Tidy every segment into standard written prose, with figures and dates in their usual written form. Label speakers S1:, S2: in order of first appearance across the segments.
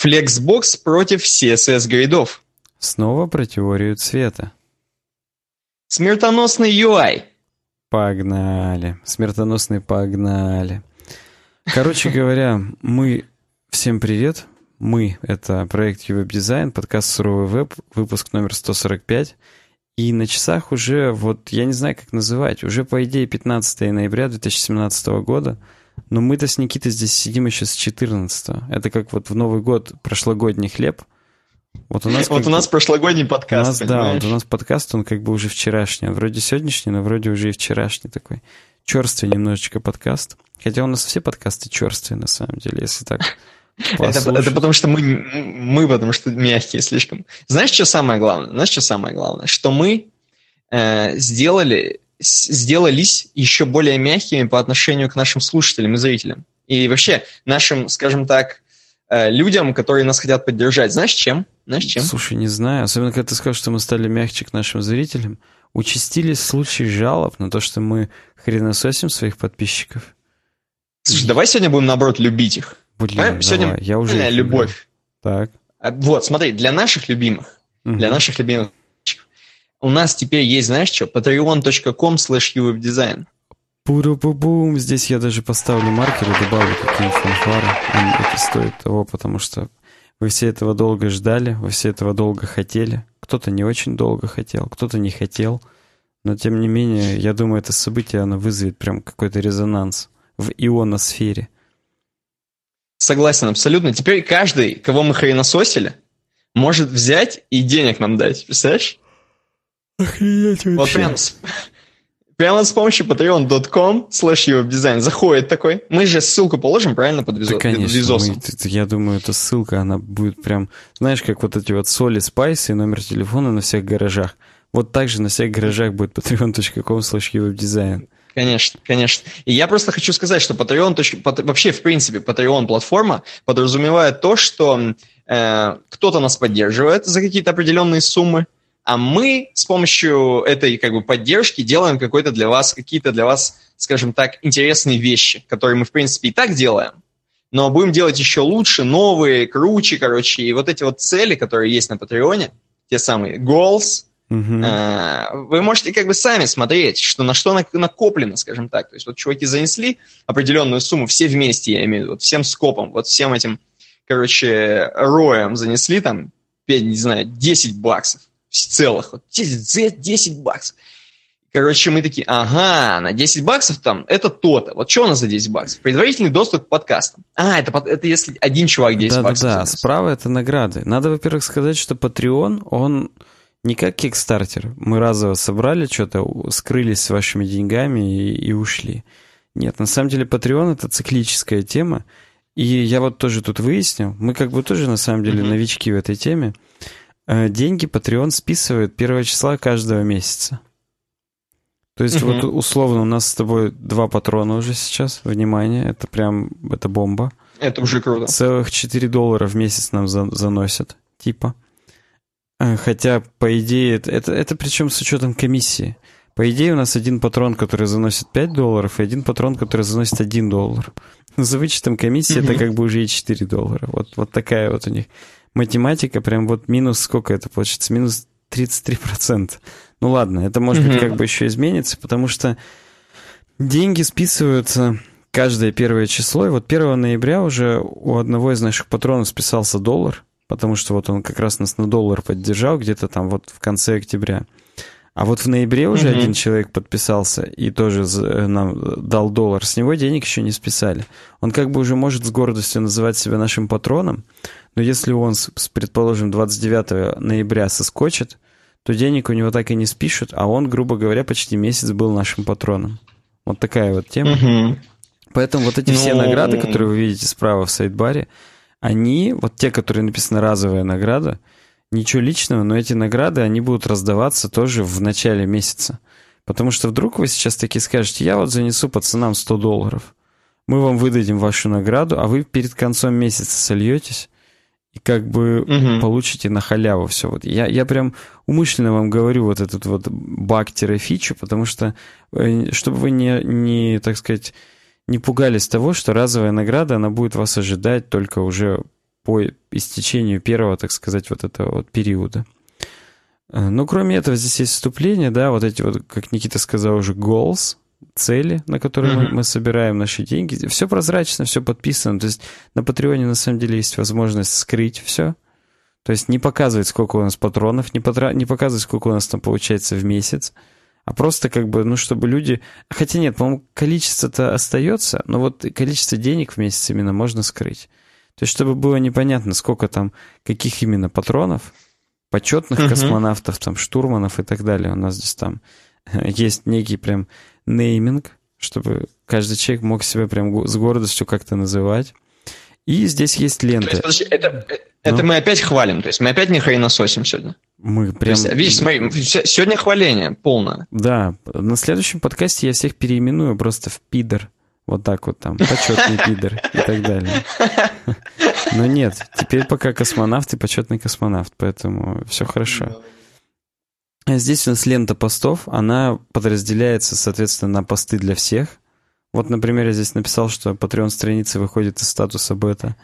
S1: Flexbox против CSS-грейдов.
S2: Снова про теорию цвета.
S1: Смертоносный UI.
S2: Погнали. Смертоносный погнали. Короче говоря, всем привет. Мы — это проект UWeb Design, подкаст «Суровый веб», выпуск номер 145. И на часах уже, я не знаю, как называть, уже, по идее, 15 ноября 2017 года, но мы-то с Никитой здесь сидим еще с 14-го. Это как в Новый год прошлогодний хлеб. У нас прошлогодний подкаст,
S1: понимаешь?
S2: У нас подкаст, он как бы уже вчерашний. Он вроде сегодняшний, но вроде уже и вчерашний такой. Черствый немножечко подкаст. Хотя у нас все подкасты черствые, на самом деле, если так послушать.
S1: Это потому что мы потому что мягкие слишком. Знаешь, что самое главное? Что мы сделались еще более мягкими по отношению к нашим слушателям и зрителям. И вообще нашим, скажем так, людям, которые нас хотят поддержать. Знаешь, чем?
S2: Слушай, не знаю. Особенно, когда ты сказал, что мы стали мягче к нашим зрителям. Участились случаи жалоб на то, что мы хренососим своих подписчиков.
S1: Слушай, давай сегодня будем, наоборот, любить их.
S2: Блин,
S1: сегодня
S2: я уже
S1: любовь.
S2: Так.
S1: Вот, смотри, для наших любимых, у нас теперь есть, знаешь что, patreon.com/uwebdesign.
S2: Пуру-пу-бум. Здесь я даже поставлю маркер и добавлю какие-нибудь фанфары. Это стоит того, потому что вы все этого долго ждали, вы все этого долго хотели. Кто-то не очень долго хотел, кто-то не хотел. Но, тем не менее, я думаю, это событие, оно вызовет прям какой-то резонанс в ионосфере.
S1: Согласен, абсолютно. Теперь каждый, кого мы хренососили, может взять и денег нам дать. Представляешь?
S2: Охренеть вообще.
S1: Вот прямо с помощью patreon.com/uwebdesign заходит такой. Мы же ссылку положим, правильно, под
S2: Да, конечно. Я думаю, эта ссылка, она будет прям... Знаешь, как вот эти соли, спайсы и номер телефона на всех гаражах. Вот так же на всех гаражах будет patreon.com/uwebdesign.
S1: Конечно. И я просто хочу сказать, что вообще, в принципе, Patreon-платформа подразумевает то, что кто-то нас поддерживает за какие-то определенные суммы, а мы с помощью этой поддержки делаем какие-то для вас, скажем так, интересные вещи, которые мы, в принципе, и так делаем, но будем делать еще лучше, новые, круче, и вот эти цели, которые есть на Патреоне, те самые goals, вы можете сами смотреть, на что накоплено, скажем так. То есть чуваки занесли определенную сумму, все вместе, я имею в виду, всем скопом, всем этим, роем занесли там, не знаю, $10 целых, 10 баксов. Мы такие, на $10 там, это то-то. Что у нас за $10? Предварительный доступ к подкастам. Это если один чувак $10
S2: баксов. Да,
S1: занес.
S2: справа это награды. Надо, во-первых, сказать, что Patreon, он не как Kickstarter. Мы разово собрали что-то, скрылись с вашими деньгами и ушли. Нет, на самом деле Patreon — это циклическая тема. И я тоже тут выяснил, мы тоже на самом деле новички в этой теме. Деньги Patreon списывает 1 числа каждого месяца. То есть условно у нас с тобой 2 патрона уже сейчас. Внимание, это бомба.
S1: Это уже круто.
S2: Целых $4 в месяц нам заносят, типа. Хотя, по идее, это причем с учетом комиссии. По идее, у нас один патрон, который заносит $5, и один патрон, который заносит $1. За вычетом комиссии это уже и $4. Вот такая у них математика, прям минус сколько это получится? Минус 33%. Ну ладно, это может быть еще изменится, потому что деньги списываются каждое 1 число, и 1 ноября уже у одного из наших патронов списался $1, потому что он как раз нас на $1 поддержал где-то там в конце октября. А в ноябре уже один человек подписался и тоже нам дал $1. С него денег еще не списали. Он уже может с гордостью называть себя нашим патроном, но если он, предположим, 29 ноября соскочит, то денег у него так и не спишут, а он, грубо говоря, почти месяц был нашим патроном. Вот такая тема. Поэтому эти все награды, которые вы видите справа в сайдбаре, они, те, которые написано «разовая награда», ничего личного, но эти награды, они будут раздаваться тоже в начале месяца. Потому что вдруг вы сейчас таки скажете, я занесу пацанам $100. Мы вам выдадим вашу награду, а вы перед концом месяца сольетесь и получите на халяву все. Я прям умышленно вам говорю этот баг-фичу, потому что, чтобы вы не, так сказать, не пугались того, что разовая награда, она будет вас ожидать только уже по истечению первого, так сказать, вот этого вот периода. Ну, кроме этого, здесь есть вступление, да, вот эти вот, как Никита сказал уже, goals, цели, на которые мы собираем наши деньги. Все прозрачно, все подписано. То есть на Патреоне на самом деле есть возможность скрыть все. То есть не показывать, сколько у нас патронов, не показывать, сколько у нас там получается в месяц, а просто как бы, ну, чтобы люди... Хотя нет, по-моему, количество-то остается, но вот количество денег в месяц именно можно скрыть. То есть чтобы было непонятно, сколько там, каких именно патронов, почетных космонавтов, там, штурманов и так далее. У нас здесь там есть некий прям нейминг, чтобы каждый человек мог себя прям с гордостью как-то называть. И здесь есть лента.
S1: То есть, подожди, это мы опять хвалим, то есть мы опять не хренососим сегодня.
S2: Мы прям...
S1: То есть, видишь, смотри, сегодня хваление полное.
S2: Да, на следующем подкасте я всех переименую просто в пидор. Вот так вот там, почетный пидор и так далее. Но нет, теперь пока космонавт и почетный космонавт, поэтому все хорошо. Здесь у нас лента постов, она подразделяется, соответственно, на посты для всех. Вот, например, я здесь написал, что Patreon-страница выходит из статуса бета.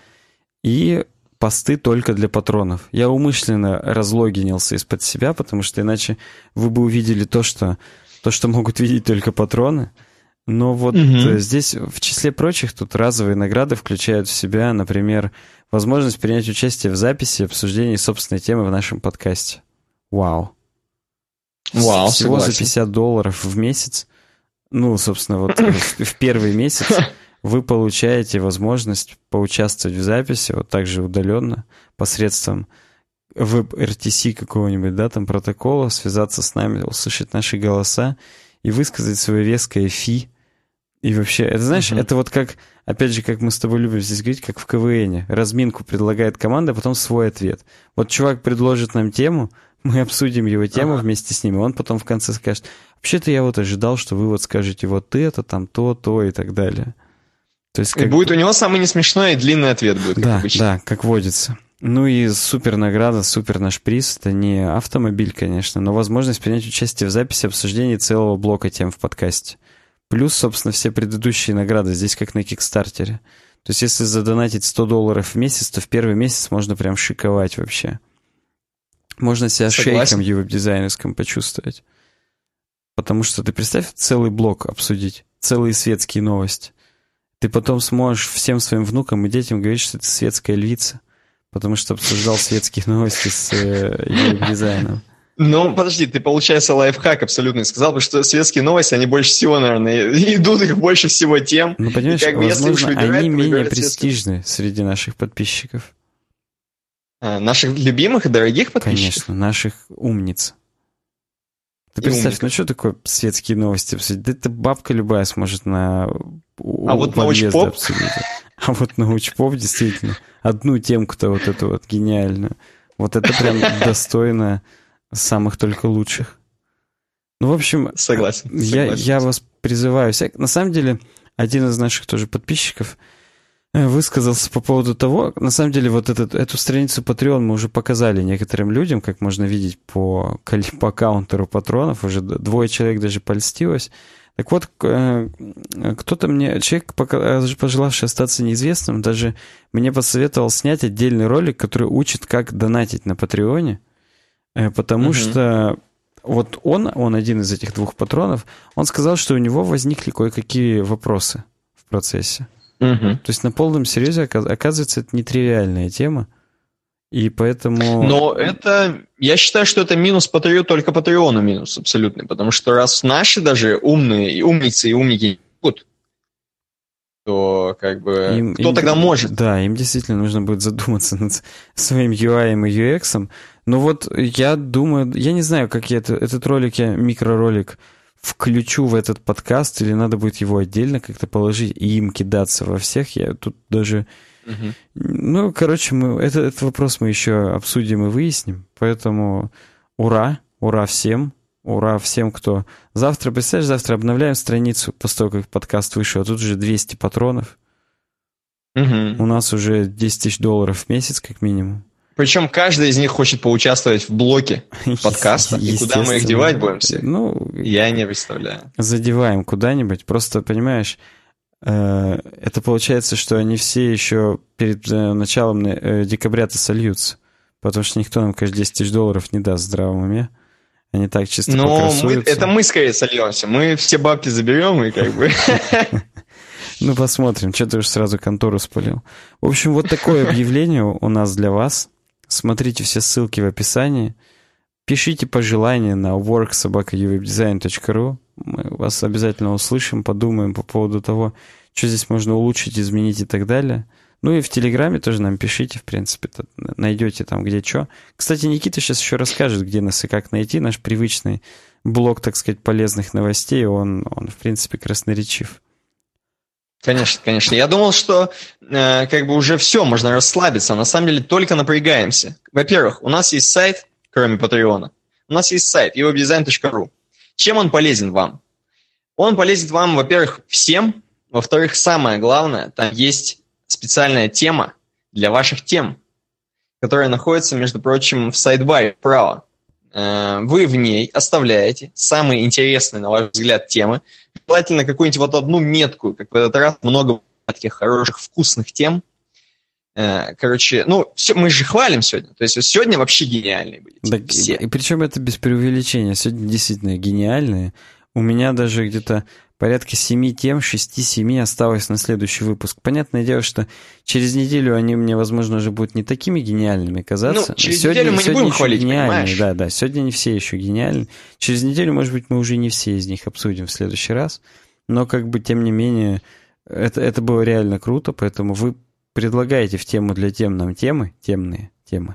S2: И посты только для патронов. Я умышленно разлогинился из-под себя, потому что иначе вы бы увидели то, что могут видеть только патроны. Но вот здесь, в числе прочих, тут разовые награды включают в себя, например, возможность принять участие в записи и обсуждении собственной темы в нашем подкасте. Вау. Всего
S1: согласен.
S2: за $50 в месяц. Ну, собственно, вот в первый месяц вы получаете возможность поучаствовать в записи, вот так же удаленно, посредством веб-RTC какого-нибудь, да, там протокола, связаться с нами, услышать наши голоса и высказать свое веское фи. И вообще, это, знаешь, это вот как, опять же, как мы с тобой любим здесь говорить, как в КВНе. Разминку предлагает команда, а потом свой ответ. Вот чувак предложит нам тему, мы обсудим его тему вместе с ним, и он потом в конце скажет: вообще-то я вот ожидал, что вы вот скажете вот это, там то и так далее. То есть,
S1: и будет у него самый несмешной и длинный ответ будет, как обычно.
S2: Да, как водится. Ну и супер награда, супер наш приз. Это не автомобиль, конечно, но возможность принять участие в записи обсуждения целого блока тем в подкасте. Плюс, собственно, все предыдущие награды. Здесь как на Кикстартере. То есть если задонатить $100 в месяц, то в первый месяц можно прям шиковать вообще. Можно себя шейком веб-дизайнерским почувствовать. Потому что ты представь, целый блок обсудить, целые светские новости. Ты потом сможешь всем своим внукам и детям говорить, что ты светская львица, потому что обсуждал светские новости с веб-дизайном.
S1: Ну, подожди, ты, получается, лайфхак абсолютно сказал, потому что светские новости, они больше всего, наверное, идут их больше всего тем.
S2: Ну, понимаешь, как бы, возможно, они менее престижны среди наших подписчиков.
S1: Наших любимых и дорогих подписчиков?
S2: Конечно, наших умниц. Ты представь, ну что такое светские новости обсудить? Да это бабка любая сможет на
S1: вот научпоп
S2: обсудить. А вот научпоп, действительно, одну темку-то вот эту вот гениальную. Вот это прям достойно самых только лучших. Ну, в общем,
S1: согласен.
S2: Я вас призываю. На самом деле, один из наших тоже подписчиков высказался по поводу того, на самом деле, вот эту страницу Patreon мы уже показали некоторым людям, как можно видеть по каунтеру патронов, уже 2 человек даже польстилось. Так вот, кто-то мне, человек, пожелавший остаться неизвестным, даже мне посоветовал снять отдельный ролик, который учит, как донатить на Патреоне, потому что вот он один из этих 2 патронов, он сказал, что у него возникли кое-какие вопросы в процессе. То есть на полном серьезе, оказывается, это нетривиальная тема, и поэтому...
S1: Но это, я считаю, что это минус только Патреону минус абсолютный, потому что раз наши даже умницы и умники будут, то как бы кто тогда может?
S2: Да, им действительно нужно будет задуматься над своим UI и UX. Но вот я думаю, я не знаю, как я этот ролик, микроролик включу в этот подкаст, или надо будет его отдельно как-то положить и им кидаться во всех. Я тут даже... Ну, короче, этот вопрос мы еще обсудим и выясним. Поэтому ура всем. Ура всем, кто... Завтра, представляешь, завтра обновляем страницу после того, как подкаст вышел. А тут уже 200 патронов. У нас уже $10 000 в месяц, как минимум.
S1: Причем каждый из них хочет поучаствовать в блоке подкаста. И куда мы их девать будем все?
S2: Ну,
S1: я не представляю.
S2: Задеваем куда-нибудь. Просто, понимаешь, это получается, что они все еще перед началом декабря-то сольются. Потому что никто нам, конечно, 10 тысяч долларов не даст в здравом уме. Они так чисто покрасуются.
S1: Это мы скорее сольемся. Мы все бабки заберем и как бы...
S2: Ну, посмотрим. Что ты уж сразу контору спалил. В общем, вот такое объявление у нас для вас. Смотрите все ссылки в описании. Пишите пожелания на work@uwebdesign.ru. Мы вас обязательно услышим, подумаем по поводу того, что здесь можно улучшить, изменить и так далее. Ну и в Телеграме тоже нам пишите, в принципе, найдете там где что. Кстати, Никита сейчас еще расскажет, где нас и как найти. Наш привычный блог, так сказать, полезных новостей, он в принципе, красноречив.
S1: Конечно, конечно. Я думал, что как бы уже все, можно расслабиться. На самом деле только напрягаемся. Во-первых, у нас есть сайт, кроме Патреона. У нас есть сайт uwebdesign.ru. Чем он полезен вам? Он полезен вам, во-первых, всем. Во-вторых, самое главное, там есть специальная тема для ваших тем, которая находится, между прочим, в сайдбаре вправо. Вы в ней оставляете самые интересные, на ваш взгляд, темы. Желательно какую-нибудь вот одну метку, как в этот раз много таких хороших, вкусных тем. Короче, ну, все, мы же хвалим сегодня. То есть сегодня вообще гениальные были.
S2: Да, все. И причем это без преувеличения. Сегодня действительно гениальные. У меня даже где-то порядка 7 тем, 6-7 осталось на следующий выпуск. Понятное дело, что через неделю они мне, возможно, уже будут не такими гениальными казаться.
S1: Ну, через неделю мы не будем хвалить, понимаешь?
S2: Да, сегодня не все еще гениальны. Через неделю, может быть, мы уже не все из них обсудим в следующий раз. Но, как бы, тем не менее, это было реально круто, поэтому вы предлагаете в тему для тем нам темы, темные темы.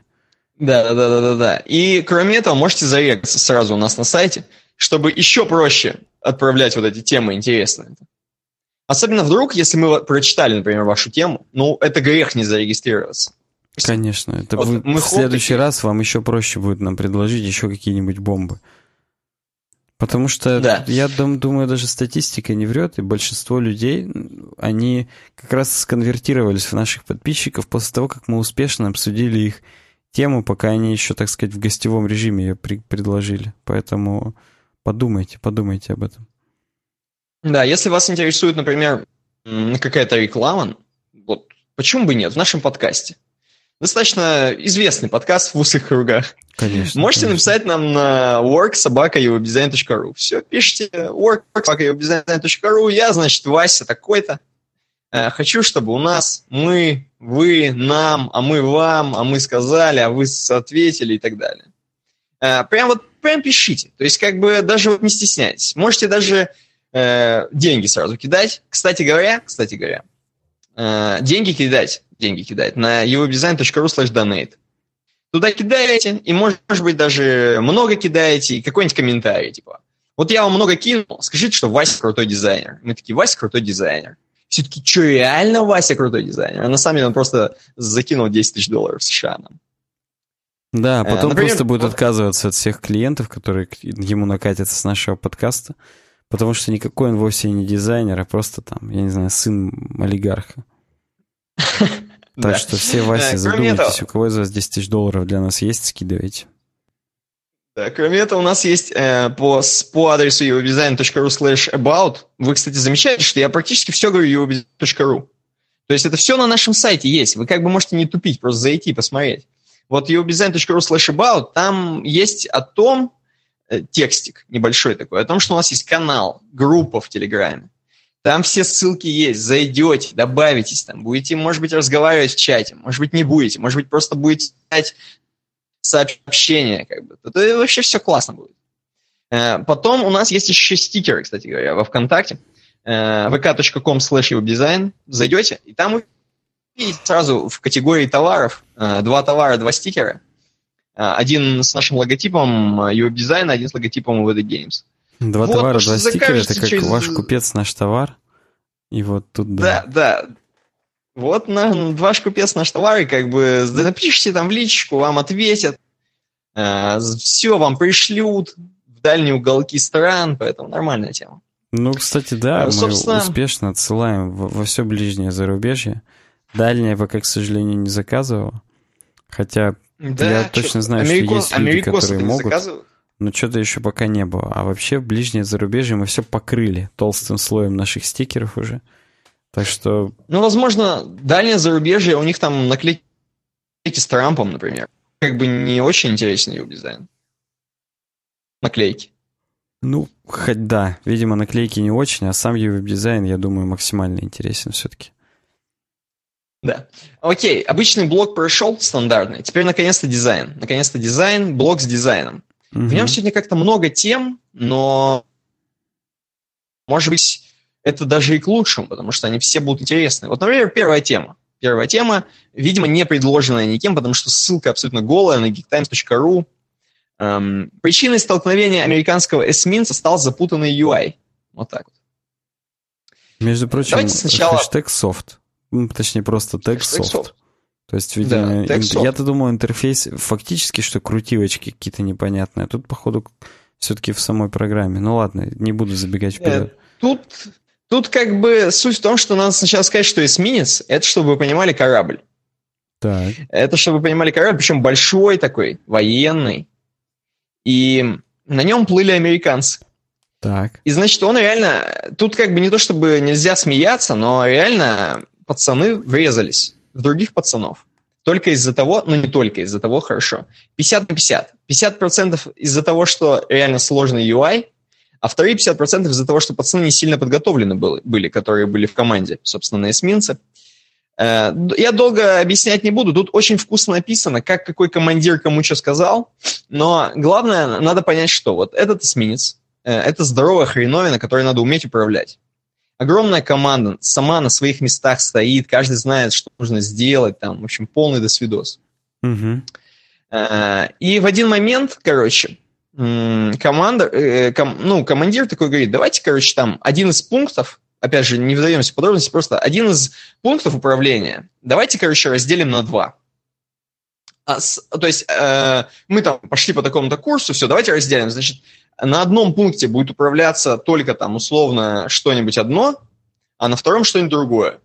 S1: Да. И, кроме этого, можете зарегаться сразу у нас на сайте, чтобы еще проще отправлять вот эти темы интересные. Особенно вдруг, если мы прочитали, например, вашу тему, ну, это грех не зарегистрироваться.
S2: Конечно. Это вот в следующий раз вам еще проще будет нам предложить еще какие-нибудь бомбы. Потому что, я думаю, даже статистика не врет, и большинство людей, они как раз сконвертировались в наших подписчиков после того, как мы успешно обсудили их тему, пока они еще, так сказать, в гостевом режиме ее предложили. Поэтому... Подумайте об этом.
S1: Да, если вас интересует, например, какая-то реклама, вот почему бы нет, в нашем подкасте. Достаточно известный подкаст в узких кругах.
S2: Конечно.
S1: Можете написать нам на work@uwebdesign.ru. Все, пишите work@uwebdesign.ru. Я, значит, Вася такой-то. Хочу, чтобы у нас мы, вы, нам, а мы вам, а мы сказали, а вы ответили и так далее. Прям пишите. То есть, как бы, даже вот не стесняйтесь. Можете даже деньги сразу кидать. Кстати говоря, деньги кидать на uwebdesign.ru/donate. Туда кидаете, и, может быть, даже много кидаете, и какой-нибудь комментарий, типа, вот я вам много кинул, скажите, что Вася крутой дизайнер. Мы такие, Вася крутой дизайнер. Все таки, что, реально Вася крутой дизайнер? А на самом деле он просто закинул 10 тысяч долларов США нам.
S2: Да, потом например, просто будет отказываться от всех клиентов, которые ему накатятся с нашего подкаста, потому что никакой он вовсе не дизайнер, а просто там, я не знаю, сын олигарха. Так что все, Вася, задумайтесь, у кого из вас 10 тысяч долларов для нас есть, скидывайте.
S1: Да, кроме этого, у нас есть по адресу uwebdesign.ru/about. Вы, кстати, замечаете, что я практически все говорю uwebdesign.ru. То есть это все на нашем сайте есть. Вы как бы можете не тупить, просто зайти и посмотреть. Вот uwebdesign.ru/about, там есть о том, текстик небольшой такой, о том, что у нас есть канал, группа в Телеграме. Там все ссылки есть, зайдете, добавитесь там, будете, может быть, разговаривать в чате, может быть, не будете, может быть, просто будете читать сообщения, как бы. Это вообще все классно будет. Потом у нас есть еще стикеры, кстати говоря, во ВКонтакте, vk.com/uwebdesign, зайдете, и там вы видите сразу в категории товаров 2 товара, 2 стикера. Один с нашим логотипом uwebdesign, один с логотипом UWD Games.
S2: 2 товара, 2 стикера, это как ваш купец, наш товар. И вот тут
S1: да. Вот ваш купец, наш товар, и как бы напишите там в личку, вам ответят. Все вам пришлют в дальние уголки стран, поэтому нормальная тема.
S2: Ну, кстати, да, мы успешно отсылаем во все ближнее зарубежье. Дальнее пока, к сожалению, не заказывал. Хотя я точно знаю, что есть люди, которые могут. Но что-то еще пока не было. А вообще в ближнее зарубежье мы все покрыли толстым слоем наших стикеров уже. Так что...
S1: Ну, возможно, дальнее зарубежье, у них там наклейки с Трампом, например. Как бы не очень интересный веб-дизайн. Наклейки.
S2: Ну, хоть да. Видимо, наклейки не очень, а сам веб-дизайн, я думаю, максимально интересен все-таки.
S1: Да. Окей, обычный блок прошел, стандартный. Теперь, наконец-то, дизайн. Наконец-то дизайн, блок с дизайном. В нем сегодня как-то много тем, но, может быть, это даже и к лучшему, потому что они все будут интересны. Вот, например, первая тема. Первая тема, видимо, не предложенная никем, потому что ссылка абсолютно голая на geektimes.ru. Причиной столкновения американского эсминца стал запутанный UI. Вот так вот.
S2: Между прочим,
S1: давайте сначала...
S2: хэштег софт. Точнее, просто тег софт. То есть, видимо,
S1: да,
S2: я-то думал, интерфейс фактически, что крутилочки какие-то непонятные. А тут, походу, все-таки в самой программе. Ну ладно, не буду забегать вперед.
S1: Тут как бы суть в том, что надо сначала сказать, что эсминец — это, чтобы вы понимали, корабль.
S2: Так.
S1: Это, чтобы вы понимали, корабль, причем большой такой, военный. И на нем плыли американцы.
S2: Так.
S1: И, значит, он реально... Тут как бы не то, чтобы нельзя смеяться, но реально пацаны врезались в других пацанов. Только из-за того, ну не только из-за того, хорошо. 50 на 50. 50% из-за того, что реально сложный UI, а вторые 50% из-за того, что пацаны не сильно подготовлены были, которые были в команде, собственно, на эсминце. Я долго объяснять не буду. Тут очень вкусно написано, как какой командир кому что сказал. Но главное, надо понять, что вот этот эсминец, это здоровая хреновина, которой надо уметь управлять. Огромная команда сама на своих местах стоит, каждый знает, что нужно сделать, там, в общем, полный досвидос.
S2: Угу.
S1: И в один момент, короче, командир такой говорит, давайте, короче, там один из пунктов, опять же, не вдаемся в подробности, просто один из пунктов управления, давайте, короче, разделим на 2. То есть мы там пошли по такому-то курсу, все, давайте разделим, значит, на одном пункте будет управляться только там условно что-нибудь одно, а на втором что-нибудь другое.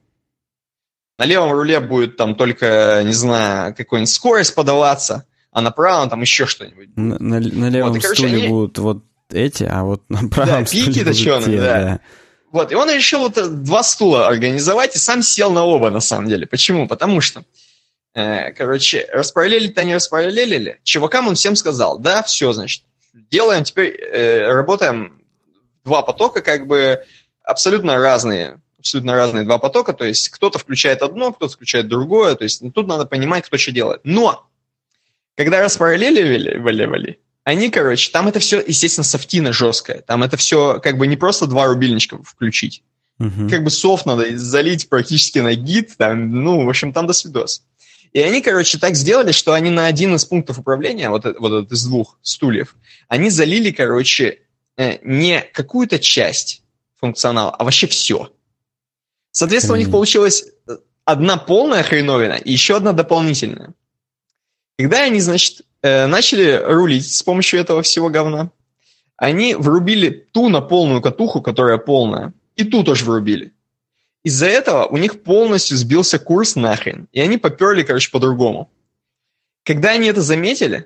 S1: На левом руле будет там только, не знаю, какая-нибудь скорость подаваться, а на правом там еще что-нибудь.
S2: На левом вот, стуле будут вот эти, а вот на правом стуле
S1: пики точеные, да. Вот, и он решил вот 2 стула организовать и сам сел на оба, на самом деле. Почему? Потому что, короче, распараллелить-то не распараллелили. Чувакам он всем сказал, да, все, значит, делаем теперь, работаем 2 потока, как бы абсолютно разные 2 потока, то есть кто-то включает одно, кто-то включает другое, то есть тут надо понимать, кто что делает. Но, когда распараллеливали, они, короче, там это все, естественно, софтина жесткая, там это все как бы не просто 2 рубильничка включить, как бы софт надо залить практически на гид, там, ну, в общем, там досвидос. И они, короче, так сделали, что они на один из пунктов управления, вот этот из 2 стульев, они залили, короче, не какую-то часть функционала, а вообще все. Соответственно, у них получилась одна полная хреновина и еще одна дополнительная. Когда они, значит, начали рулить с помощью этого всего говна, они врубили ту на полную катуху, которая полная, и ту тоже врубили. Из-за этого у них полностью сбился курс нахрен, и они поперли, короче, по-другому. Когда они это заметили,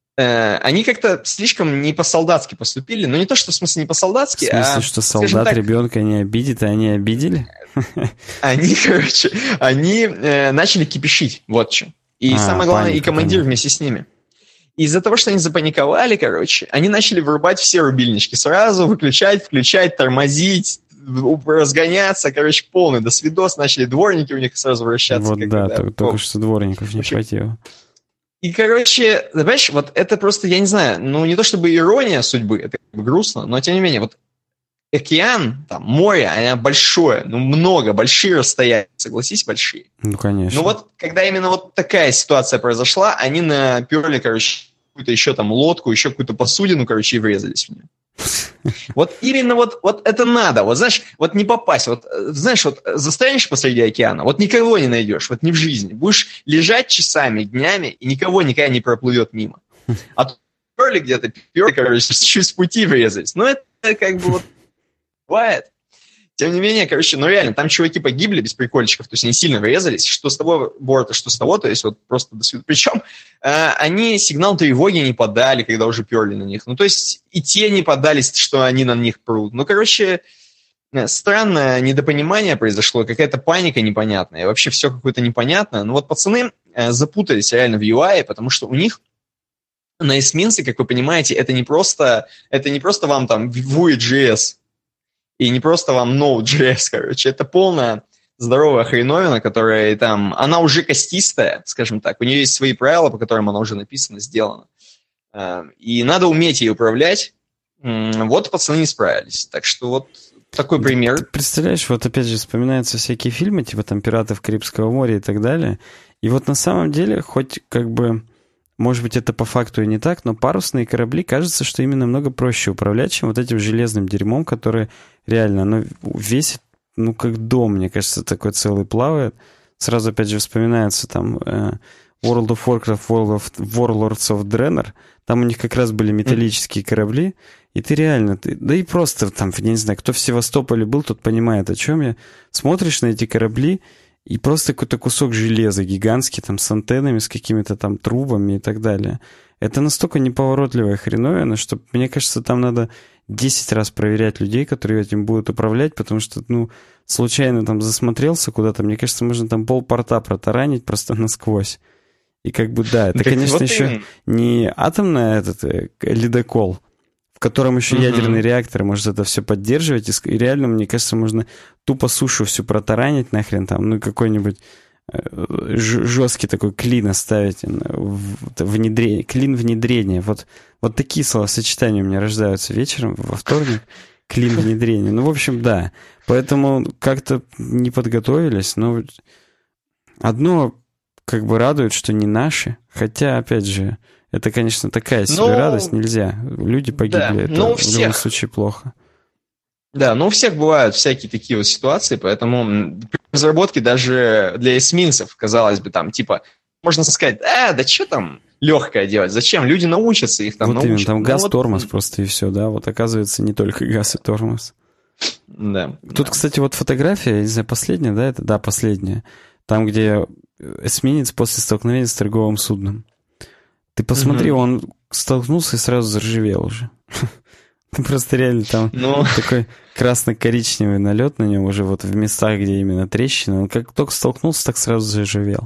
S1: они как-то слишком не по-солдатски поступили, но не то, что в смысле не по-солдатски,
S2: в смысле, что солдат так, ребенка не обидит, а они обидели?
S1: Они, короче, начали кипишить, вот что. И самое главное, и командир вместе с ними. Из-за того, что они запаниковали, короче, они начали вырубать все рубильнички сразу, выключать, включать, тормозить, разгоняться, короче, полный досвидос, начали дворники у них сразу вращаться.
S2: Вот да, только что дворников не хватило.
S1: И, короче, знаешь, вот это просто, я не знаю, ну не то чтобы ирония судьбы, это грустно, но тем не менее, вот океан, там, море, оно большое, ну много, большие расстояния, согласись, большие.
S2: Ну, конечно.
S1: Ну вот, когда именно вот такая ситуация произошла, они наперли, короче, какую-то еще там лодку, еще какую-то посудину, короче, и врезались в нее. Вот именно вот это надо, вот знаешь, вот не попасть, вот знаешь, вот застрянешь посреди океана, вот никого не найдешь, вот не в жизни, будешь лежать часами, днями, и никого никогда не проплывет мимо. А тут перли где-то, короче, чуть с пути врезались, ну это как бы вот бывает. Тем не менее, короче, ну реально, там чуваки погибли без прикольчиков, то есть они сильно врезались, что с того борта, что с того, то есть вот просто до свидания. Причем они сигнал тревоги не подали, когда уже перли на них. Ну то есть и те не подались, что они на них прут. Ну короче, странное недопонимание произошло, какая-то паника непонятная, вообще все какое-то непонятное. Но вот пацаны запутались реально в UI, потому что у них на эсминце, как вы понимаете, это не просто вам там Vue.js и не просто вам Node.js, короче, это полная здоровая хреновина, которая там, она уже костистая, скажем так, у нее есть свои правила, по которым она уже написана, сделана. И надо уметь ей управлять. Вот пацаны не справились. Так что вот такой пример.
S2: Ты представляешь, вот опять же вспоминаются всякие фильмы, типа там «Пиратов Карибского моря» и так далее. И вот на самом деле, хоть как бы, может быть, это по факту и не так, но парусные корабли, кажется, что ими намного проще управлять, чем вот этим железным дерьмом, которое реально, оно весит, ну, как дом, мне кажется, такой целый плавает. Сразу, опять же, вспоминается там World of Warcraft, Warlords of Draenor. Там у них как раз были металлические корабли, и ты реально, да и просто там, я не знаю, кто в Севастополе был, тот понимает, о чем я. Смотришь на эти корабли, и просто какой-то кусок железа гигантский, там, с антеннами, с какими-то там трубами и так далее. Это настолько неповоротливая хреновина, что, мне кажется, там надо 10 раз проверять людей, которые этим будут управлять, потому что, ну, случайно там засмотрелся куда-то, мне кажется, можно там полпорта протаранить просто насквозь. И как бы, да, это, так конечно, вот еще не атомный ледокол, в котором еще ядерный реактор может это все поддерживать, и реально, мне кажется, можно тупо сушу всю протаранить нахрен там, ну, какой-нибудь жесткий такой клин оставить, внедрение, клин внедрения. Вот такие словосочетания у меня рождаются вечером, во вторник. Клин внедрения. Ну, в общем, да. Поэтому как-то не подготовились, но одно как бы радует, что не наши. Хотя, опять же, это, конечно, такая себе радость, нельзя. Люди погибли, да, это в любом случае плохо.
S1: Да, но у всех бывают всякие такие вот ситуации, поэтому при разработке даже для эсминцев, казалось бы, там, типа, можно сказать, да что там легкое делать, зачем? Люди научатся, их там
S2: вот
S1: научат.
S2: Именно, там газ-тормоз просто и все, да, вот оказывается не только газ и тормоз.
S1: Да.
S2: Тут, кстати, вот фотография, я не знаю, последняя, да, это? Да, последняя. Там, где эсминец после столкновения с торговым судном. Ты посмотри, он столкнулся и сразу заржавел уже. Просто реально там такой красно-коричневый налет на нем уже вот в местах, где именно трещины. Он как только столкнулся, так сразу заржавел.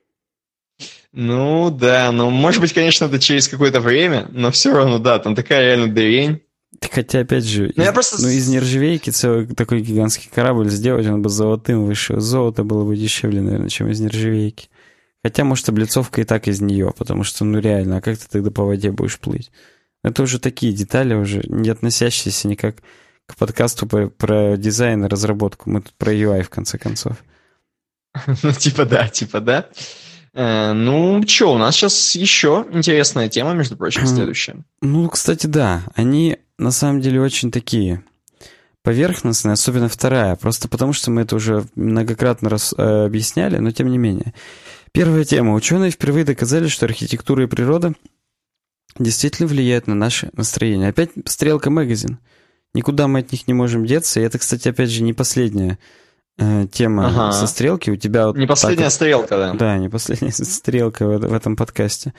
S1: Ну да, может быть, конечно, это через какое-то время, но все равно, да, там такая реально дырень.
S2: Хотя, опять же, из нержавейки целый такой гигантский корабль сделать, он бы золотым вышел. Золото было бы дешевле, наверное, чем из нержавейки. Хотя, может, облицовка и так из нее, потому что, ну реально, а как ты тогда по воде будешь плыть? Это уже такие детали, уже не относящиеся никак к подкасту про дизайн и разработку. Мы тут про UI, в конце концов.
S1: Ну, типа да. Ну, что, у нас сейчас еще интересная тема, между прочим, следующая.
S2: Ну, кстати, да. Они, на самом деле, очень такие поверхностные, особенно вторая. Просто потому, что мы это уже многократно объясняли, но тем не менее. Первая тема. Ученые впервые доказали, что архитектура и природа действительно влияют на наше настроение. Опять Стрелка Магазин. Никуда мы от них не можем деться. И это, кстати, опять же, не последняя тема со Стрелки. У тебя
S1: не последняя стрелка, да.
S2: Да, не последняя стрелка в этом подкасте.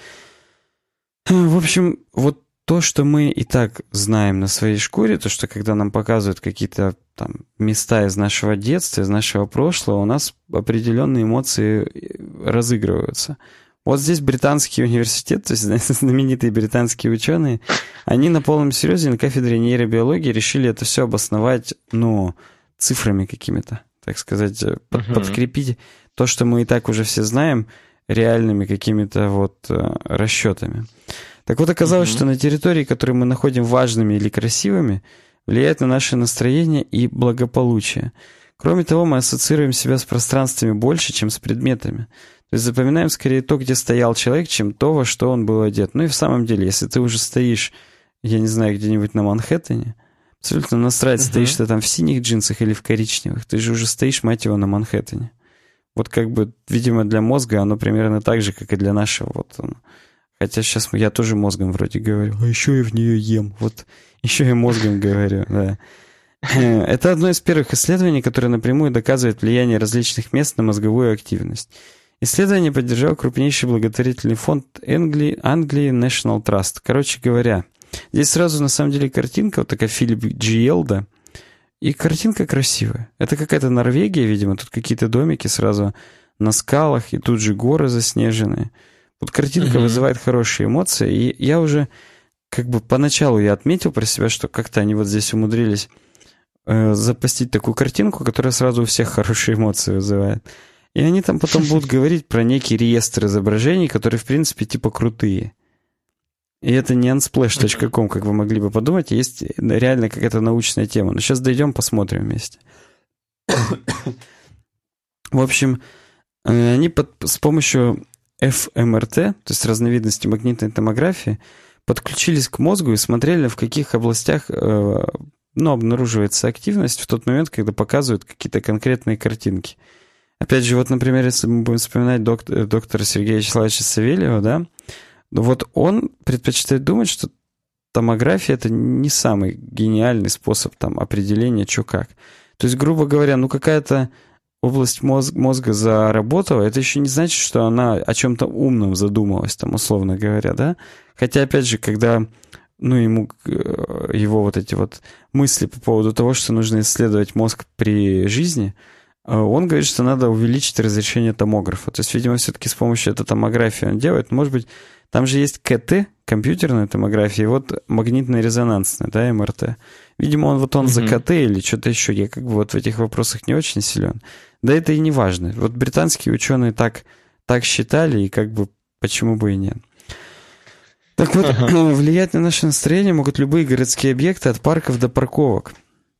S2: В общем, вот то, что мы и так знаем на своей шкуре, то, что когда нам показывают какие-то там места из нашего детства, из нашего прошлого, у нас определенные эмоции разыгрываются. Вот здесь британский университет, то есть знаменитые британские ученые, они на полном серьезе на кафедре нейробиологии решили это все обосновать, ну, цифрами какими-то, так сказать, подкрепить то, что мы и так уже все знаем, реальными какими-то вот расчетами. Так вот, оказалось, что на территории, которые мы находим важными или красивыми, влияет на наше настроение и благополучие. Кроме того, мы ассоциируем себя с пространствами больше, чем с предметами. То есть запоминаем скорее то, где стоял человек, чем то, во что он был одет. Ну и в самом деле, если ты уже стоишь, я не знаю, где-нибудь на Манхэттене, абсолютно насрать, стоишь ты там в синих джинсах или в коричневых, ты же уже стоишь, мать его, на Манхэттене. Вот как бы, видимо, для мозга оно примерно так же, как и для нашего. Вот оно. Хотя сейчас я тоже мозгом вроде говорю, а еще и в нее ем. Вот еще и мозгом говорю, да. Это одно из первых исследований, которое напрямую доказывает влияние различных мест на мозговую активность. Исследование поддержал крупнейший благотворительный фонд Англии National Trust. Короче говоря, здесь сразу на самом деле картинка, вот такая Филипп Джиелда, И картинка красивая. Это какая-то Норвегия, видимо, тут какие-то домики сразу на скалах, и тут же горы заснеженные. Вот картинка вызывает хорошие эмоции, и я уже как бы поначалу я отметил про себя, что как-то они вот здесь умудрились запостить такую картинку, которая сразу у всех хорошие эмоции вызывает. И они там потом будут говорить про некий реестр изображений, которые, в принципе, типа крутые. И это не unsplash.com, как вы могли бы подумать, есть реально какая-то научная тема. Но сейчас дойдем, посмотрим вместе. В общем, они с помощью ФМРТ, то есть разновидности магнитной томографии, подключились к мозгу и смотрели, в каких областях обнаруживается активность в тот момент, когда показывают какие-то конкретные картинки. Опять же, вот, например, если мы будем вспоминать доктора Сергея Вячеславовича Савельева, да, вот он предпочитает думать, что томография — это не самый гениальный способ там определения, что как. То есть, грубо говоря, какая-то область мозга заработала, это еще не значит, что она о чем-то умном задумалась, там, условно говоря, да. Хотя, опять же, когда его вот эти вот мысли по поводу того, что нужно исследовать мозг при жизни, он говорит, что надо увеличить разрешение томографа. То есть, видимо, все-таки с помощью этой томографии он делает. Может быть, там же есть КТ, компьютерная томография, и вот магнитно-резонансная, да, МРТ. Видимо, он за КТ или что-то еще. Я как бы вот в этих вопросах не очень силен. Да это и не важно. Вот британские ученые так считали, и как бы почему бы и нет. Так вот, влиять на наше настроение могут любые городские объекты, от парков до парковок.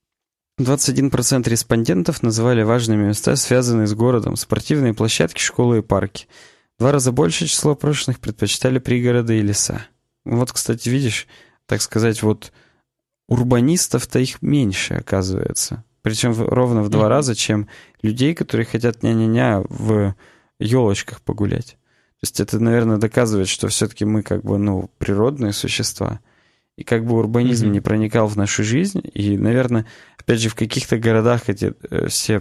S2: 21% респондентов называли важными места, связанные с городом, спортивные площадки, школы и парки. 2 раза большее число опрошенных предпочитали пригороды и леса. Вот, кстати, видишь, так сказать, вот урбанистов-то их меньше, оказывается. Причем ровно в 2 раза, чем людей, которые хотят ня-ня-ня в елочках погулять. То есть это, наверное, доказывает, что все-таки мы как бы, природные существа. И как бы урбанизм не проникал в нашу жизнь. И, наверное, опять же, в каких-то городах эти все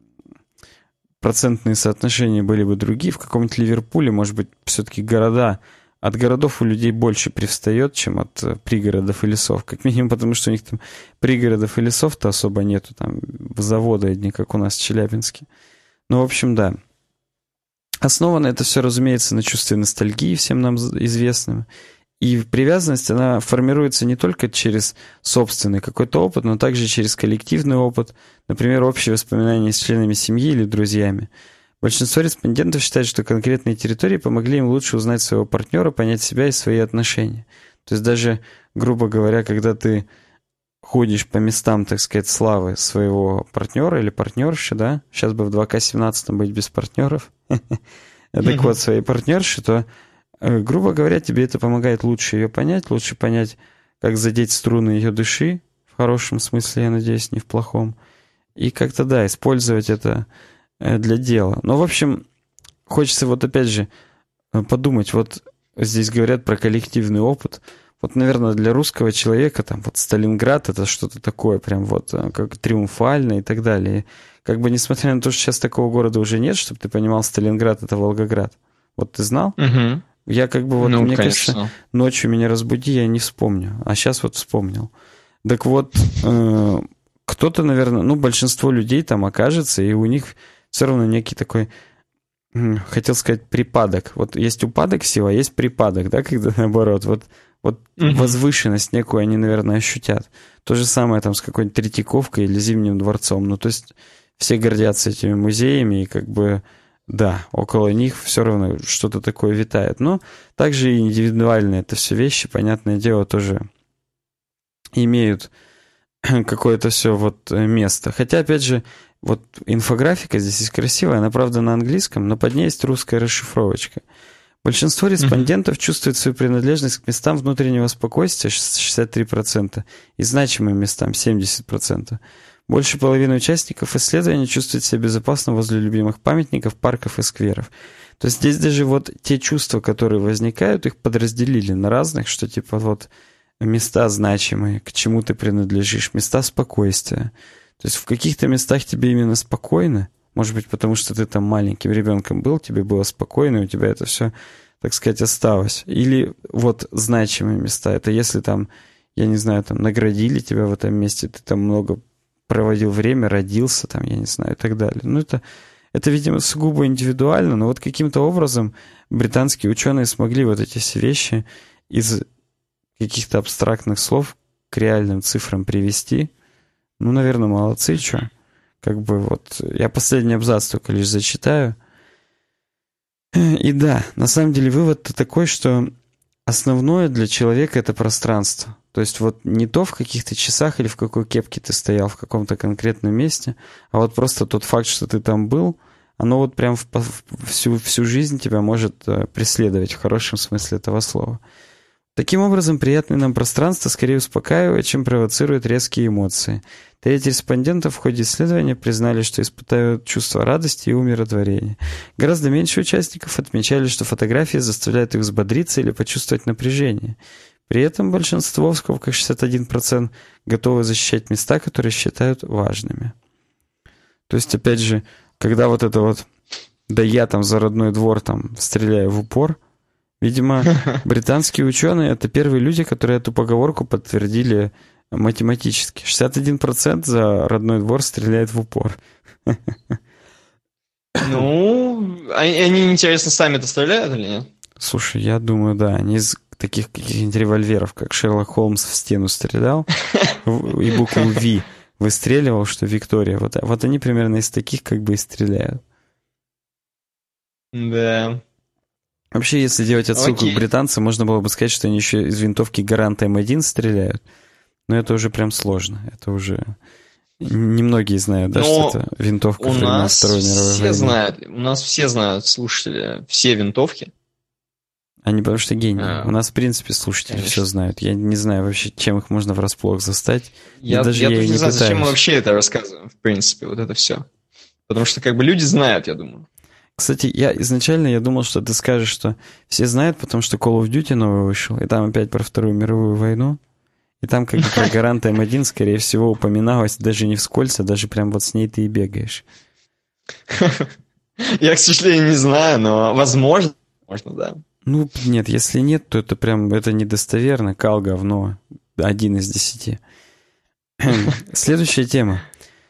S2: процентные соотношения были бы другие. В каком-нибудь Ливерпуле, может быть, все-таки от городов у людей больше привстает, чем от пригородов и лесов. Как минимум, потому что у них там пригородов и лесов-то особо нету. Там завода одни, как у нас в Челябинске. В общем, да. Основано это все, разумеется, на чувстве ностальгии, всем нам известным. И привязанность, она формируется не только через собственный какой-то опыт, но также через коллективный опыт, например, общие воспоминания с членами семьи или друзьями. Большинство респондентов считают, что конкретные территории помогли им лучше узнать своего партнера, понять себя и свои отношения. То есть даже, грубо говоря, когда ты ходишь по местам, так сказать, славы своего партнера или партнерши, да, сейчас бы в 2К17 быть без партнеров, так вот, своей партнерши, то, грубо говоря, тебе это помогает лучше ее понять, лучше понять, как задеть струны ее души, в хорошем смысле, я надеюсь, не в плохом, и как-то, да, использовать это для дела. Но, в общем, хочется вот опять же подумать, вот здесь говорят про коллективный опыт. Вот, наверное, для русского человека там вот Сталинград — это что-то такое прям вот как триумфальное и так далее. И как бы несмотря на то, что сейчас такого города уже нет, чтобы ты понимал, Сталинград — это Волгоград. Вот ты знал?
S1: Угу.
S2: Я как бы вот, мне
S1: конечно.
S2: кажется, ночью меня разбуди, я не вспомню. А сейчас вот вспомнил. Так вот, кто-то, наверное, большинство людей там окажется, и у них все равно некий такой, хотел сказать, припадок. Вот есть упадок сил, а есть припадок, да, когда наоборот. Вот возвышенность некую они, наверное, ощутят. То же самое там с какой-нибудь Третьяковкой или Зимним дворцом. То есть все гордятся этими музеями, и как бы, да, около них все равно что-то такое витает. Но также и индивидуальные это все вещи, понятное дело, тоже имеют какое-то все вот место. Хотя, опять же, вот инфографика здесь есть красивая, она, правда, на английском, но под ней есть русская расшифровочка. Большинство респондентов чувствует свою принадлежность к местам внутреннего спокойствия, 63%, и значимым местам, 70%. Больше половины участников исследования чувствуют себя безопасно возле любимых памятников, парков и скверов. То есть здесь даже вот те чувства, которые возникают, их подразделили на разных, что типа вот места значимые, к чему ты принадлежишь, места спокойствия. То есть в каких-то местах тебе именно спокойно, может быть, потому что ты там маленьким ребенком был, тебе было спокойно, и у тебя это все, так сказать, осталось. Или вот значимые места. Это если там, я не знаю, там наградили тебя в этом месте, ты там много проводил время, родился, там, я не знаю, и так далее. Ну, это, видимо, сугубо индивидуально, но вот каким-то образом британские ученые смогли вот эти все вещи из каких-то абстрактных слов к реальным цифрам привести. Ну, наверное, молодцы, что. Как бы вот, я последний абзац только лишь зачитаю. И да, на самом деле вывод-то такой, что основное для человека — это пространство. То есть вот не то, в каких-то часах или в какой кепке ты стоял в каком-то конкретном месте, а вот просто тот факт, что ты там был, оно вот прям всю жизнь тебя может преследовать в хорошем смысле этого слова. Таким образом, приятное нам пространство скорее успокаивает, чем провоцирует резкие эмоции. Треть респондентов в ходе исследования признали, что испытывают чувство радости и умиротворения. Гораздо меньше участников отмечали, что фотографии заставляют их взбодриться или почувствовать напряжение. При этом большинство, в скобках 61%, готовы защищать места, которые считают важными. То есть, опять же, когда вот это вот «да я там за родной двор там стреляю в упор», видимо, британские ученые — это первые люди, которые эту поговорку подтвердили математически. 61% за родной двор стреляет в упор.
S1: Ну, они, интересно, сами-то стреляют или нет?
S2: Слушай, я думаю, да, они из таких каких-нибудь револьверов, как Шерлок Холмс в стену стрелял и букву «В» выстреливал, что Виктория. Вот они примерно из таких как бы и стреляют.
S1: Да.
S2: Вообще, если делать отсылку к британцам, можно было бы сказать, что они еще из винтовки Гарант М1 стреляют. Но это уже прям сложно. Это уже... Немногие знают, да, что это винтовка времен Второй мировой войны.
S1: У нас все знают, слушатели, все винтовки.
S2: Они потому что гении. У нас, в принципе, слушатели все знают. Я не знаю вообще, чем их можно врасплох застать.
S1: Я тоже не знаю, зачем мы вообще это рассказываем, в принципе, вот это все. Потому что как бы люди знают, я думаю.
S2: Кстати, я думал, что ты скажешь, что все знают, потому что Call of Duty новый вышел, и там опять про Вторую мировую войну. И там как бы про Гарант М1, скорее всего, упоминалось даже не вскользь, а даже прям вот с ней ты и бегаешь.
S1: Я, к сожалению, не знаю, но возможно, да.
S2: Ну, нет, если нет, то это прям, это недостоверно. Кал говно. 1 из 10. Следующая тема.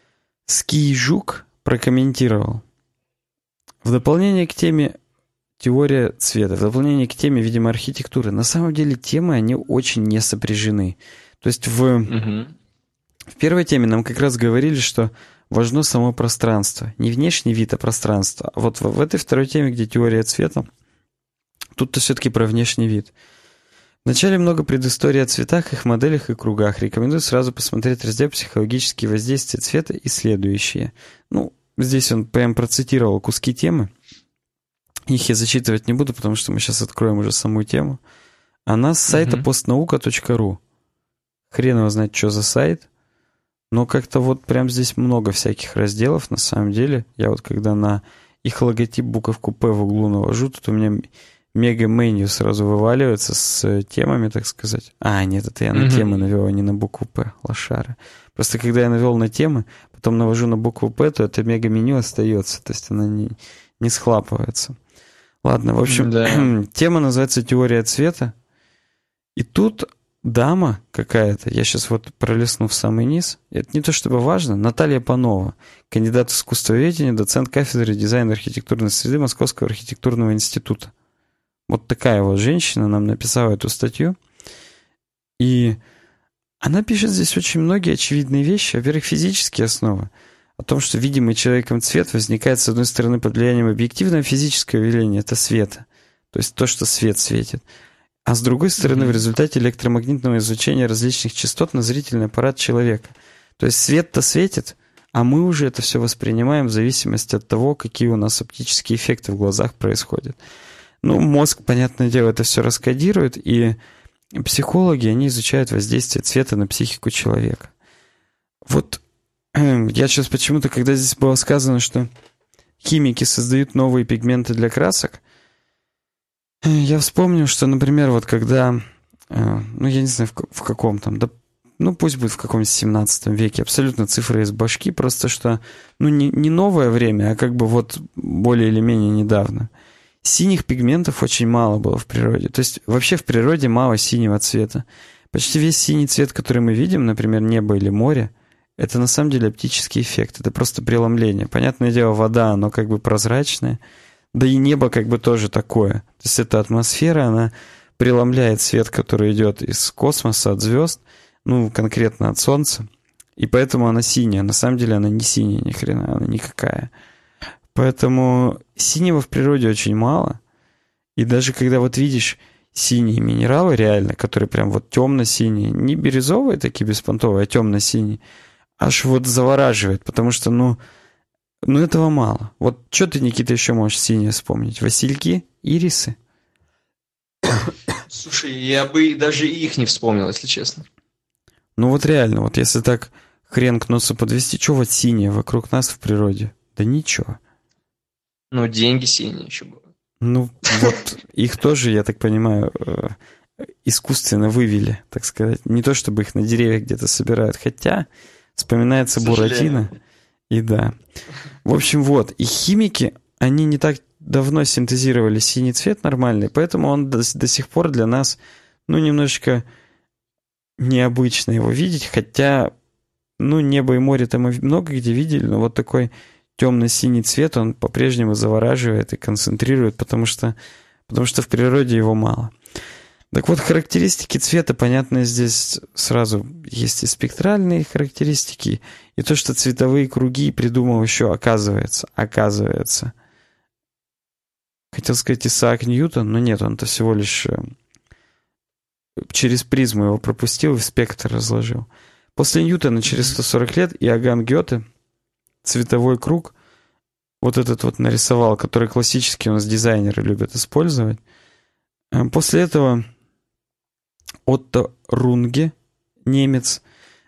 S2: Ски-Жук прокомментировал. В дополнение к теме теория цвета, в дополнение к теме, видимо, архитектуры, на самом деле темы, они очень не сопряжены. То есть в первой теме нам как раз говорили, что важно само пространство. Не внешний вид, а пространство. А вот в этой второй теме, где теория цвета, тут-то все-таки про внешний вид. Вначале много предыстории о цветах, их моделях и кругах. Рекомендую сразу посмотреть раздел «Психологические воздействия цвета» и следующие. Ну, здесь он прям процитировал куски темы. Их я зачитывать не буду, потому что мы сейчас откроем уже саму тему. Она с сайта postnauka.ru. Хрен его знает, что за сайт. Но как-то вот прям здесь много всяких разделов, на самом деле. Я вот когда на их логотип буковку «П» в углу навожу, тут у меня мега-меню сразу вываливается с темами, так сказать. А, нет, это я на темы навел, а не на букву «П». Лошара. Просто когда я навел на темы, потом навожу на букву «П», то это мега-меню остается. То есть она не схлапывается. Ладно, в общем, тема называется «Теория цвета». И тут дама какая-то, я сейчас вот пролистну в самый низ, это не то чтобы важно, Наталья Панова, кандидат искусствоведения, доцент кафедры дизайна и архитектурной среды Московского архитектурного института. Вот такая вот женщина нам написала эту статью. И она пишет здесь очень многие очевидные вещи. Во-первых, физические основы. О том, что видимый человеком цвет возникает, с одной стороны, под влиянием объективного физического явления, это света. То есть то, что свет светит. А с другой стороны, в результате электромагнитного излучения различных частот на зрительный аппарат человека. То есть свет-то светит, а мы уже это все воспринимаем в зависимости от того, какие у нас оптические эффекты в глазах происходят. Ну, мозг, понятное дело, это все раскодирует, и психологи, они изучают воздействие цвета на психику человека. Вот я сейчас почему-то, когда здесь было сказано, что химики создают новые пигменты для красок, я вспомнил, что, например, вот когда, ну, я не знаю, в каком там, да, ну, пусть будет в каком-нибудь 17 веке, абсолютно цифры из башки, просто что, ну, не новое время, а как бы вот более или менее недавно. Синих пигментов очень мало было в природе. То есть вообще в природе мало синего цвета. Почти весь синий цвет, который мы видим, например, небо или море, это на самом деле оптический эффект, это просто преломление. Понятное дело, вода, оно как бы прозрачная, да и небо как бы тоже такое. То есть эта атмосфера, она преломляет свет, который идет из космоса, от звезд, ну, конкретно от Солнца, и поэтому она синяя. На самом деле она не синяя ни хрена, она никакая. Поэтому синего в природе очень мало, и даже когда вот видишь синие минералы реально, которые прям вот темно-синие, не бирюзовые такие беспонтовые, а темно-синие, аж вот завораживает, потому что, ну этого мало. Вот что ты, Никита, еще можешь синее вспомнить? Васильки, ирисы?
S1: Слушай, я бы даже их не вспомнил, если честно.
S2: Ну вот реально, вот если так хрен к носу подвести, что вот синее вокруг нас в природе? Да ничего.
S1: Ну, деньги синие еще бывают.
S2: Ну, вот их тоже, я так понимаю, искусственно вывели, так сказать. Не то, чтобы их на деревьях где-то собирают, хотя вспоминается Буратино. И да. В общем, вот. И химики, они не так давно синтезировали синий цвет нормальный, поэтому он до сих пор для нас, ну, немножечко необычно его видеть, хотя, ну, небо и море-то мы много где видели, но вот такой темно-синий цвет, он по-прежнему завораживает и концентрирует, потому что в природе его мало. Так вот, характеристики цвета, понятно, здесь сразу есть и спектральные характеристики, и то, что цветовые круги придумал еще, оказывается. Хотел сказать Исаак Ньютон, но нет, он-то всего лишь через призму его пропустил и в спектр разложил. После Ньютона через 140 лет Иоганн Гёте цветовой круг вот этот вот нарисовал, который классически у нас дизайнеры любят использовать. После этого Отто Рунге, немец,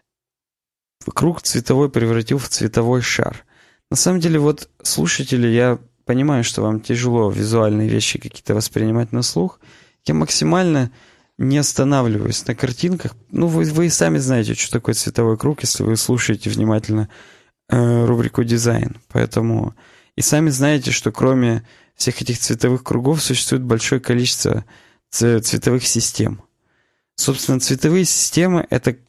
S2: круг цветовой превратил в цветовой шар. На самом деле, вот, слушатели, я понимаю, что вам тяжело визуальные вещи какие-то воспринимать на слух. Я максимально не останавливаюсь на картинках. Ну, вы и сами знаете, что такое цветовой круг, если вы слушаете внимательно рубрику «Дизайн». Поэтому и сами знаете, что кроме всех этих цветовых кругов существует большое количество цветовых систем. Собственно, цветовые системы — это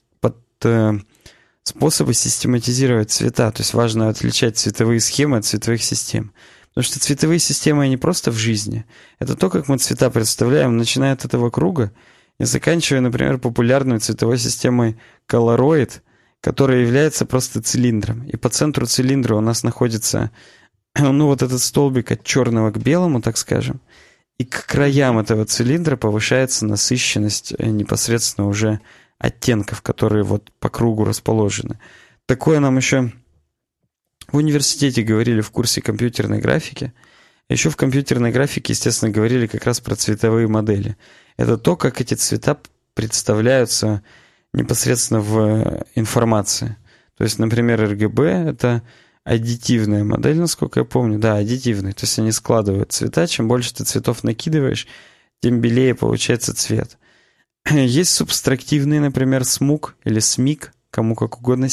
S2: способы систематизировать цвета. То есть важно отличать цветовые схемы от цветовых систем. Потому что цветовые системы, они просто в жизни. Это то, как мы цвета представляем, начиная от этого круга и заканчивая, например, популярной цветовой системой Coloroid, которая является просто цилиндром. И по центру цилиндра у нас находится, ну, вот этот столбик от черного к белому, так скажем. И к краям этого цилиндра повышается насыщенность непосредственно уже оттенков, которые вот по кругу расположены. Такое нам еще в университете говорили в курсе компьютерной графики. Еще в компьютерной графике, естественно, говорили как раз про цветовые модели. Это то, как эти цвета представляются непосредственно в информации. То есть, например, RGB — это аддитивная модель, насколько я помню. Да, аддитивная. То есть они складывают цвета. Чем больше ты цветов накидываешь, тем белее получается цвет. Есть субтрактивные, например, SMUK или SMIC, кому как угодно,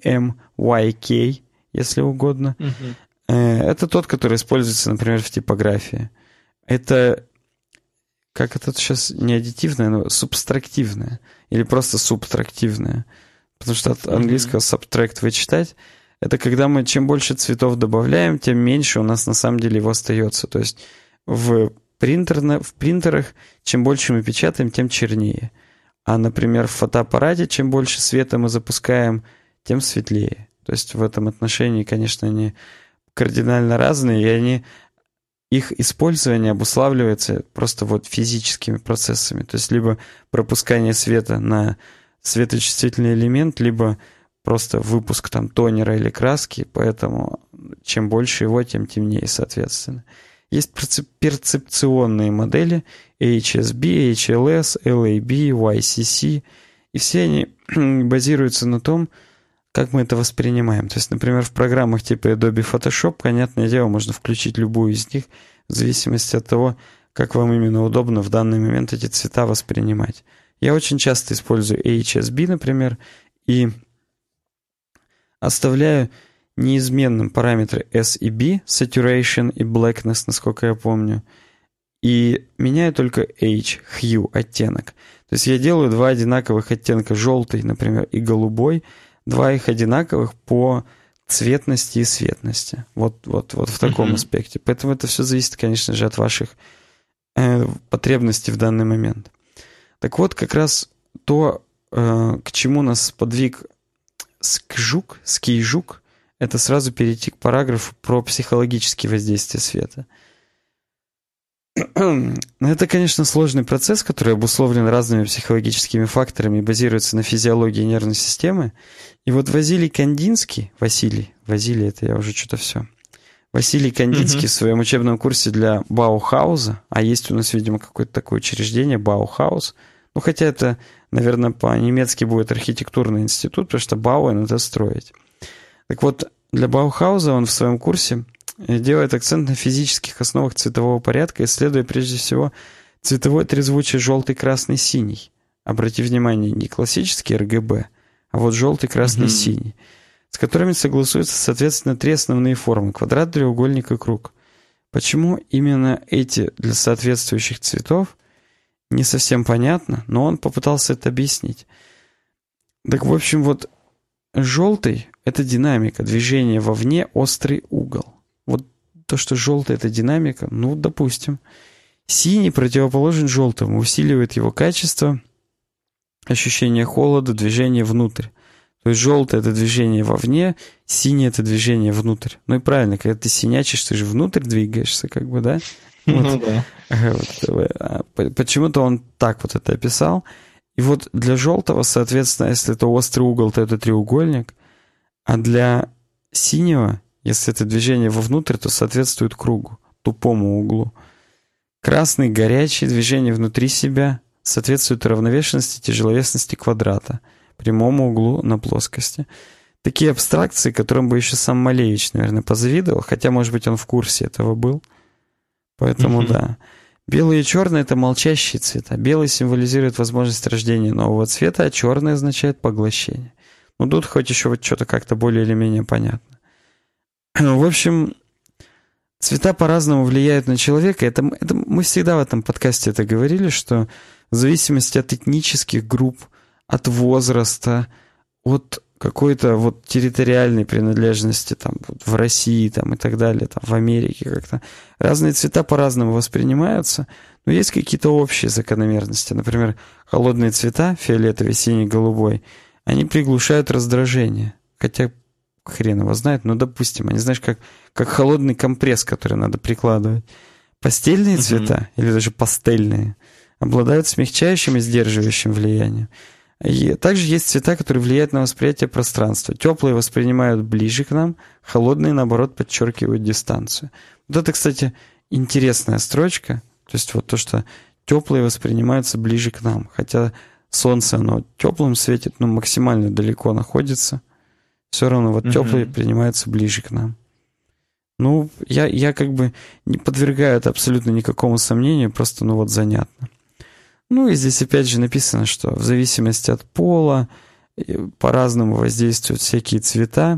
S2: CMYK, если угодно. Это тот, который используется, например, в типографии. Это, как это сейчас, не аддитивное, но субтрактивное. Или просто субтрактивное. Потому что от английского subtract вычитать. Это когда мы чем больше цветов добавляем, тем меньше у нас на самом деле его остается. То есть в принтерах чем больше мы печатаем, тем чернее. А, например, в фотоаппарате чем больше света мы запускаем, тем светлее. То есть в этом отношении, конечно, они кардинально разные, и их использование обуславливается просто вот физическими процессами. То есть либо пропускание света на светочувствительный элемент, либо просто выпуск там тонера или краски, поэтому чем больше его, тем темнее, соответственно. Есть перцепционные модели HSB, HLS, LAB, YCC, и все они базируются на том, как мы это воспринимаем. То есть, например, в программах типа Adobe Photoshop, понятное дело, можно включить любую из них в зависимости от того, как вам именно удобно в данный момент эти цвета воспринимать. Я очень часто использую HSB, например, и оставляю неизменным параметры S и B, saturation и blackness, насколько я помню, и меняю только H, hue, оттенок. То есть я делаю два одинаковых оттенка, желтый, например, и голубой, два их одинаковых по цветности и светности. Вот в таком аспекте. Поэтому это все зависит, конечно же, от ваших потребностей в данный момент. Так вот, как раз то, к чему нас подвиг Скийжук, это сразу перейти к параграфу про психологические воздействия света. Это, конечно, сложный процесс, который обусловлен разными психологическими факторами и базируется на физиологии нервной системы. И вот Василий Кандинский, Василий, это я уже что-то все. Василий Кандинский в своем учебном курсе для Баухауза, а есть у нас, видимо, какое-то такое учреждение, Баухаус, ну, хотя это, наверное, по-немецки будет архитектурный институт, потому что Бауэн — это строить. Так вот, для Баухауза он в своем курсе делает акцент на физических основах цветового порядка, исследуя прежде всего цветовое трезвучие желтый, красный, синий. Обрати внимание, не классический РГБ, а вот желтый, красный, синий, с которыми согласуются, соответственно, три основные формы: квадрат, треугольник и круг. Почему именно эти для соответствующих цветов, не совсем понятно, но он попытался это объяснить. Так, в общем, вот желтый — это динамика, движение вовне, острый угол. Вот то, что желтый — это динамика, ну, допустим. Синий противоположен желтому, усиливает его качество, ощущение холода, движение внутрь. То есть желтое — это движение вовне, синий — это движение внутрь. Ну и правильно, когда ты синячишь, ты же внутрь двигаешься, как бы, да? Вот. Ну да. Почему-то он так вот это описал. И вот для желтого, соответственно, если это острый угол, то это треугольник, а для синего, если это движение вовнутрь, то соответствует кругу, тупому углу. Красный, горячий, движение внутри себя, соответствует равновешенности, тяжеловесности квадрата, прямому углу на плоскости. Такие абстракции, которым бы еще сам Малевич, наверное, позавидовал, хотя, может быть, он в курсе этого был. Поэтому, да. Белый и черный — это молчащие цвета. Белый символизирует возможность рождения нового цвета, а черный означает поглощение. Ну, тут хоть еще вот что-то как-то более или менее понятно. В общем, цвета по-разному влияют на человека. Это мы всегда в этом подкасте это говорили, что в зависимости от этнических групп, от возраста, от какой-то вот территориальной принадлежности там, вот в России там, и так далее, там, в Америке как-то. Разные цвета по-разному воспринимаются, но есть какие-то общие закономерности. Например, холодные цвета, фиолетовый, синий, голубой, они приглушают раздражение. Хотя хрен его знает, но допустим, они, знаешь, как холодный компресс, который надо прикладывать. Пастельные цвета, или даже пастельные, обладают смягчающим и сдерживающим влиянием. И также есть цвета, которые влияют на восприятие пространства. Теплые воспринимают ближе к нам, холодные, наоборот, подчеркивают дистанцию. Вот это, кстати, интересная строчка. То есть вот то, что теплые воспринимаются ближе к нам. Хотя солнце, оно теплым светит, но максимально далеко находится. Все равно вот теплые принимаются ближе к нам. Ну, я как бы не подвергаю это абсолютно никакому сомнению, просто, ну вот, занятно. Ну и здесь опять же написано, что в зависимости от пола по-разному воздействуют всякие цвета.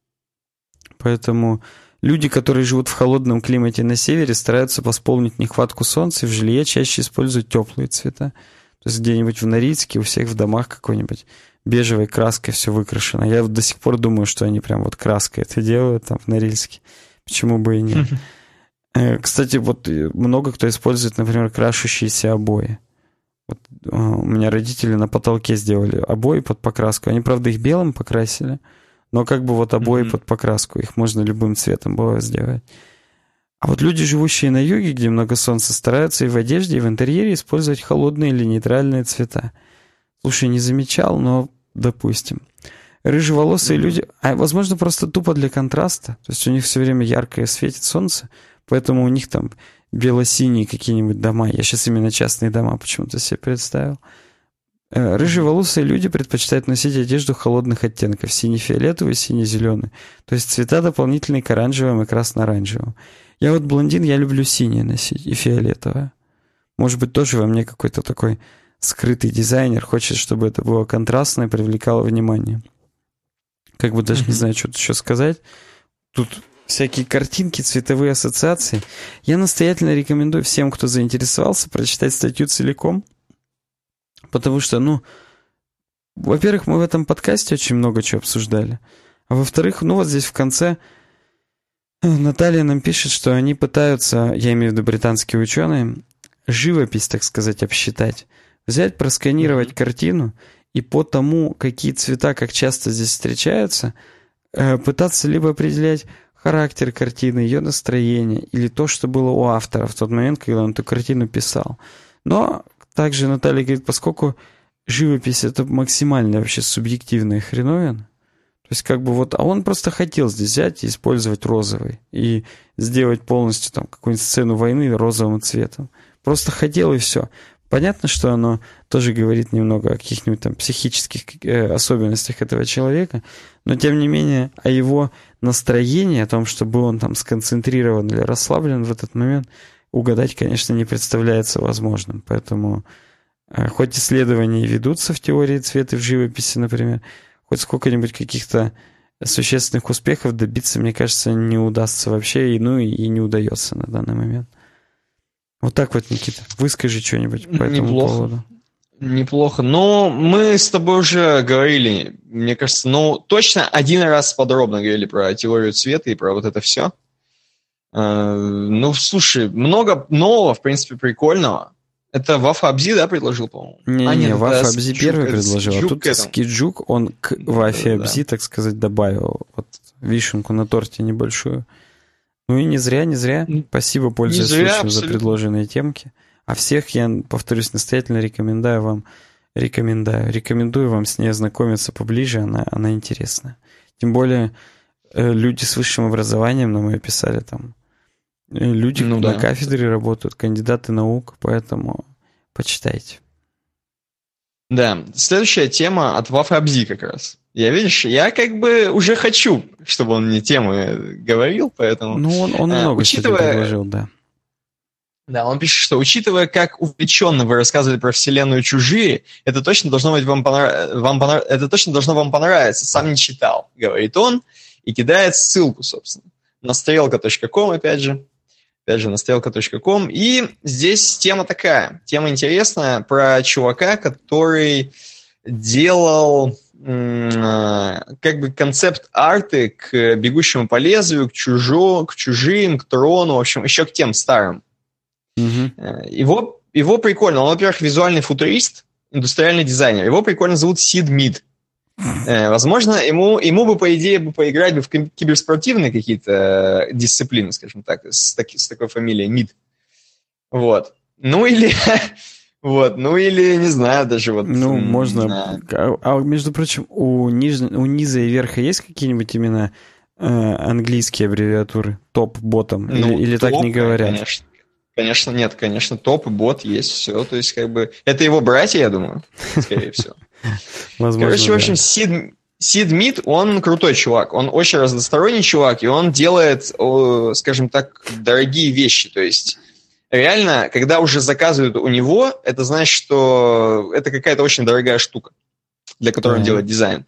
S2: Поэтому люди, которые живут в холодном климате на севере, стараются восполнить нехватку солнца и в жилье чаще используют теплые цвета. То есть где-нибудь в Норильске у всех в домах какой-нибудь бежевой краской все выкрашено. Я до сих пор думаю, что они прям вот краской это делают там в Норильске. Почему бы и нет? Кстати, вот много кто использует, например, крашущиеся обои. Вот, у меня родители на потолке сделали обои под покраску. Они, правда, их белым покрасили, но как бы вот обои под покраску. Их можно любым цветом было сделать. А вот люди, живущие на юге, где много солнца, стараются и в одежде, и в интерьере использовать холодные или нейтральные цвета. Слушай, не замечал, но допустим. Рыжеволосые люди, а возможно просто тупо для контраста, то есть у них все время яркое светит солнце, поэтому у них там бело-синие какие-нибудь дома. Я сейчас именно частные дома почему-то себе представил. Рыжеволосые люди предпочитают носить одежду холодных оттенков. Синий-фиолетовый, синий-зеленый. То есть цвета дополнительные к оранжевым и красно-оранжевым. Я вот блондин, я люблю синее носить и фиолетовое. Может быть, тоже во мне какой-то такой скрытый дизайнер хочет, чтобы это было контрастно и привлекало внимание. Как бы даже не знаю, что тут еще сказать. Тут всякие картинки, цветовые ассоциации. Я настоятельно рекомендую всем, кто заинтересовался, прочитать статью целиком, потому что, ну, во-первых, мы в этом подкасте очень много чего обсуждали. А во-вторых, ну вот здесь в конце Наталья нам пишет, что они пытаются, я имею в виду британские ученые, живопись, так сказать, обсчитать. Взять, просканировать картину и по тому, какие цвета, как часто здесь встречаются, пытаться либо определять характер картины, ее настроение, или то, что было у автора в тот момент, когда он эту картину писал. Но также Наталья говорит, поскольку живопись — это максимально вообще субъективная хреновина, то есть как бы вот, а он просто хотел здесь взять и использовать розовый и сделать полностью там какую-нибудь сцену войны розовым цветом. Просто хотел и все. Понятно, что оно тоже говорит немного о каких-нибудь там психических особенностях этого человека, но тем не менее о его настроении, о том, чтобы он там сконцентрирован или расслаблен в этот момент, угадать, конечно, не представляется возможным. Поэтому хоть исследования ведутся в теории цвета в живописи, например, хоть сколько-нибудь каких-то существенных успехов добиться, мне кажется, не удастся вообще, и не удается на данный момент. Вот так вот, Никита, выскажи что-нибудь по этому поводу.
S1: Неплохо. Но мы с тобой уже говорили, мне кажется, точно один раз подробно говорили про теорию цвета и про вот это все. Слушай, много нового, в принципе, прикольного. Это Вафа Абзи, да, предложил, по-моему?
S2: Не, Вафа Абзи первый предложил, а тут Скиджук, он к Вафе Абзи, так сказать, добавил вот вишенку на торте небольшую. Ну и не зря. Спасибо, пользуясь случаем, за предложенные темки. А всех я, повторюсь, настоятельно рекомендую вам с ней ознакомиться поближе, она интересная. Тем более люди с высшим образованием, нам ее писали там, люди на кафедре работают, кандидаты наук, поэтому почитайте.
S1: Да, следующая тема от Вафы Абзи как раз. Я как бы уже хочу, чтобы он мне темы говорил, поэтому...
S2: Ну, он много чего предложил, да.
S1: Да, он пишет, что учитывая, как увлеченно вы рассказывали про вселенную «Чужие», это точно должно быть это точно должно вам понравиться. Сам не читал, говорит он, и кидает ссылку, собственно, на стрелка.ком, опять же, на стрелка.ком. И здесь тема такая, тема интересная про чувака, который делал как бы концепт-арты к «Бегущему по лезвию», к «Чужим», к «Трону», в общем, еще к тем старым. Его прикольно. Он, во-первых, визуальный футурист, индустриальный дизайнер. Его прикольно зовут Сид Мид. Возможно, ему бы, по идее, поиграть бы в киберспортивные какие-то дисциплины, скажем так, с такой фамилией Мид. Вот. Ну или, не знаю, даже вот...
S2: Ну, можно... А между прочим, у низа и верха есть какие-нибудь именно английские аббревиатуры? Топ-ботом? Или так не говорят?
S1: Конечно. Конечно, нет, конечно, топ и бот есть, все, то есть как бы... Это его братья, я думаю, скорее всего.
S2: Возможно,
S1: короче, в общем, Сид Мид, он крутой чувак, он очень разносторонний чувак, и он делает, скажем так, дорогие вещи, то есть реально, когда уже заказывают у него, это значит, что это какая-то очень дорогая штука, для которой он делает дизайн.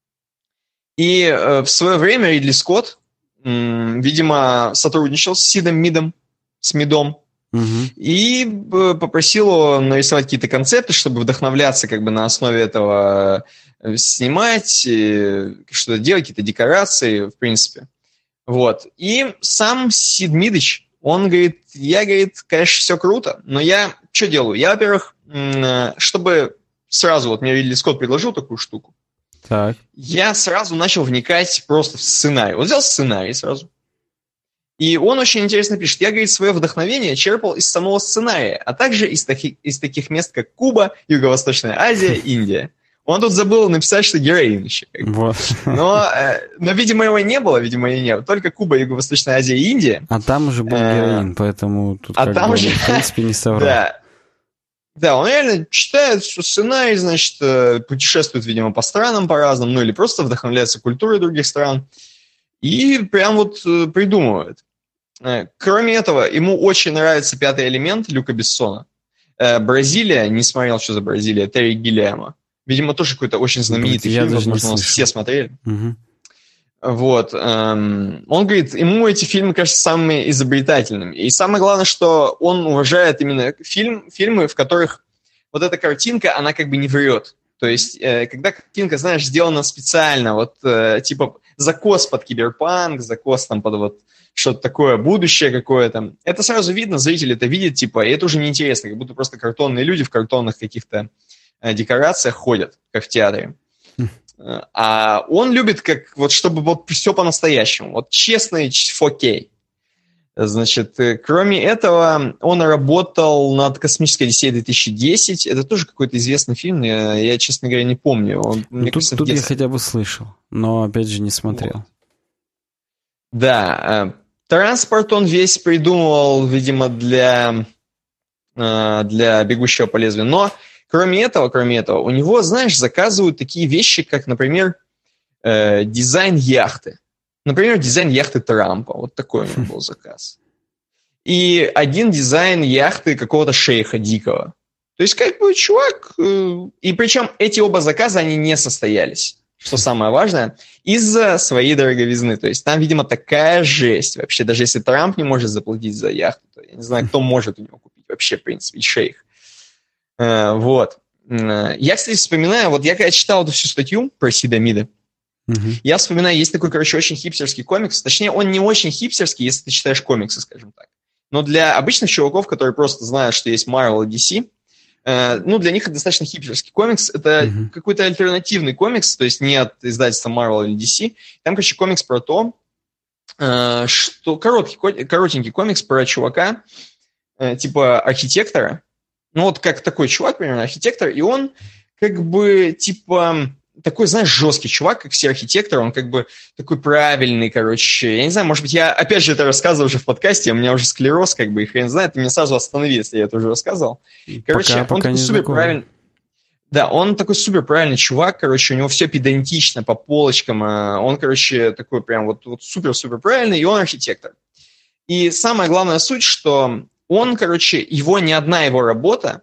S1: И в свое время Ридли Скотт, видимо, сотрудничал с Сидом Мидом, с Мидом, и попросил его нарисовать какие-то концепты, чтобы вдохновляться как бы на основе этого, снимать, что-то делать, какие-то декорации, в принципе. Вот. И сам Сид Мидыч, он говорит, конечно, все круто, но я что делаю? Я, во-первых, чтобы сразу, вот мне Ридли Скотт предложил такую штуку,
S2: так.
S1: Я сразу начал вникать просто в сценарий. Вот взял сценарий сразу. И он очень интересно пишет. Я, говорит, свое вдохновение черпал из самого сценария, а также из таких мест, как Куба, Юго-Восточная Азия, Индия. Он тут забыл написать, что героин еще.
S2: Вот.
S1: Но, видимо, его не было, Только Куба, Юго-Восточная Азия и Индия.
S2: А там уже был героин, поэтому тут в принципе, не соврал.
S1: Да, он реально читает сценарий, значит, путешествует, видимо, по странам по разным, или просто вдохновляется культурой других стран. И прям вот придумывает. Кроме этого, ему очень нравится «Пятый элемент» Люка Бессона. «Бразилия», не смотрел, что за «Бразилия», Терри Гиллиама. Видимо, тоже какой-то очень знаменитый фильм, возможно, все смотрели. Вот. Он говорит, ему эти фильмы кажутся самыми изобретательными. И самое главное, что он уважает именно фильмы, в которых вот эта картинка, она как бы не врет. То есть, когда картинка, знаешь, сделана специально, вот, типа, закос под киберпанк, закос там под вот что-то такое, будущее какое-то, это сразу видно, зритель это видит, типа, и это уже неинтересно, как будто просто картонные люди в картонных каких-то декорациях ходят, как в театре. А он любит, как вот, чтобы вот все по-настоящему, вот честный 4K. Значит, кроме этого, он работал над «Космической Одиссеей 2010». Это тоже какой-то известный фильм, я честно говоря, не помню.
S2: Тут я хотя бы слышал, но, опять же, не смотрел. Вот.
S1: Да, транспорт он весь придумывал, видимо, для «Бегущего по лезвию». Но, кроме этого, у него, знаешь, заказывают такие вещи, как, например, дизайн яхты. Например, дизайн яхты Трампа. Вот такой у него был заказ. И один дизайн яхты какого-то шейха дикого. То есть, как бы, чувак... И причем эти оба заказа, они не состоялись, что самое важное, из-за своей дороговизны. То есть, там, видимо, такая жесть. Вообще, даже если Трамп не может заплатить за яхту, то я не знаю, кто может у него купить вообще, в принципе, и шейх. Вот. Я, кстати, вспоминаю, вот я когда читал эту всю статью про Сида Мида, я вспоминаю, есть такой, короче, очень хипстерский комикс. Точнее, он не очень хипстерский, если ты читаешь комиксы, скажем так. Но для обычных чуваков, которые просто знают, что есть Marvel и DC, для них это достаточно хипстерский комикс. Это какой-то альтернативный комикс, то есть не от издательства Marvel или DC. Там, короче, комикс про то, что коротенький комикс про чувака, типа архитектора. Ну, вот как такой чувак, примерно, архитектор, и он как бы, типа... такой, знаешь, жесткий чувак, как все архитекторы, он как бы такой правильный, короче. Я не знаю, может быть, я опять же это рассказывал уже в подкасте, у меня уже склероз, как бы, и хрен знает, ты меня сразу останови, если я это уже рассказывал. Короче, он такой супер правильный. Да, он такой супер правильный чувак, короче, у него все педантично, по полочкам, он, короче, такой прям вот супер-супер правильный, и он архитектор. И самая главная суть, что он, короче, ни одна его работа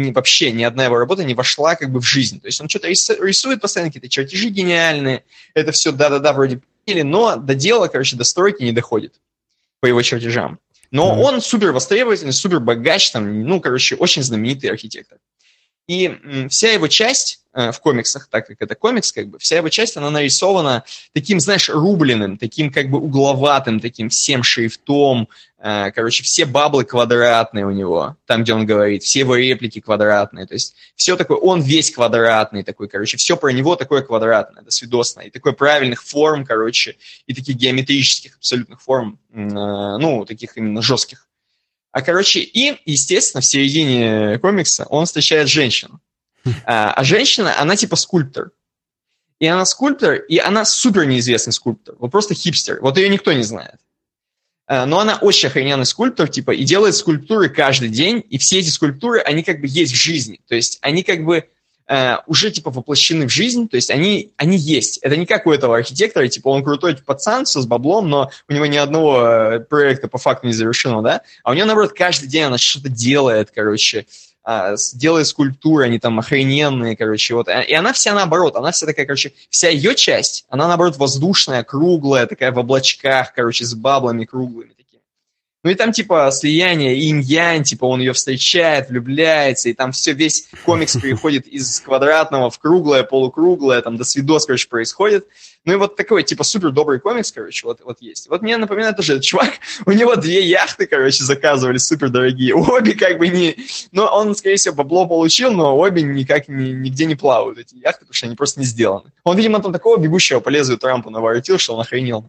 S1: не вошла как бы в жизнь. То есть он что-то рисует постоянно, какие-то чертежи гениальные, это все да-да-да вроде поняли, но до дела, короче, до стройки не доходит по его чертежам. Но он супер востребовательный, супер богач, там, короче, очень знаменитый архитектор. И вся его часть в комиксах, так как это комикс, как бы, вся его часть, она нарисована таким, знаешь, рубленым, таким как бы угловатым, таким всем шрифтом. Короче, все баблы квадратные у него, там, где он говорит, все его реплики квадратные. То есть все такое, он весь квадратный такой, короче, все про него такое квадратное, досвидосное. И такой правильных форм, короче, и таких геометрических абсолютных форм, таких именно жестких. Короче, и, естественно, в середине комикса он встречает женщину. А женщина, она типа скульптор. И она скульптор, и она супер неизвестный скульптор. Вот просто хипстер. Вот ее никто не знает. Но она очень охрененный скульптор, типа, и делает скульптуры каждый день. И все эти скульптуры, они как бы есть в жизни. То есть они как бы уже типа воплощены в жизнь, то есть они есть. Это не как у этого архитектора, типа он крутой пацан, все с баблом, но у него ни одного проекта по факту не завершено, да? А у него, наоборот, каждый день она что-то делает, короче, делает скульптуры, они там охрененные, короче, вот. И она вся наоборот, она вся такая, короче, вся ее часть, она, наоборот, воздушная, круглая, такая в облачках, короче, с баблами круглыми. Ну и там типа слияние инь-янь, типа он ее встречает, влюбляется, и там все, весь комикс переходит из квадратного в круглое, полукруглое, там досвидос, короче, происходит. Ну и вот такой, типа, супер добрый комикс, короче, вот есть. Вот мне напоминает тоже этот чувак, у него 2 яхты, короче, заказывали супер дорогие, обе как бы не... Ну, он, скорее всего, бабло получил, но обе никак нигде не плавают, эти яхты, потому что они просто не сделаны. Он, видимо, там такого бегущего по лезвию Трампа наворотил, что он охренел.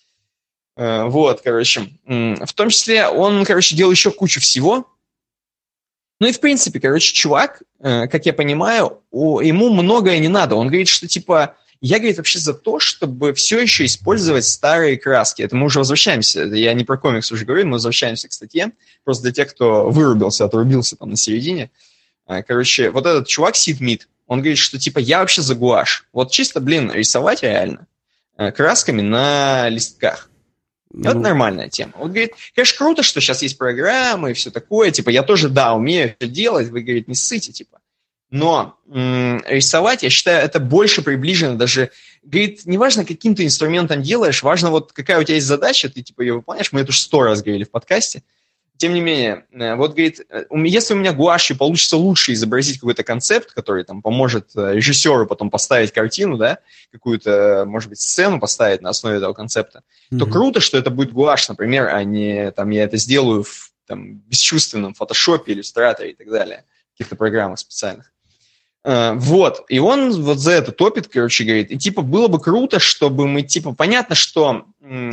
S1: Вот, короче. В том числе он, короче, делал еще кучу всего. Ну и, в принципе, короче, чувак, как я понимаю, ему многое не надо. Он говорит, что, типа, я, говорит, вообще за то, чтобы все еще использовать старые краски. Это мы уже возвращаемся. Я не про комикс уже говорю, мы возвращаемся к статье. Просто для тех, кто отрубился там на середине. Короче, вот этот чувак, Сид Мид, он говорит, что, типа, я вообще за гуашь. Вот чисто, рисовать реально красками на листках. Это нормальная тема. Вот, говорит, конечно, круто, что сейчас есть программы и все такое. Типа, я тоже, да, умею это делать. Вы, говорит, не ссыте, типа. Но рисовать, я считаю, это больше приближено даже... Говорит, неважно, каким ты инструментом делаешь, важно вот какая у тебя есть задача, ты, типа, ее выполняешь. Мы это уже 100 раз говорили в подкасте. тем не менее, вот, говорит, если у меня гуашью получится лучше изобразить какой-то концепт, который там поможет режиссеру потом поставить картину, да, какую-то, может быть, сцену поставить на основе этого концепта, то круто, что это будет гуашь, например, а не там я это сделаю в там, бесчувственном фотошопе, иллюстраторе и так далее, каких-то программах специальных. Вот, и он вот за это топит, короче, говорит, и типа было бы круто, чтобы мы, типа, понятно, что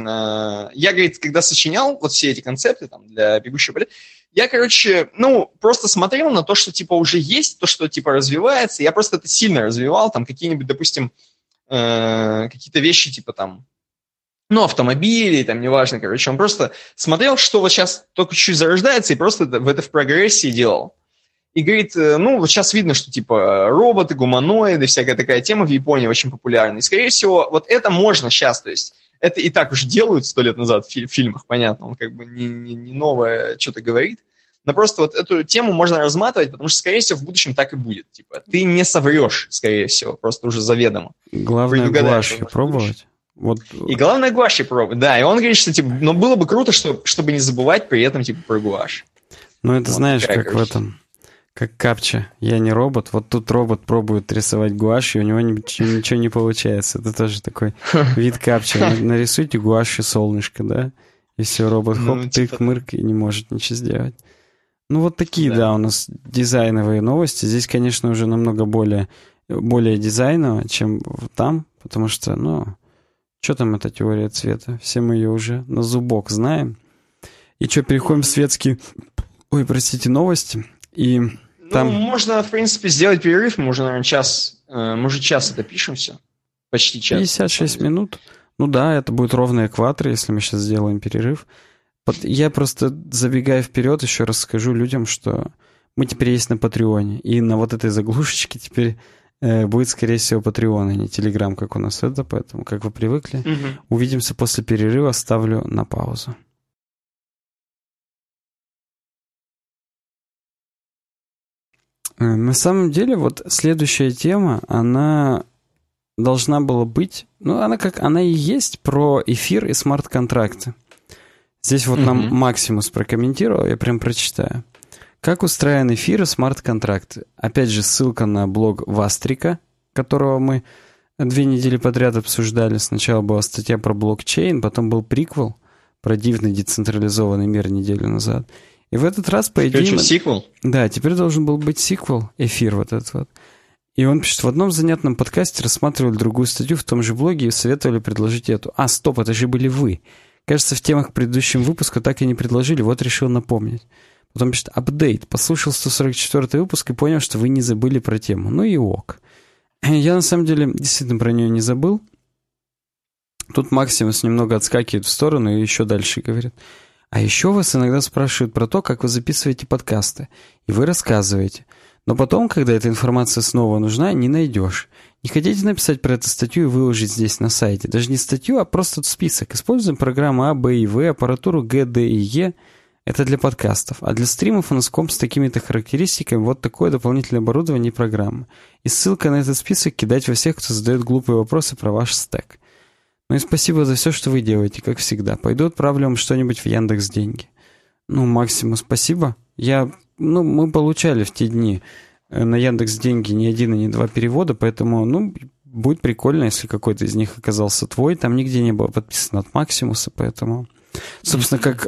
S1: я, говорит, когда сочинял вот все эти концепты там для «Бегущего по лезвию», я, короче, просто смотрел на то, что, типа, уже есть, то, что, типа, развивается, я просто это сильно развивал, там, какие-нибудь, допустим, какие-то вещи, типа, там, автомобили, там, неважно, короче, он просто смотрел, что вот сейчас только чуть-чуть зарождается, и просто это в прогрессии делал. И говорит, вот сейчас видно, что типа роботы, гуманоиды, всякая такая тема в Японии очень популярна. И, скорее всего, вот это можно сейчас, то есть это и так уже делают 100 лет назад в фильмах, понятно, он как бы не новое что-то говорит. Но просто вот эту тему можно разматывать, потому что, скорее всего, в будущем так и будет. Типа, ты не соврешь, скорее всего, просто уже заведомо.
S2: Главное гуашью пробовать. Вот.
S1: И главное гуашью пробовать, да. И он говорит, что типа, было бы круто, чтобы не забывать при этом типа про гуашь.
S2: Ну, это вот знаешь, как в этом... Как капча. Я не робот. Вот тут робот пробует рисовать гуашью, у него ничего не получается. Это тоже такой вид капча. Нарисуйте гуашью солнышко, да? И все, робот хоп, тык, мырк, и не может ничего сделать. Ну, вот такие, да, у нас дизайновые новости. Здесь, конечно, уже намного более дизайново, чем там, потому что, что там эта теория цвета? Все мы ее уже на зубок знаем. И что, переходим в светские... Ой, простите, новости. И там...
S1: можно, в принципе, сделать перерыв. Мы уже, наверное, час это пишем все. Почти час.
S2: 56 минут. Ну да, это будет ровный экватор, если мы сейчас сделаем перерыв. Я просто, забегая вперед, еще раз скажу людям, что мы теперь есть на Патреоне. И на вот этой заглушечке теперь будет, скорее всего, Патреон, а не Телеграм, как у нас это. Поэтому, как вы привыкли, увидимся после перерыва. Ставлю на паузу. На самом деле, вот следующая тема, она должна была быть, она и есть про эфир и смарт-контракты. Здесь вот нам Максимус прокомментировал, я прям прочитаю. Как устроен эфир и смарт-контракты? Опять же, ссылка на блог Вастрика, которого мы 2 недели подряд обсуждали. Сначала была статья про блокчейн, потом был приквел про дивный децентрализованный мир неделю назад. И в этот раз, по идее...
S1: Теперь сиквел?
S2: Да, теперь должен был быть сиквел, эфир вот этот вот. И он пишет, в одном занятном подкасте рассматривали другую статью в том же блоге и советовали предложить эту. Стоп, это же были вы. Кажется, в темах предыдущего выпуска так и не предложили, вот решил напомнить. Потом пишет, апдейт. Послушал 144-й выпуск и понял, что вы не забыли про тему. Ну и ок. Я, на самом деле, действительно про нее не забыл. Тут Максимус немного отскакивает в сторону и еще дальше говорит... А еще вас иногда спрашивают про то, как вы записываете подкасты, и вы рассказываете. Но потом, когда эта информация снова нужна, не найдешь. Не хотите написать про эту статью и выложить здесь на сайте? Даже не статью, а просто список. Используем программы А, Б и В, аппаратуру Г, Д и Е. Это для подкастов. А для стримов у нас комп с такими-то характеристиками, вот такое дополнительное оборудование и программы. И ссылка на этот список кидать во всех, кто задает глупые вопросы про ваш стэк. Ну и спасибо за все, что вы делаете, как всегда. Пойду отправлю вам что-нибудь в Яндекс.Деньги. Максимум спасибо. Мы получали в те дни на Яндекс.Деньги ни 1 и ни 2 перевода, поэтому, будет прикольно, если какой-то из них оказался твой. Там нигде не было подписано от Максимуса, поэтому... Собственно, как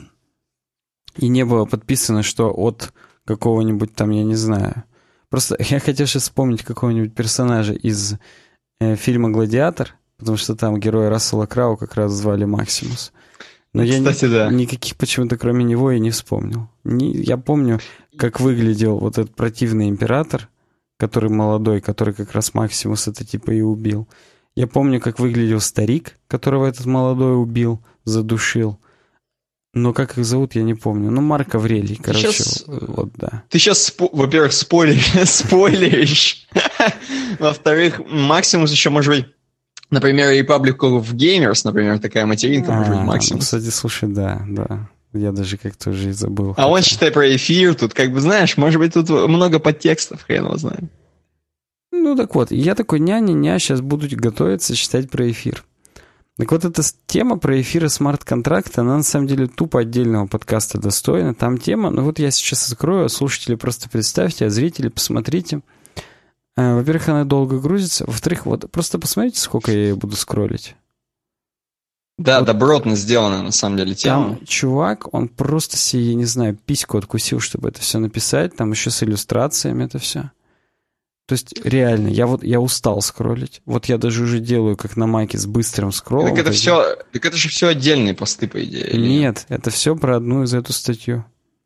S2: и не было подписано, что от какого-нибудь там, я не знаю. Просто я хотел сейчас вспомнить какого-нибудь персонажа из фильма «Гладиатор», потому что там героя Рассела Крау как раз звали Максимус. Но
S1: кстати,
S2: я никаких почему-то кроме него и не вспомнил. Я помню, как выглядел вот этот противный император, который молодой, который как раз Максимус это типа и убил. Я помню, как выглядел старик, которого этот молодой убил, задушил. Но как их зовут, я не помню. Марк Аврелий, короче. Вот, да.
S1: Ты сейчас, во-первых, спойлеришь. Во-вторых, Максимус еще, может быть, например, Republic of Gamers, например, такая материнка, может быть, Максимус.
S2: Кстати, слушай, да. Я даже как-то уже и забыл.
S1: Он, считай, про эфир, тут знаешь, может быть, тут много подтекстов, хрен его знает.
S2: Так вот, я такой, няня, сейчас буду готовиться читать про эфир. Так вот, эта тема про эфиры смарт-контракта, она на самом деле тупо отдельного подкаста достойна. Там тема, ну вот я сейчас открою, слушатели просто представьте, а зрители посмотрите. Во-первых, она долго грузится. Во-вторых, вот просто посмотрите, сколько я ее буду скроллить.
S1: Да,
S2: вот
S1: добротно сделана на самом деле тема.
S2: Там чувак, он просто себе, я не знаю, письку откусил, чтобы это все написать. Там еще с иллюстрациями это все. То есть, реально, я устал скроллить. Вот я даже уже делаю, как на Маке, с быстрым скроллом.
S1: Так это же все отдельные посты, по идее.
S2: Нет, это все про одну из эту статью.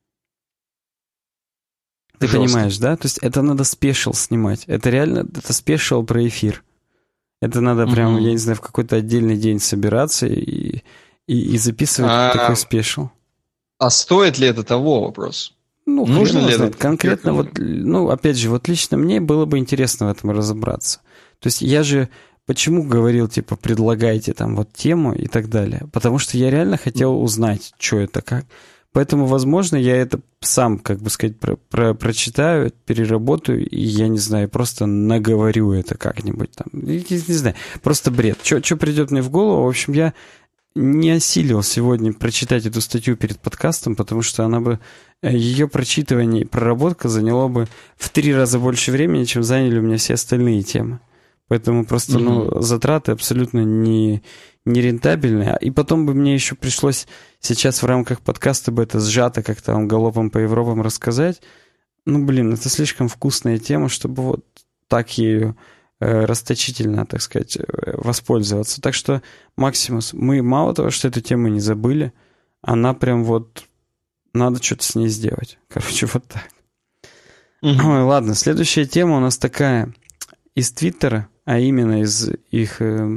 S2: Ты понимаешь, да? То есть, это надо спешл снимать. Это реально, это спешл про эфир. Это надо прям, я не знаю, в какой-то отдельный день собираться и записывать такой спешл.
S1: А стоит ли это того, вопрос?
S2: Ну, нужно ли это? Конкретно, вот, ну, опять же, вот лично мне было бы интересно в этом разобраться. То есть я же почему говорил, типа, предлагайте там вот тему и так далее? Потому что я реально хотел узнать, что это, как. Поэтому, возможно, я это сам, как бы сказать, прочитаю, переработаю, и, я не знаю, просто наговорю это как-нибудь там. Не знаю, просто бред. Что придет мне в голову? В общем, я не осилил сегодня прочитать эту статью перед подкастом, потому что она бы, ее прочитывание и проработка заняло бы в 3 раза больше времени, чем заняли у меня все остальные темы. Поэтому просто, затраты абсолютно не рентабельные. И потом бы мне еще пришлось сейчас в рамках подкаста бы это сжато как-то вам галопом по Европам рассказать. Ну, блин, это слишком вкусная тема, чтобы вот так ею расточительно, так сказать, воспользоваться. Так что, Максимус, мы мало того, что эту тему не забыли, она прям вот... Надо что-то с ней сделать. Короче, вот так. Ой, ладно, следующая тема у нас такая. Из Твиттера, а именно из их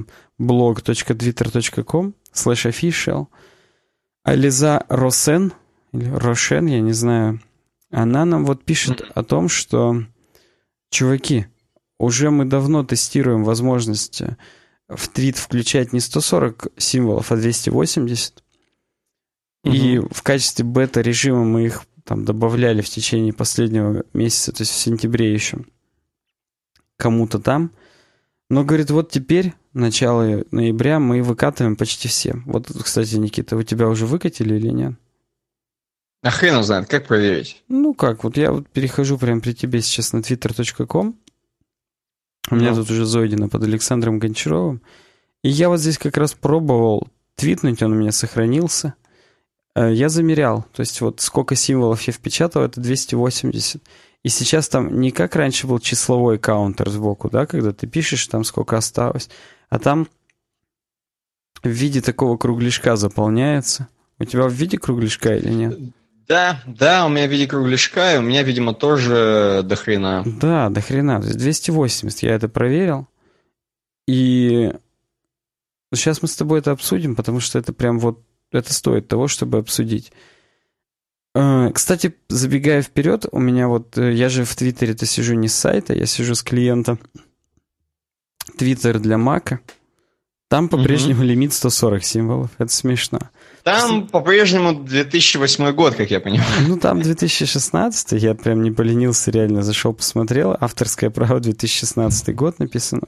S2: blog.twitter.com/official, Ализа Росен, или Рошен, я не знаю, она нам вот пишет о том, что, чуваки, уже мы давно тестируем возможность в твит включать не 140 символов, а 280. И в качестве бета-режима мы их там добавляли в течение последнего месяца, то есть в сентябре еще кому-то там. Но, говорит, вот теперь, начало ноября, мы выкатываем почти все. Вот, кстати, Никита, у тебя уже выкатили или нет?
S1: А хрен знает, как проверить?
S2: Ну как, вот я вот перехожу прямо при тебе сейчас на twitter.com. У меня тут уже зайдено под Александром Гончаровым. И я вот здесь как раз пробовал твитнуть, он у меня сохранился. Я замерял, то есть вот сколько символов я впечатал, это 280. И сейчас там не как раньше был числовой каунтер сбоку, да, когда ты пишешь, там сколько осталось, а там в виде такого кругляшка заполняется. У тебя в виде кругляшка или нет?
S1: Да, у меня в виде кругляшка, и у меня, видимо, тоже до хрена.
S2: Да, до хрена. То есть 280, я это проверил. И сейчас мы с тобой это обсудим, потому что это прям вот, это стоит того, чтобы обсудить. Кстати, забегая вперед, у меня вот, я же в Твиттере-то сижу не с сайта, я сижу с клиента Твиттер для Мака. Там по-прежнему лимит 140 символов. Это смешно.
S1: Там по-прежнему 2008 год, как я понимаю.
S2: Ну, там 2016, я прям не поленился, реально зашел, посмотрел. Авторское право 2016 год написано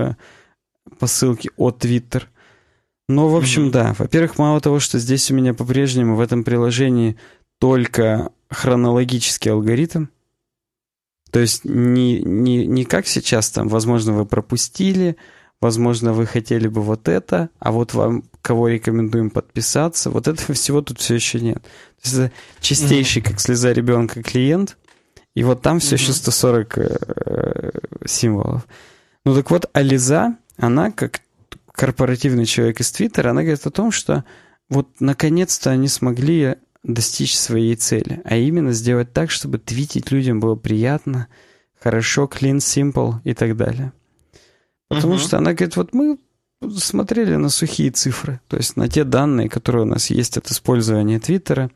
S2: по ссылке от Twitter. Но, в общем, да. Во-первых, мало того, что здесь у меня по-прежнему в этом приложении только хронологический алгоритм. То есть не как сейчас там, возможно, вы пропустили, возможно, вы хотели бы вот это, а вот вам кого рекомендуем подписаться. Вот этого всего тут все еще нет. То есть это чистейший, как слеза ребенка, клиент. И вот там все еще 140 символов. Ну так вот, Ализа, она как корпоративный человек из Твиттера, она говорит о том, что вот наконец-то они смогли достичь своей цели, а именно сделать так, чтобы твитить людям было приятно, хорошо, clean, simple и так далее. Потому что она говорит, вот мы смотрели на сухие цифры, то есть на те данные, которые у нас есть от использования Твиттера,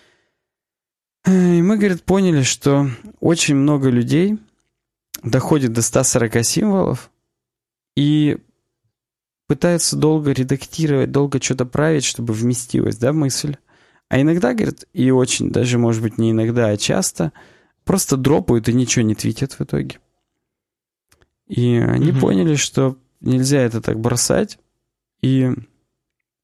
S2: и мы, говорит, поняли, что очень много людей доходит до 140 символов и пытаются долго редактировать, долго что-то править, чтобы вместилось, да, мысль. А иногда, говорит, и очень, даже, может быть, не иногда, а часто, просто дропают и ничего не твитят в итоге. И они поняли, что нельзя это так бросать. И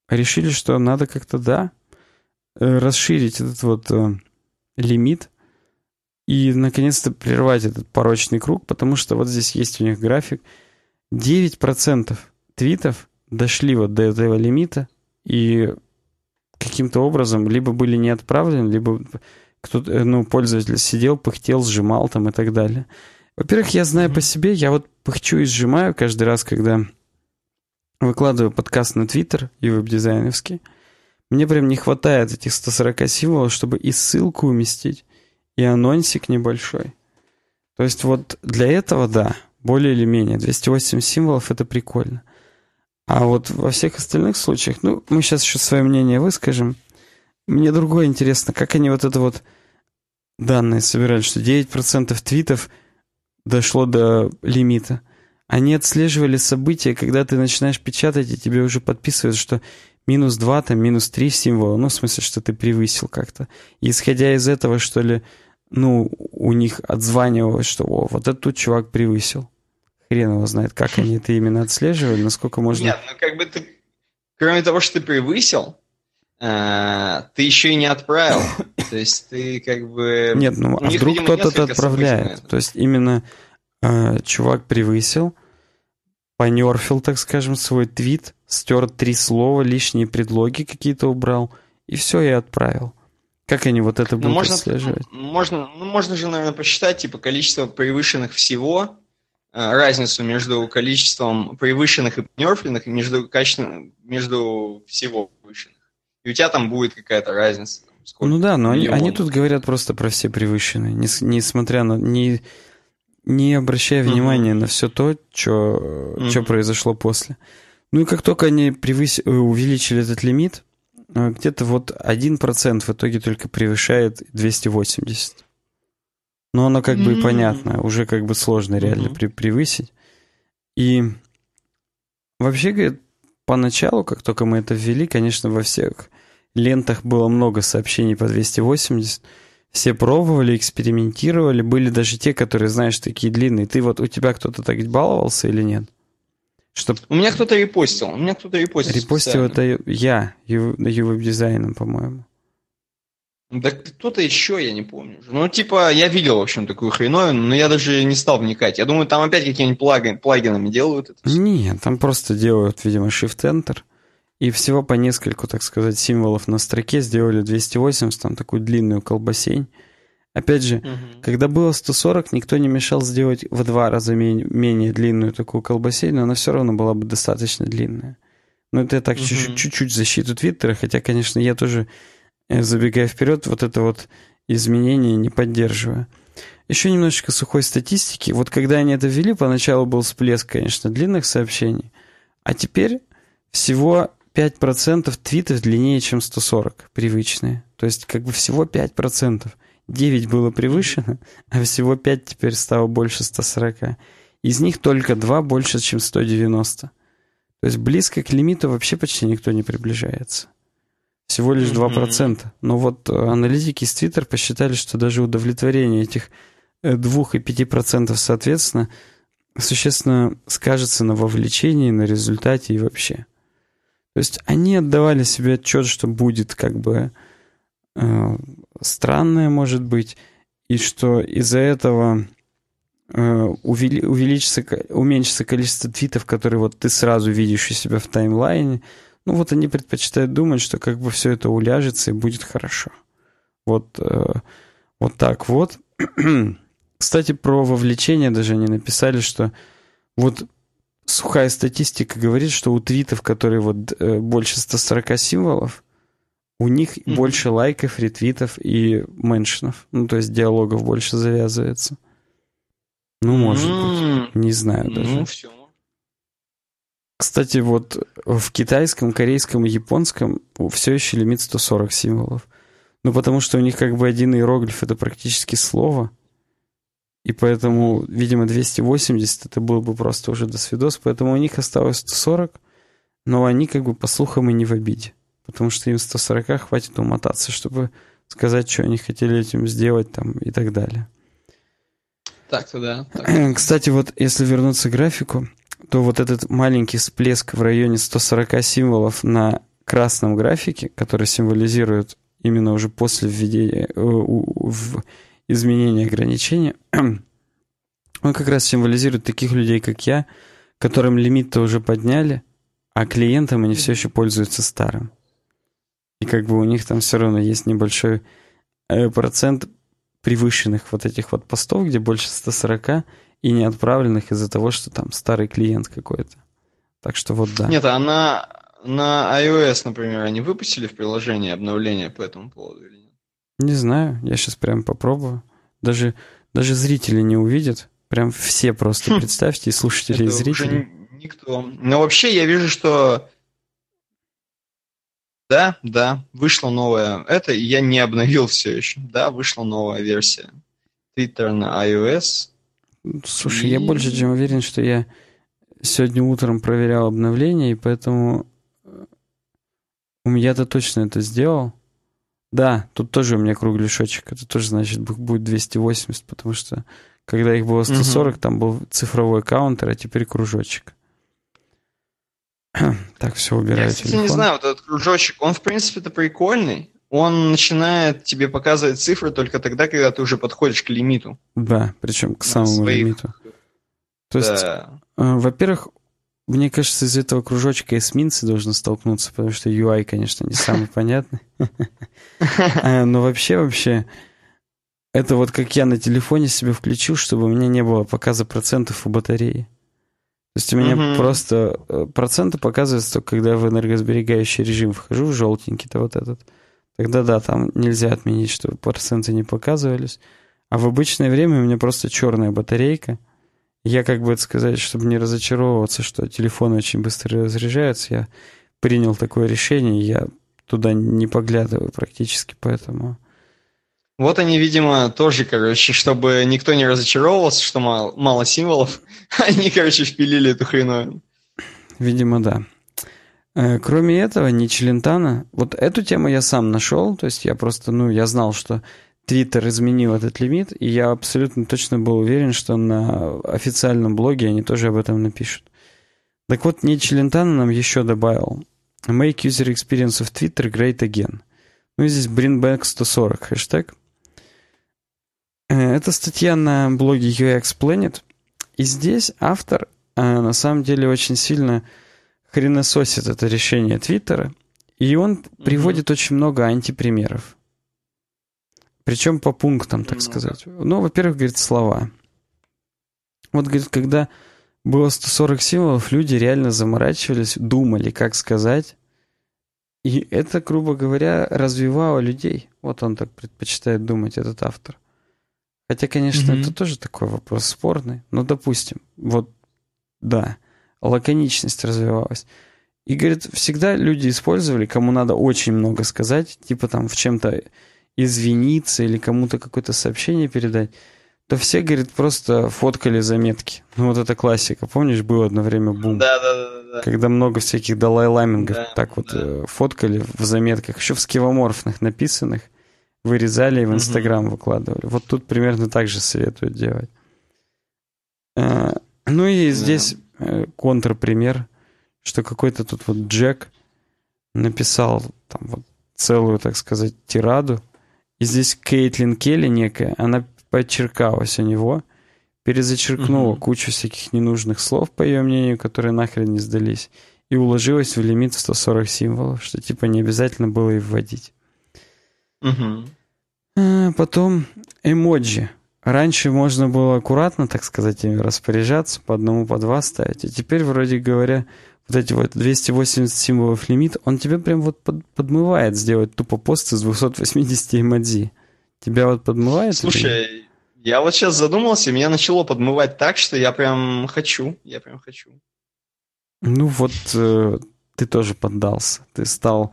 S2: решили, что надо как-то, да, расширить этот вот лимит и, наконец-то, прервать этот порочный круг, потому что вот здесь есть у них график. 9% твитов дошли вот до этого лимита и каким-то образом либо были не отправлены, либо кто-то, пользователь сидел, пыхтел, сжимал там и так далее. Во-первых, я знаю по себе, я вот пыхчу и сжимаю каждый раз, когда выкладываю подкаст на Твиттер и веб-дизайновский. Мне прям не хватает этих 140 символов, чтобы и ссылку уместить, и анонсик небольшой. То есть вот для этого, да, более или менее 208 символов — это прикольно. А вот во всех остальных случаях, мы сейчас еще свое мнение выскажем. Мне другое интересно, как они вот это вот данные собирали, что 9% твитов дошло до лимита. Они отслеживали события, когда ты начинаешь печатать, и тебе уже подписывают, что -2, там, -3 символа. В смысле, что ты превысил как-то. И исходя из этого, что ли, у них отзванивалось, что вот этот тут чувак превысил. Хрен его знает, как они это именно отслеживали, насколько можно...
S1: Нет, как бы ты, кроме того, что ты превысил, ты еще и не отправил. То есть ты как бы...
S2: Нет, а вдруг кто-то отправляет. То есть именно чувак превысил, понерфил, так скажем, свой твит, стер 3 слова, лишние предлоги какие-то убрал, и все, и отправил. Как они вот это будут отслеживать?
S1: Можно же, наверное, посчитать, типа, количество превышенных всего, разницу между количеством превышенных и понерфленных, и между всего превышенных. И у тебя там будет какая-то разница.
S2: Там, но они тут говорят просто про все превышенные, несмотря на... Не обращая внимания на все то, что произошло после. И как только они увеличили этот лимит, где-то вот 1% в итоге только превышает 280. Но оно как бы и понятно, уже как бы сложно реально превысить. И вообще, говорят, поначалу, как только мы это ввели, конечно, во всех лентах было много сообщений по 280. Все пробовали, экспериментировали. Были даже те, которые, знаешь, такие длинные. У тебя кто-то так баловался или нет?
S1: У меня кто-то репостил.
S2: Репостил это я, веб-дизайном, по-моему.
S1: Да кто-то еще, я не помню. Я видел, в общем, такую хреновину, но я даже не стал вникать. Я думаю, там опять какими-нибудь плагинами делают это.
S2: Нет, там просто делают, видимо, Shift-Enter. И всего по нескольку, так сказать, символов на строке сделали 280, там такую длинную колбасень. Опять же, когда было 140, никто не мешал сделать в 2 раза менее длинную такую колбасень, но она все равно была бы достаточно длинная. Это я так чуть-чуть защиту Твиттера, хотя, конечно, я тоже, забегая вперед, вот это вот изменение не поддерживаю. Еще немножечко сухой статистики. Вот когда они это ввели, поначалу был всплеск, конечно, длинных сообщений, а теперь всего 5% твитов длиннее, чем 140, привычные. То есть как бы всего 5%. 9 было превышено, а всего 5 теперь стало больше 140. Из них только 2 больше, чем 190. То есть близко к лимиту вообще почти никто не приближается. Всего лишь 2%. Но вот аналитики из Twitter посчитали, что даже удовлетворение этих 2 и 5% соответственно существенно скажется на вовлечении, на результате и вообще. То есть они отдавали себе отчет, что будет как бы странное, может быть, и что из-за этого уменьшится количество твитов, которые вот ты сразу видишь у себя в таймлайне. Они предпочитают думать, что как бы все это уляжется и будет хорошо. Вот так вот. Кстати, про вовлечение даже они написали, что вот сухая статистика говорит, что у твитов, которые больше 140 символов, у них больше лайков, ретвитов и меншенов. То есть диалогов больше завязывается. Может быть. Не знаю даже.
S1: Все.
S2: Кстати, вот в китайском, корейском и японском все еще лимит 140 символов. Потому что у них как бы один иероглиф — это практически слово. И поэтому, видимо, 280 это было бы просто уже досвидос. Поэтому у них осталось 140, но они как бы по слухам и не в обиде. Потому что им 140 хватит умотаться, чтобы сказать, что они хотели этим сделать там и так далее.
S1: Так-то да.
S2: Кстати, вот если вернуться к графику, то вот этот маленький всплеск в районе 140 символов на красном графике, который символизирует именно уже после введения, изменения ограничения, он как раз символизирует таких людей, как я, которым лимит-то уже подняли, а клиентам они все еще пользуются старым. И как бы у них там все равно есть небольшой процент превышенных вот этих вот постов, где больше 140, и не отправленных из-за того, что там старый клиент какой-то. Так что вот да.
S1: Нет, а на iOS, например, они выпустили в приложении обновление по этому поводу или нет?
S2: Не знаю, я сейчас прям попробую. Даже зрители не увидят. Прям все просто представьте, и слушатели, и зрители.
S1: Уже никто. Но вообще я вижу, что да, вышла новая и я не обновил все еще. Да, вышла новая версия Twitter на iOS.
S2: Слушай, я больше чем уверен, что я сегодня утром проверял обновление, и поэтому я-то точно это сделал. Да, тут тоже у меня кругляшочек. Это тоже, значит, будет 280, потому что когда их было 140, там был цифровой каунтер, а теперь кружочек. Так, все, убираю телефон.
S1: Я не знаю, вот этот кружочек, он, в принципе-то, прикольный. Он начинает тебе показывать цифры только тогда, когда ты уже подходишь к лимиту.
S2: Да, причем к самому лимиту. То есть, во-первых, мне кажется, из этого кружочка эсминцы должны столкнуться, потому что UI, конечно, не самый понятный. Но вообще, это вот как я на телефоне себе включил, чтобы у меня не было показа процентов у батареи. То есть у меня просто проценты показываются только когда я в энергосберегающий режим вхожу, в желтенький-то вот этот. Тогда да, там нельзя отменить, чтобы проценты не показывались. А в обычное время у меня просто черная батарейка. Я, как бы это сказать, чтобы не разочаровываться, что телефоны очень быстро разряжаются, я принял такое решение, я туда не поглядываю практически, поэтому...
S1: Вот они, видимо, тоже, чтобы никто не разочаровывался, что мало символов, они, впилили эту хреновину.
S2: Видимо, да. Кроме этого, ни Челентано, вот эту тему я сам нашел, то есть я просто, я знал, что Twitter изменил этот лимит, и я абсолютно точно был уверен, что на официальном блоге они тоже об этом напишут. Так вот, ни Челентано нам еще добавил Make user experience of Twitter great again. И здесь bring back 140 хэштег. Это статья на блоге UX Planet, и здесь автор на самом деле очень сильно хренососит это решение Твиттера, и он приводит очень много антипримеров. Причем по пунктам, так сказать. Во-первых, говорит, слова. Вот, говорит, когда было 140 символов, люди реально заморачивались, думали, как сказать, и это, грубо говоря, развивало людей. Вот он так предпочитает думать, этот автор. Хотя, конечно, это тоже такой вопрос спорный. Но, допустим, вот, да, лаконичность развивалась. И, говорит, всегда люди использовали, кому надо очень много сказать, типа там в чем-то извиниться или кому-то какое-то сообщение передать, то все, говорит, просто фоткали заметки. Вот это классика. Помнишь, было одно время бум?
S1: Да.
S2: Когда много всяких далай-ламингов фоткали в заметках, еще в скивоморфных написанных, вырезали и в Инстаграм выкладывали. Вот тут примерно так же советуют делать. И здесь контрпример, что какой-то тут вот Джек написал там вот целую, так сказать, тираду, и здесь Кейтлин Келли некая, она подчеркалась у него, перезачеркнула кучу всяких ненужных слов, по ее мнению, которые нахрен не сдались, и уложилась в лимит в 140 символов, что типа не обязательно было и вводить. Потом эмоджи. Раньше можно было аккуратно, так сказать, ими распоряжаться, по одному, по два ставить, а теперь, вроде говоря, вот эти вот 280 символов лимит, он тебе прям вот подмывает сделать тупо пост из 280 эмодзи. Тебя вот подмывает?
S1: Слушай, я вот сейчас задумался, меня начало подмывать так, что я прям хочу.
S2: Ты тоже поддался. Ты стал...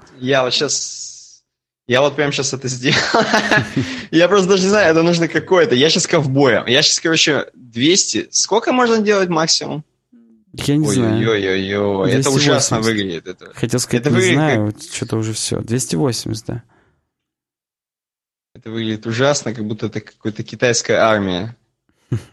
S1: Я вот прям сейчас это сделал. Я просто даже не знаю, это нужно какое-то. Я сейчас ковбоем. Я сейчас, 200. Сколько можно делать максимум?
S2: Я не знаю.
S1: Ой-ой-ой. Это ужасно выглядит.
S2: Хотел сказать, не знаю, что-то уже все. 280, да.
S1: Это выглядит ужасно, как будто это какая-то китайская армия.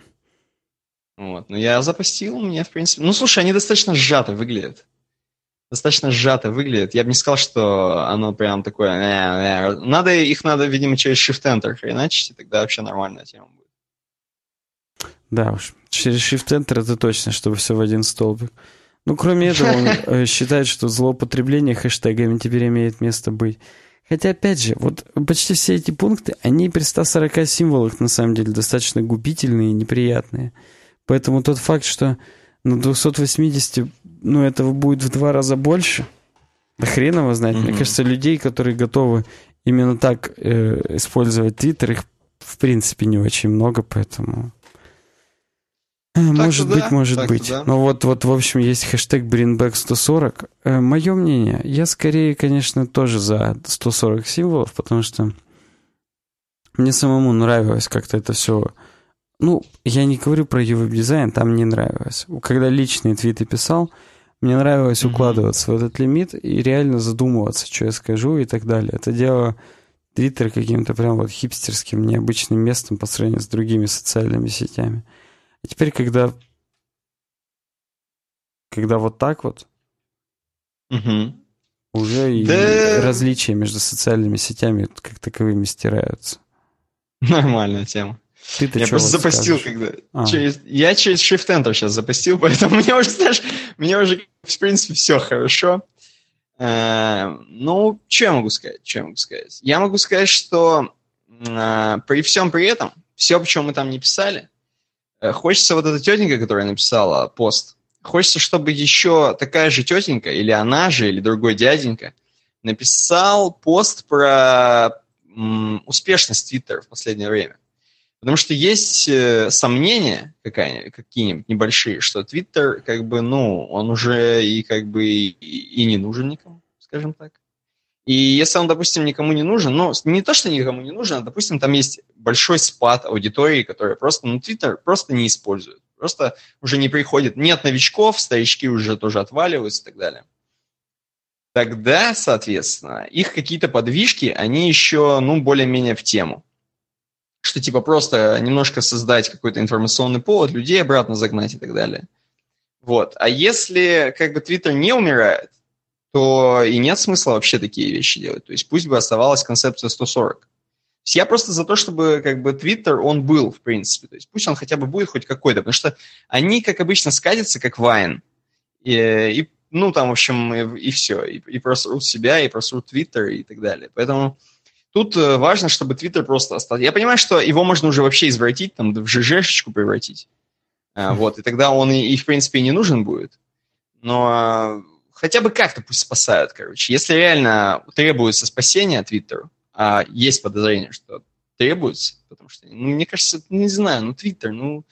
S1: Вот. Но я запостил, мне, в принципе... слушай, они достаточно сжато выглядят. достаточно сжато выглядит. Я бы не сказал, что оно прям такое... Их надо, видимо, через Shift-Enter хреначить, и тогда вообще нормальная тема будет.
S2: Да уж, через Shift-Enter это точно, чтобы все в один столбик. Ну, кроме этого, он считает, что злоупотребление хэштегами теперь имеет место быть. Хотя, опять же, вот почти все эти пункты, они при 140 символах, на самом деле, достаточно губительные и неприятные. Поэтому тот факт, что на 280, ну, этого будет в 2 раза больше, да хрен его знает. Мне кажется, людей, которые готовы именно так использовать Twitter, их, в принципе, не очень много, поэтому... Может быть. Да. Но вот, в общем, есть хэштег BringBack140. Мое мнение, я скорее, конечно, тоже за 140 символов, потому что мне самому нравилось как-то это все. Ну, я не говорю про веб-дизайн, там не нравилось. Когда личные твиты писал, мне нравилось укладываться в этот лимит и реально задумываться, что я скажу и так далее. Это дело Твиттер каким-то прям вот хипстерским, необычным местом по сравнению с другими социальными сетями. А теперь, когда вот так вот, уже и различия между социальными сетями как таковыми стираются.
S1: Нормальная тема.
S2: Ты-то
S1: я просто
S2: вот
S1: запостил, когда... Я через Shift-Enter сейчас запостил, поэтому мне уже, в принципе, все хорошо. Ну, что я могу сказать? Я могу сказать, что при всем при этом, все, о чем мы там не писали, хочется вот эта тетенька, которая написала пост, хочется, чтобы еще такая же тетенька, или она же, или другой дяденька, написал пост про успешность Твиттера в последнее время. Потому что есть сомнения какие-нибудь небольшие, что Твиттер, как бы, ну, он уже и как бы и не нужен никому, скажем так. И если он, допустим, никому не нужен, ну, не то, что никому не нужен, а, допустим, там есть большой спад аудитории, которая просто, ну, Твиттер просто не использует. Просто уже не приходит. Нет новичков, старички уже тоже отваливаются и так далее. Тогда, соответственно, их какие-то подвижки, они еще, ну, более-менее в тему. Что, типа, просто немножко создать какой-то информационный повод, людей обратно загнать и так далее. Вот. А если, как бы, Твиттер не умирает, то и нет смысла вообще такие вещи делать. То есть пусть бы оставалась концепция 140. То есть я просто за то, чтобы как бы Twitter, он был, в принципе. То есть пусть он хотя бы будет хоть какой-то. Потому что они, как обычно, скатятся, как Vine. И ну, там, в общем, и все. И просрут себя, и просрут Twitter, и так далее. Поэтому тут важно, чтобы Twitter просто остался. Я понимаю, что его можно уже вообще извратить, там, в ЖЖшечку превратить. Вот. И тогда он и в принципе, и не нужен будет. Но... Хотя бы как-то пусть спасают, короче. Если реально требуется спасение Твиттеру, а есть подозрение, что требуется, потому что, ну, мне кажется, не знаю, ну, Твиттер, ну...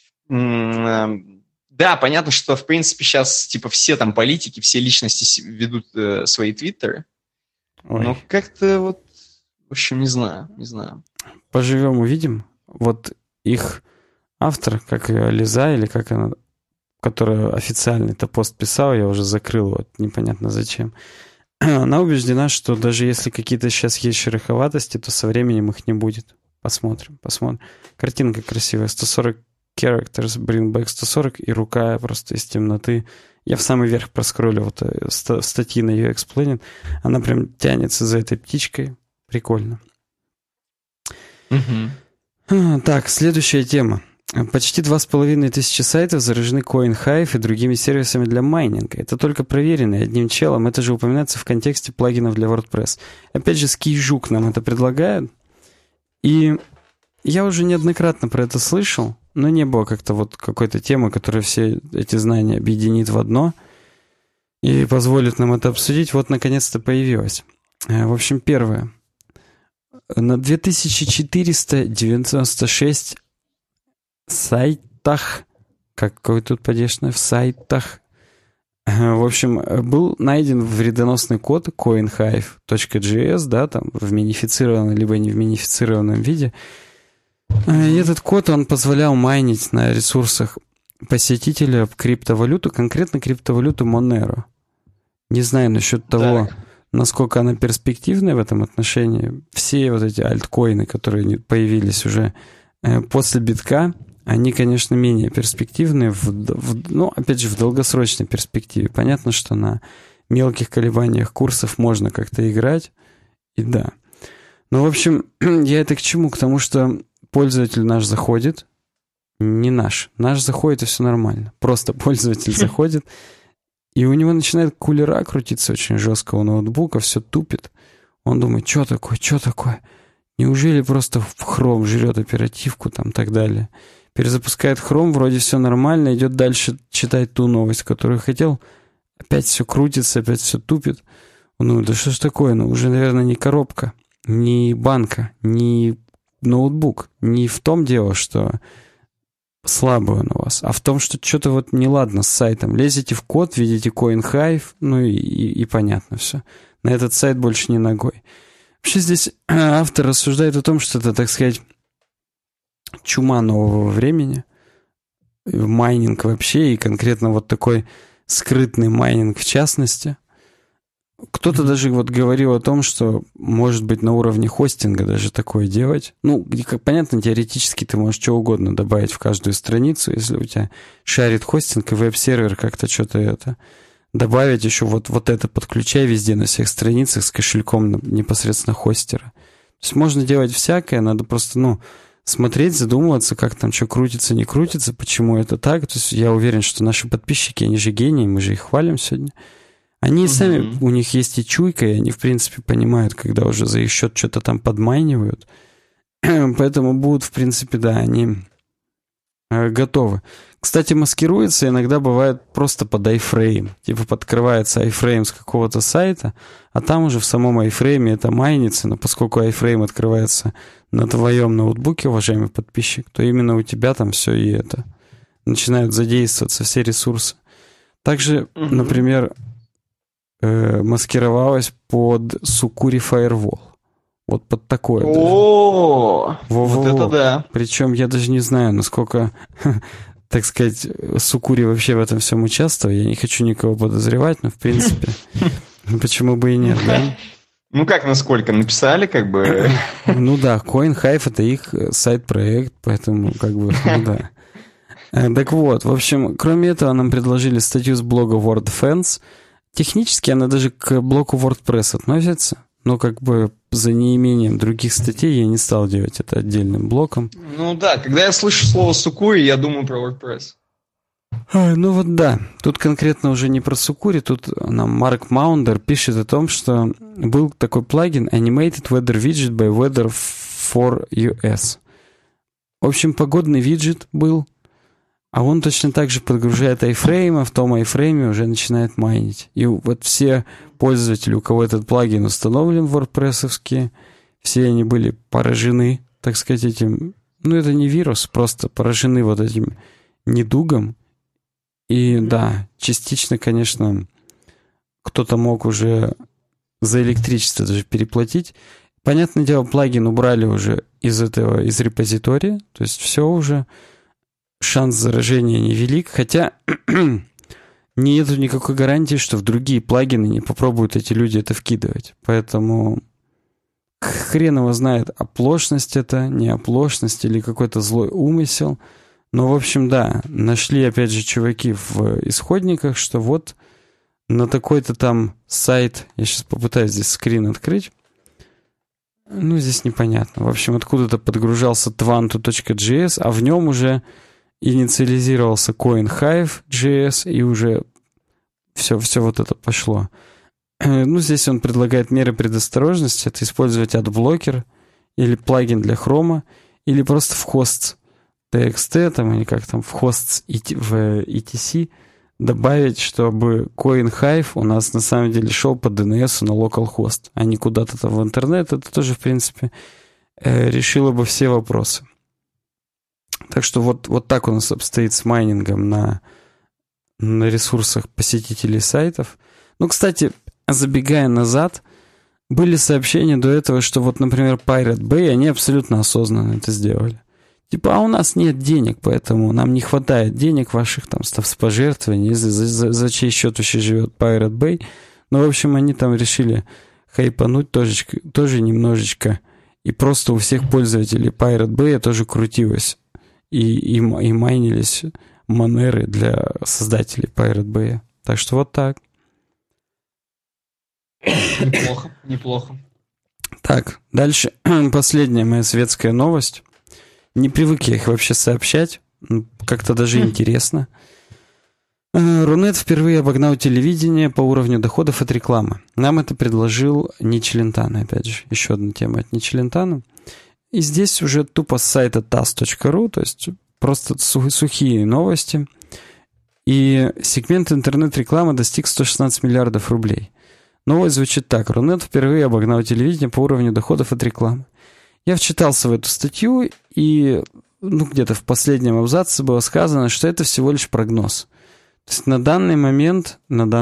S1: Да, понятно, что, в принципе, сейчас, типа, все там политики, все личности ведут свои твиттеры, но как-то вот, в общем, не знаю.
S2: Поживем, увидим. Вот их автор, как ее, Лиза, или как она... которая официально это пост писала, я уже закрыл, вот непонятно зачем. Она убеждена, что даже если какие-то сейчас есть шероховатости, то со временем их не будет. Посмотрим. Картинка красивая, 140 characters, BringBack 140, и рука просто из темноты. Я в самый верх проскроллил вот статьи на UX Planet. Она прям тянется за этой птичкой. Прикольно. Так, следующая тема. Почти 2500 сайтов заражены CoinHive и другими сервисами для майнинга. Это только проверенные одним челом. Это же упоминается в контексте плагинов для WordPress. Опять же, Скейжук нам это предлагает. И я уже неоднократно про это слышал, но не было как-то вот какой-то темы, которая все эти знания объединит в одно и позволит нам это обсудить. Вот, наконец-то, появилась. В общем, первое. На 2496 сайтах, какой тут падеж в сайтах, в общем, был найден вредоносный код coinhive.js, да, там в минифицированном либо не в минифицированном виде. И этот код, он позволял майнить на ресурсах посетителя криптовалюту, конкретно криптовалюту Monero. Не знаю насчет того, насколько она перспективная в этом отношении. Все вот эти альткоины, которые появились уже после битка, они, конечно, менее перспективные, ну, опять же, в долгосрочной перспективе. Понятно, что на мелких колебаниях курсов можно как-то играть. И да. Ну, в общем, я это к чему? К тому, что пользователь наш заходит, не наш. Наш заходит, и все нормально. Просто пользователь заходит, и у него начинает кулера крутиться очень жестко у ноутбука, все тупит. Он думает, что такое? Неужели просто Chrome жрет оперативку там и так далее? Перезапускает Chrome, вроде все нормально, идет дальше читать ту новость, которую хотел. Опять все крутится, опять все тупит. Он думает, да что ж такое? Ну, уже, наверное, не коробка, не банка, не ноутбук. Не в том дело, что слабый он у вас, а в том, что что-то вот неладно с сайтом. Лезете в код, видите CoinHive, ну и понятно все. На этот сайт больше не ногой. Вообще здесь автор рассуждает о том, что это, так сказать, чума нового времени. Майнинг вообще, и конкретно вот такой скрытный майнинг в частности. Кто-то даже вот говорил о том, что может быть на уровне хостинга даже такое делать. Ну, как понятно, теоретически ты можешь что угодно добавить в каждую страницу, если у тебя шарит хостинг и веб-сервер как-то что-то это. Добавить еще вот это подключай везде на всех страницах с кошельком непосредственно хостера. То есть можно делать всякое, надо просто, смотреть, задумываться, как там что крутится, не крутится, почему это так. То есть я уверен, что наши подписчики, они же гении, мы же их хвалим сегодня. Они сами, у них есть и чуйка, и они, в принципе, понимают, когда уже за их счет что-то там подмайнивают. Поэтому будут, в принципе, да, они готовы. Кстати, маскируется иногда бывает просто под iFrame. Типа подкрывается iFrame с какого-то сайта, а там уже в самом iFrame это майнится, но поскольку iFrame открывается на твоем ноутбуке, уважаемый подписчик, то именно у тебя там все и это. Начинают задействоваться все ресурсы. Также, например, маскировалась под Sucuri Firewall. Вот под такое.
S1: О, вот это да.
S2: Причем я даже не знаю, насколько, так сказать, Sucuri вообще в этом всем участвовал. Я не хочу никого подозревать, но в принципе, почему бы и нет, да?
S1: Ну как, насколько? Написали как бы...
S2: Ну да, CoinHive — это их сайт-проект, поэтому как бы, ну да. Так вот, в общем, кроме этого нам предложили статью с блога WordFans. Технически она даже к блоку WordPress относится, но как бы за неимением других статей я не стал делать это отдельным блоком.
S1: Ну да, когда я слышу слово Sucuri, я думаю про WordPress.
S2: Ну вот да, тут конкретно уже не про Sucuri, тут нам Марк Маундер пишет о том, что был такой плагин Animated Weather Widget by Weather for US. В общем, погодный виджет был, а он точно так же подгружает iFrame, а в том iFrame уже начинает майнить. И вот все пользователи, у кого этот плагин установлен WordPress-овские, все они были поражены, так сказать, этим... Ну, это не вирус, просто поражены вот этим недугом. И да, частично, конечно, кто-то мог уже за электричество даже переплатить. Понятное дело, плагин убрали уже из репозитория, то есть все уже... Шанс заражения невелик, хотя нету никакой гарантии, что в другие плагины не попробуют эти люди это вкидывать. Поэтому хрен его знает, оплошность это, не оплошность или какой-то злой умысел. Но, в общем, да, нашли, опять же, чуваки в исходниках, что вот на такой-то там сайт, я сейчас попытаюсь здесь скрин открыть, здесь непонятно. В общем, откуда-то подгружался twantu.js, а в нем уже инициализировался CoinHive.js, и уже все вот это пошло. Здесь он предлагает меры предосторожности. Это использовать адблокер или плагин для Chrome, или просто в hosts.txt, там, или как там, в hosts в etc добавить, чтобы CoinHive у нас на самом деле шел по DNS на localhost, а не куда-то там в интернет. Это тоже, в принципе, решило бы все вопросы. Так что вот так у нас обстоит с майнингом на ресурсах посетителей сайтов. Кстати, забегая назад, были сообщения до этого, что вот, например, Pirate Bay, они абсолютно осознанно это сделали. Типа, а у нас нет денег, поэтому нам не хватает денег ваших там с пожертвований, за чей счет вообще живет Pirate Bay. В общем, они там решили хайпануть тоже немножечко. И просто у всех пользователей Pirate Bay тоже крутилось. И майнились манеры для создателей Pirate Bay. Так что вот так.
S1: Неплохо, неплохо.
S2: Так, дальше последняя моя светская новость. Не привык я их вообще сообщать. Как-то даже интересно. Рунет впервые обогнал телевидение по уровню доходов от рекламы. Нам это предложил Ничелентано, опять же. Еще одна тема от Ничелентано. И здесь уже тупо с сайта tas.ru, то есть просто сухие новости. И сегмент интернет-рекламы достиг 116 миллиардов рублей. Новость звучит так. Рунет впервые обогнал телевидение по уровню доходов от рекламы. Я вчитался в эту статью, и где-то в последнем абзаце было сказано, что это всего лишь прогноз. То есть на данный момент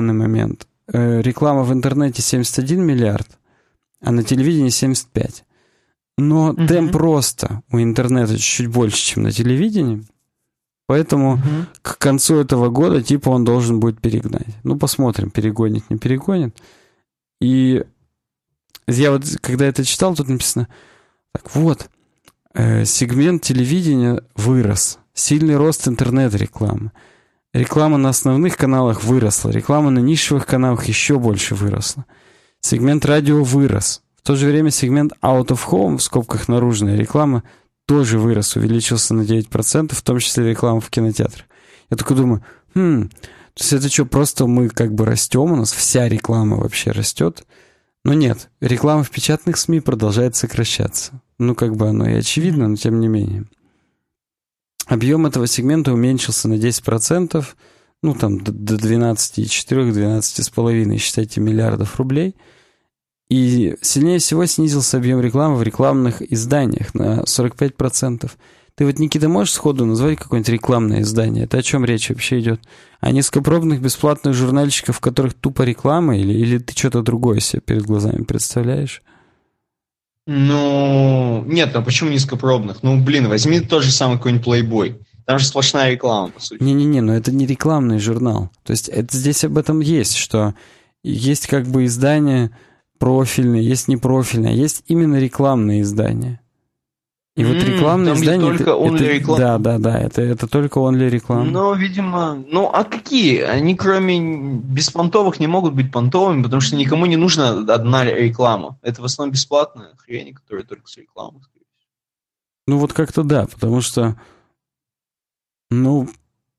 S2: реклама в интернете 71 миллиард, а на телевидении 75. Но темп роста у интернета чуть-чуть больше, чем на телевидении, поэтому к концу этого года типа он должен будет перегнать. Ну, посмотрим, перегонит, не перегонит. И я вот, когда это читал, тут написано, так вот, сегмент телевидения вырос, сильный рост интернет-рекламы. Реклама на основных каналах выросла, реклама на нишевых каналах еще больше выросла. Сегмент радио вырос. В то же время сегмент out of home, в скобках наружная реклама, тоже вырос, увеличился на 9%, в том числе реклама в кинотеатрах. Я только думаю, то есть это что, просто мы как бы растем, у нас вся реклама вообще растет? Но нет, реклама в печатных СМИ продолжает сокращаться. Ну, как бы оно и очевидно, но тем не менее. Объем этого сегмента уменьшился на 10%, ну, там, до 12,4-12,5, считайте, миллиардов рублей. И сильнее всего снизился объем рекламы в рекламных изданиях на 45%. Ты вот, Никита, можешь сходу назвать какое-нибудь рекламное издание? Это о чем речь вообще идет? О низкопробных бесплатных журнальчиках, в которых тупо реклама, или ты что-то другое себе перед глазами представляешь?
S1: Ну, нет, ну почему низкопробных? Ну, блин, возьми тот же самый какой-нибудь Playboy. Там же сплошная реклама, по сути.
S2: Не-не-не, но это не рекламный журнал. То есть это здесь об этом есть, что есть как бы издания профильные, есть непрофильные, есть именно рекламные издания. И вот рекламные
S1: там
S2: издания...
S1: только only реклама.
S2: Да, это только only реклама.
S1: Ну, видимо... Ну, а какие? Они кроме беспонтовых не могут быть понтовыми, потому что никому не нужна одна реклама. Это в основном бесплатная хрень, которая только с рекламой.
S2: Ну, вот как-то да, потому что... Ну,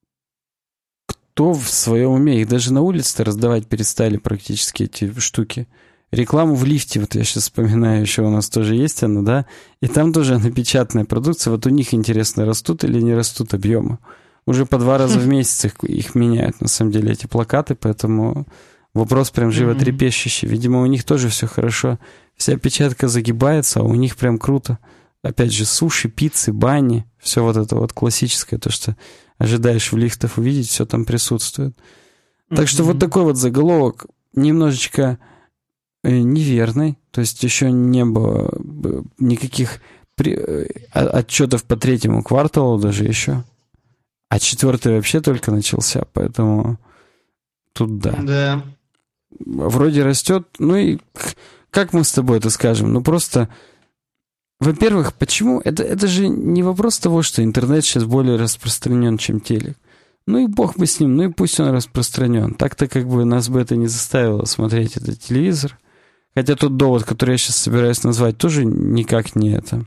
S2: кто в своем уме? Их даже на улице-то раздавать перестали практически эти штуки. Рекламу в лифте, вот я сейчас вспоминаю, еще у нас тоже есть она, да? И там тоже напечатанная продукция. Вот у них, интересно, растут или не растут объемы. Уже по 2 раза в месяц их меняют, на самом деле, эти плакаты, поэтому вопрос прям животрепещущий. Видимо, у них тоже все хорошо. Вся печатка загибается, а у них прям круто. Опять же, суши, пиццы, бани, все вот это вот классическое, то, что ожидаешь в лифтах увидеть, все там присутствует. Так что вот такой вот заголовок немножечко неверный, то есть еще не было никаких отчетов по 3-му кварталу даже еще, а 4-й вообще только начался, поэтому тут да.
S1: Да.
S2: Вроде растет, ну и как мы с тобой это скажем? Ну просто... Во-первых, почему? Это же не вопрос того, что интернет сейчас более распространен, чем телек. Ну и бог бы с ним, ну и пусть он распространен. Так-то как бы нас бы это не заставило смотреть этот телевизор. Хотя тот довод, который я сейчас собираюсь назвать, тоже никак не это.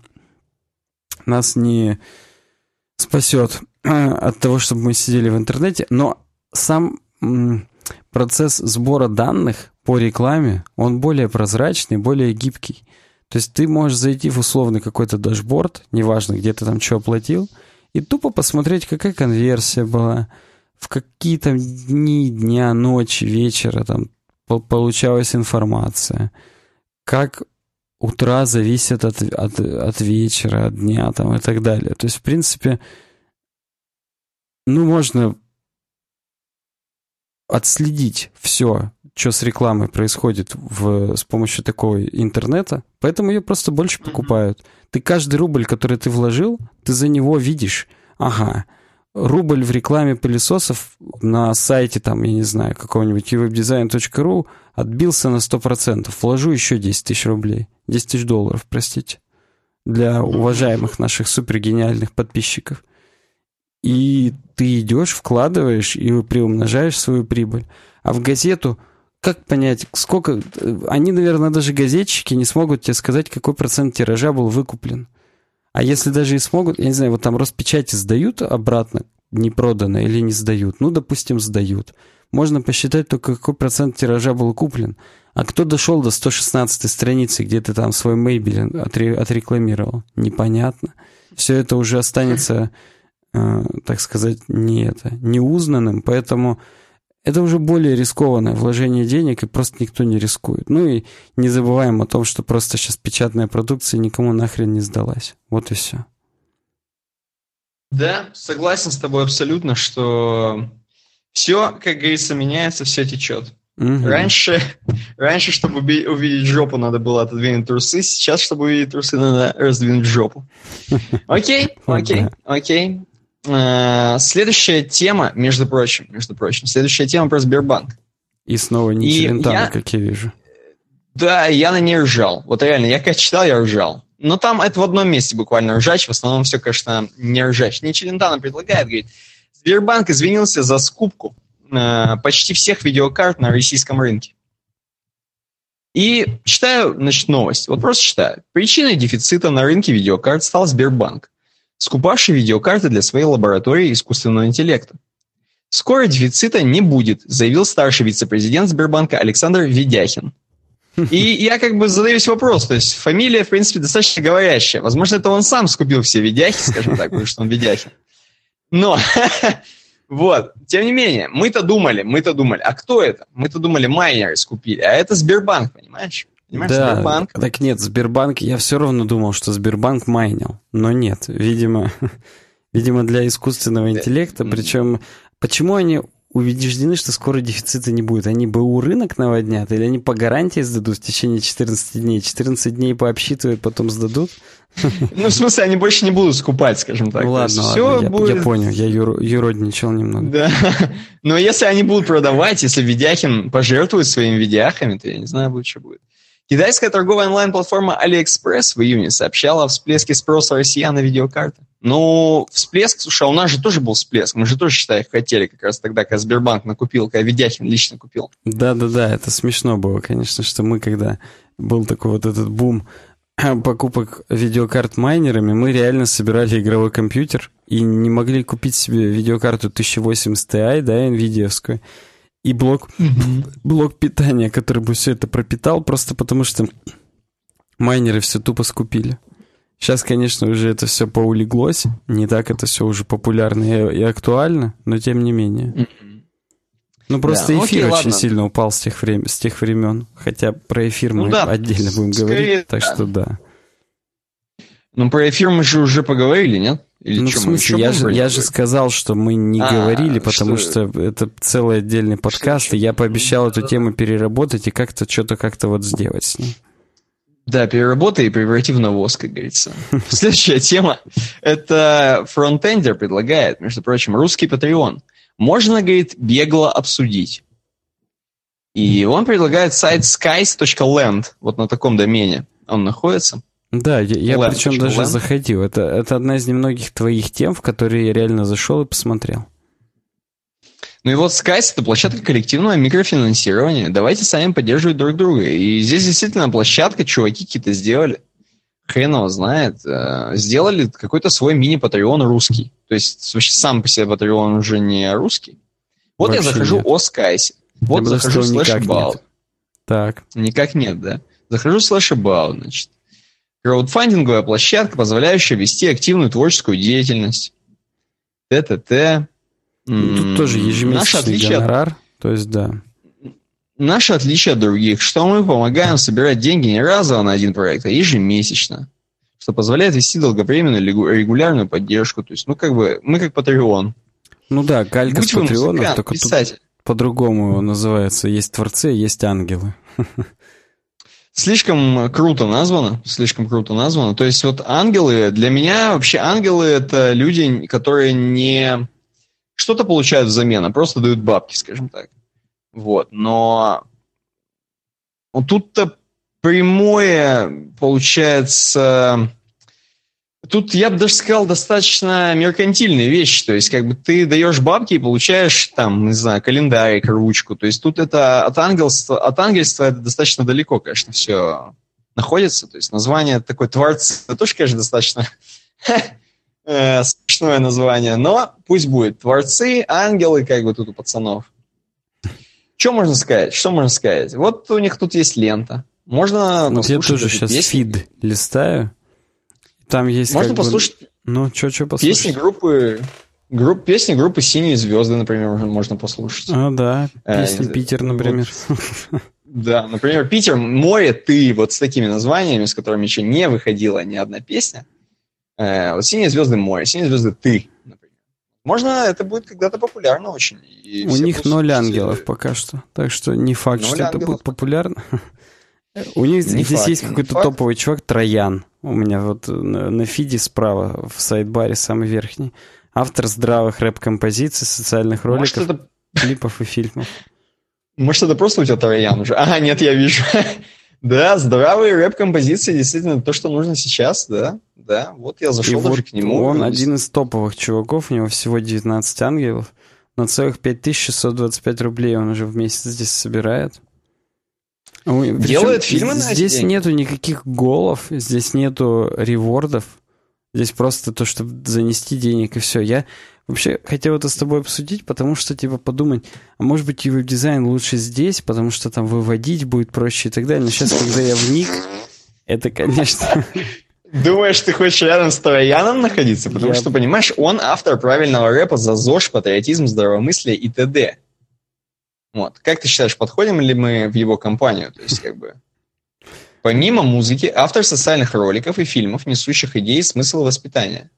S2: Нас не спасет от того, чтобы мы сидели в интернете. Но сам процесс сбора данных по рекламе, он более прозрачный, более гибкий. То есть ты можешь зайти в условный какой-то дашборд, неважно, где ты там что оплатил, и тупо посмотреть, какая конверсия была, в какие там дня, ночи, вечера там получалась информация, как утра зависят от вечера, от дня там, и так далее. То есть, в принципе, ну, можно отследить все, что с рекламой происходит с помощью такого интернета, поэтому ее просто больше покупают. Ты каждый рубль, который ты вложил, ты за него видишь. Ага, рубль в рекламе пылесосов на сайте, там, я не знаю, какого-нибудь webdesign.ru отбился на 100%. Вложу еще 10 тысяч рублей. 10 тысяч долларов, простите. Для уважаемых наших супергениальных подписчиков. И ты идешь, вкладываешь и приумножаешь свою прибыль. А в газету как понять, сколько... Они, наверное, даже газетчики не смогут тебе сказать, какой процент тиража был выкуплен. А если даже и смогут, я не знаю, вот там Роспечати сдают обратно, не продано или не сдают? Ну, допустим, сдают. Можно посчитать только, какой процент тиража был куплен. А кто дошел до 116 страницы, где ты там свой Maybelline отрекламировал? Непонятно. Все это уже останется, так сказать, неузнанным, поэтому это уже более рискованное вложение денег, и просто никто не рискует. Ну и не забываем о том, что просто сейчас печатная продукция никому нахрен не сдалась. Вот и все.
S1: Да, согласен с тобой абсолютно, что все, как говорится, меняется, все течет. Угу. Раньше, чтобы увидеть жопу, надо было отодвинуть трусы. Сейчас, чтобы увидеть трусы, надо раздвинуть жопу. Окей. Следующая тема, между прочим, следующая тема про Сбербанк.
S2: И снова не Челентано, как я вижу.
S1: Да, я на ней ржал. Вот реально, я когда читал, я ржал. Но там это в одном месте буквально ржач, в основном все, конечно, не ржач. Не Челентано предлагает, говорит, Сбербанк извинился за скупку почти всех видеокарт на российском рынке. И читаю, значит, новость. Вот просто читаю. Причиной дефицита на рынке видеокарт стал Сбербанк, скупавший видеокарты для своей лаборатории искусственного интеллекта. Скоро дефицита не будет, заявил старший вице-президент Сбербанка Александр Ведяхин. И я как бы задаюсь вопрос, то есть фамилия, в принципе, достаточно говорящая. Возможно, это он сам скупил все Ведяхи, скажем так, потому что он Ведяхин. Но, вот, тем не менее, мы-то думали, а кто это? Мы-то думали, майнеры скупили, а это Сбербанк, понимаешь?
S2: Да, Сбербанк. Так нет, Сбербанк, я все равно думал, что Сбербанк майнил, но нет, видимо, для искусственного интеллекта, причем, почему они убеждены, что скоро дефицита не будет? Они БУ рынок наводнят, или они по гарантии сдадут в течение 14 дней? 14 дней пообсчитывают, потом сдадут?
S1: Ну, в смысле, они больше не будут скупать, скажем так.
S2: Ну, ладно, я понял, я юродничал немного.
S1: Да, но если они будут продавать, если Ведяхин пожертвует своими видяхами, то я не знаю, что будет. Китайская торговая онлайн-платформа AliExpress в июне сообщала о всплеске спроса россиян на видеокарты. Ну, всплеск, слушай, а у нас же тоже был всплеск. Мы же тоже, считай, хотели как раз тогда, когда Сбербанк накупил, когда Ведяхин лично купил.
S2: Да, это смешно было, конечно, что мы, когда был такой вот этот бум покупок видеокарт майнерами, мы реально собирали игровой компьютер и не могли купить себе видеокарту 1080 Ti, да, NVIDIA-вскую, и блок питания, который бы все это пропитал, просто потому что майнеры все тупо скупили. Сейчас, конечно, уже это все поулеглось, не так это все уже популярно и актуально, но тем не менее. Ну, просто да, эфир очень сильно упал с тех времен, хотя про эфир мы отдельно будем говорить, так что да.
S1: Ну, про эфир мы же уже поговорили, нет? Или
S2: в смысле, я же сказал, что мы не говорили, потому что это целый отдельный подкаст, и я пообещал эту тему переработать и что-то как-то вот сделать с ней.
S1: Да, переработай и преврати в навоз, как говорится. Следующая тема. Это фронтендер предлагает, между прочим, русский Patreon. Можно, говорит, бегло обсудить. И он предлагает сайт skies.land, вот на таком домене он находится.
S2: Да, я причем даже заходил. Это одна из немногих твоих тем, в которые я реально зашел и посмотрел.
S1: Ну и вот Skies — это площадка коллективного микрофинансирования. Давайте сами поддерживать друг друга. И здесь действительно площадка, чуваки какие-то сделали. Хрен его знает. Сделали какой-то свой мини-патреон русский. То есть сам по себе патреон уже не русский. Вот вообще я захожу о Skies. Вот я захожу /about.
S2: Так.
S1: Никак нет, да. Захожу /about, значит. Краудфандинговая площадка, позволяющая вести активную творческую деятельность. ТТТ.
S2: Тут тоже ежемесячный гонорар, то есть да.
S1: Наше отличие от других, что мы помогаем собирать деньги не разово на один проект, а ежемесячно, что позволяет вести долговременную регулярную поддержку. То есть, ну, как бы, мы как Patreon.
S2: Ну да, калька с Patreon, только тут по-другому называется. Есть творцы, есть ангелы.
S1: Слишком круто названо. То есть, вот ангелы, для меня вообще ангелы — это люди, которые не что-то получают взамен, а просто дают бабки, скажем так. Вот, но тут-то прямое, получается, Тут, я бы даже сказал, достаточно меркантильные вещи. То есть, как бы ты даешь бабки и получаешь, там, не знаю, календарик, ручку. То есть, тут это от ангельства это достаточно далеко, конечно, все находится. То есть, название такой творцы, это тоже, конечно, достаточно смешное название. Но пусть будет. Творцы, ангелы, как бы тут у пацанов. Что можно сказать? Что можно сказать? Вот у них тут есть лента. Можно
S2: вот
S1: послушать.
S2: Я тоже сейчас
S1: песни.
S2: фид листаю. Там есть
S1: можно послушать
S2: что послушать?
S1: Песни группы «Синие звезды», например, можно послушать.
S2: Да, песни «Питер», например.
S1: Да, например, «Питер», «Море», «Ты», вот с такими названиями, с которыми еще не выходила ни одна песня. Вот «Синие звезды», «Море», «Синие звезды», «Ты», например. Можно, это будет когда-то популярно очень.
S2: У них 0 ангелов пока что, так что не факт, что это будет популярно. У них здесь есть какой-то топовый чувак, Троян. У меня вот на фиде справа, в сайдбаре, самый верхний. Автор здравых рэп-композиций, социальных роликов, клипов и фильмов.
S1: Может, это просто у тебя Троян уже? Ага, нет, я вижу. Да, здравые рэп-композиции, действительно, то, что нужно сейчас, да. Да, вот я зашел даже к нему.
S2: Он один из топовых чуваков, у него всего 19 ангелов. На целых 5625 рублей он уже в месяц здесь собирает.
S1: Делает фильмы на
S2: здесь деньги. Нету никаких голов, здесь нету ревордов. Здесь просто то, чтобы занести денег, и все. Я вообще хотел это с тобой обсудить, потому что, типа, подумать, а может быть, и веб-дизайн лучше здесь, потому что там выводить будет проще и так далее. Но сейчас, когда я вник, это, конечно...
S1: Думаешь, ты хочешь рядом с Трояном находиться? Потому что, понимаешь, он автор правильного рэпа за ЗОЖ, патриотизм, здравомыслие и т.д. Вот. Как ты считаешь, подходим ли мы в его компанию? То есть, как бы... Помимо музыки, автор социальных роликов и фильмов, несущих идеи и смысл воспитания.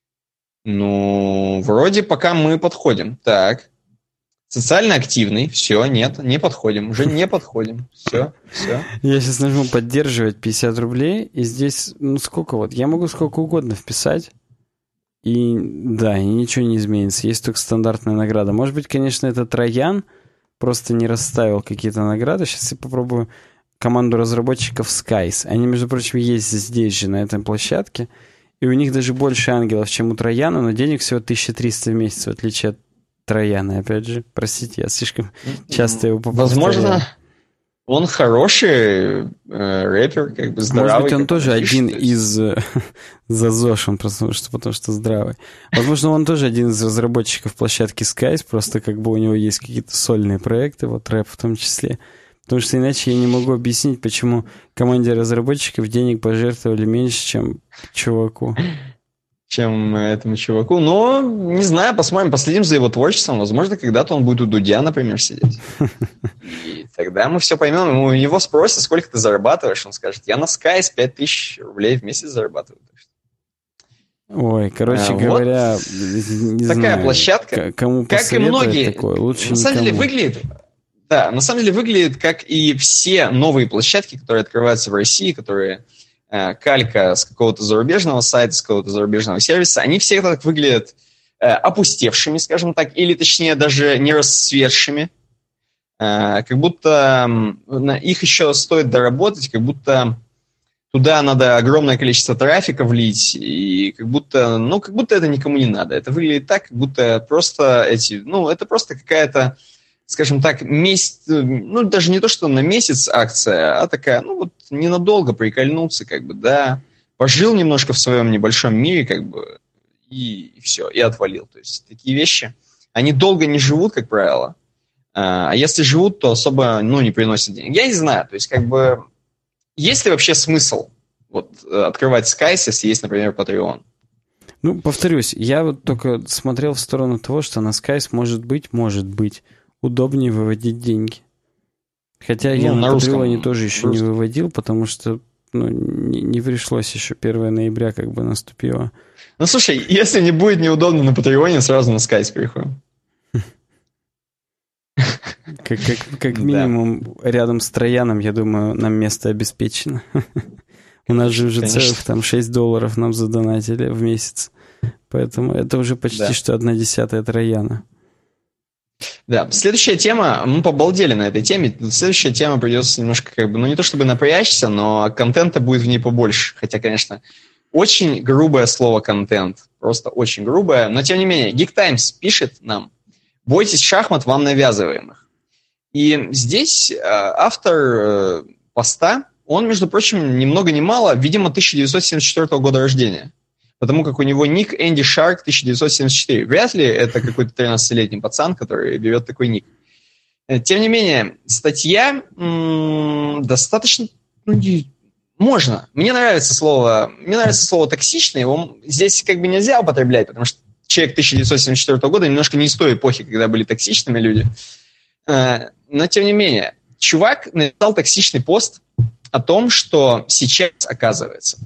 S1: Ну, вроде пока мы подходим. Так. Социально активный. Все, нет, не подходим. Уже не подходим. Все.
S2: Я сейчас нажму поддерживать 50 рублей. И здесь, ну сколько вот? Я могу сколько угодно вписать. И да, и ничего не изменится. Есть только стандартная награда. Может быть, конечно, это Троян просто не расставил какие-то награды. Сейчас я попробую команду разработчиков Skies. Они, между прочим, есть здесь же, на этой площадке. И у них даже больше ангелов, чем у Трояна, но денег всего 1300 в месяц, в отличие от Трояна, опять же. Простите, я слишком часто его повторяю.
S1: Возможно, он хороший рэпер, как бы здравый.
S2: Может быть, он тоже один из... За ЗОЖ он просто, потому что здравый. Возможно, он тоже один из разработчиков площадки Skies, просто как бы у него есть какие-то сольные проекты, вот рэп в том числе. Потому что иначе я не могу объяснить, почему команде разработчиков денег пожертвовали меньше, чем чуваку.
S1: Чем этому чуваку. Но, не знаю, посмотрим, последим за его творчеством. Возможно, когда-то он будет у Дудя, например, сидеть. И тогда мы все поймем. У него спросят, сколько ты зарабатываешь. Он скажет, я на Skies 5000 рублей в месяц зарабатываю.
S2: Ой, короче говоря, не
S1: такая
S2: знаю,
S1: площадка,
S2: кому
S1: как и многие,
S2: такое, лучше
S1: на самом деле выглядит... Да, на самом деле выглядит, как и все новые площадки, которые открываются в России, которые калька с какого-то зарубежного сайта, с какого-то зарубежного сервиса, они все так выглядят опустевшими, скажем так, или точнее даже не расцветшими, как будто их еще стоит доработать, как будто туда надо огромное количество трафика влить, и как будто это никому не надо. Это выглядит так, как будто просто это просто какая-то, скажем так, месяц, ну, даже не то, что на месяц акция, а такая, ну, вот ненадолго прикольнуться, как бы, да, пожил немножко в своем небольшом мире, как бы, и все, и отвалил. То есть такие вещи, они долго не живут, как правило, а если живут, то особо, ну, не приносят денег. Я не знаю, то есть, как бы, есть ли вообще смысл вот открывать Skies, если есть, например, Patreon?
S2: Ну, повторюсь, я вот только смотрел в сторону того, что на Skies может быть, удобнее выводить деньги. Хотя я на Patreon тоже еще не выводил, потому что не пришлось еще 1 ноября как бы наступило.
S1: Ну, слушай, если не будет неудобно на Патреоне, сразу на Skies переходим.
S2: Как минимум, рядом с Трояном, я думаю, нам место обеспечено. У нас же уже целых там $6 нам задонатили в месяц. Поэтому это уже почти что 1/10 Трояна.
S1: Да, следующая тема, мы побалдели на этой теме, следующая тема придется немножко как бы, ну не то чтобы напрячься, но контента будет в ней побольше, хотя, конечно, очень грубое слово «контент». Просто очень грубое. Но, тем не менее, Geek Times пишет нам: бойтесь шахмат, вам навязываемых. И здесь автор поста, он, между прочим, ни много ни мало, видимо, 1974 года рождения. Потому как у него ник Энди Шарк 1974. Вряд ли это какой-то 13-летний пацан, который берет такой ник. Тем не менее, статья достаточно... можно. Мне нравится слово «токсичный». Его здесь как бы нельзя употреблять, потому что человек 1974 года немножко не из той эпохи, когда были токсичными люди. Но, тем не менее, чувак написал токсичный пост о том, что сейчас, оказывается,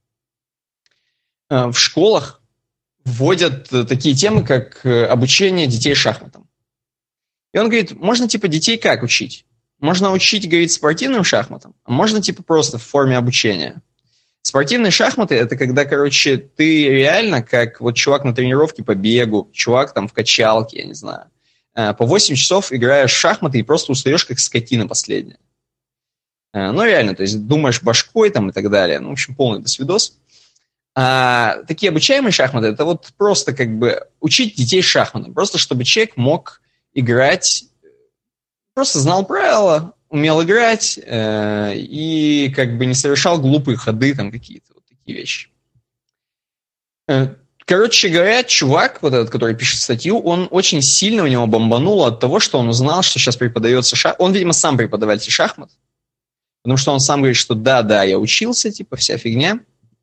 S1: в школах вводят такие темы, как обучение детей шахматам. И он говорит, можно типа детей как учить? Можно учить, говорит, спортивным шахматам, а можно типа просто в форме обучения. Спортивные шахматы – это когда, короче, ты реально, как вот чувак на тренировке по бегу, чувак там в качалке, я не знаю, по 8 часов играешь в шахматы и просто устаешь как скотина последняя. Ну, реально, то есть думаешь башкой там и так далее. Ну, в общем, полный досвидос. А такие обучаемые шахматы – это вот просто как бы учить детей шахматам. Просто чтобы человек мог играть, просто знал правила, умел играть и как бы не совершал глупые ходы, там какие-то вот такие вещи. Короче говоря, чувак, вот этот, который пишет статью, он очень сильно у него бомбануло от того, что он узнал, что сейчас преподается шахмат. Он, видимо, сам преподаватель шахмат, потому что он сам говорит, что да, я учился, типа, вся фигня.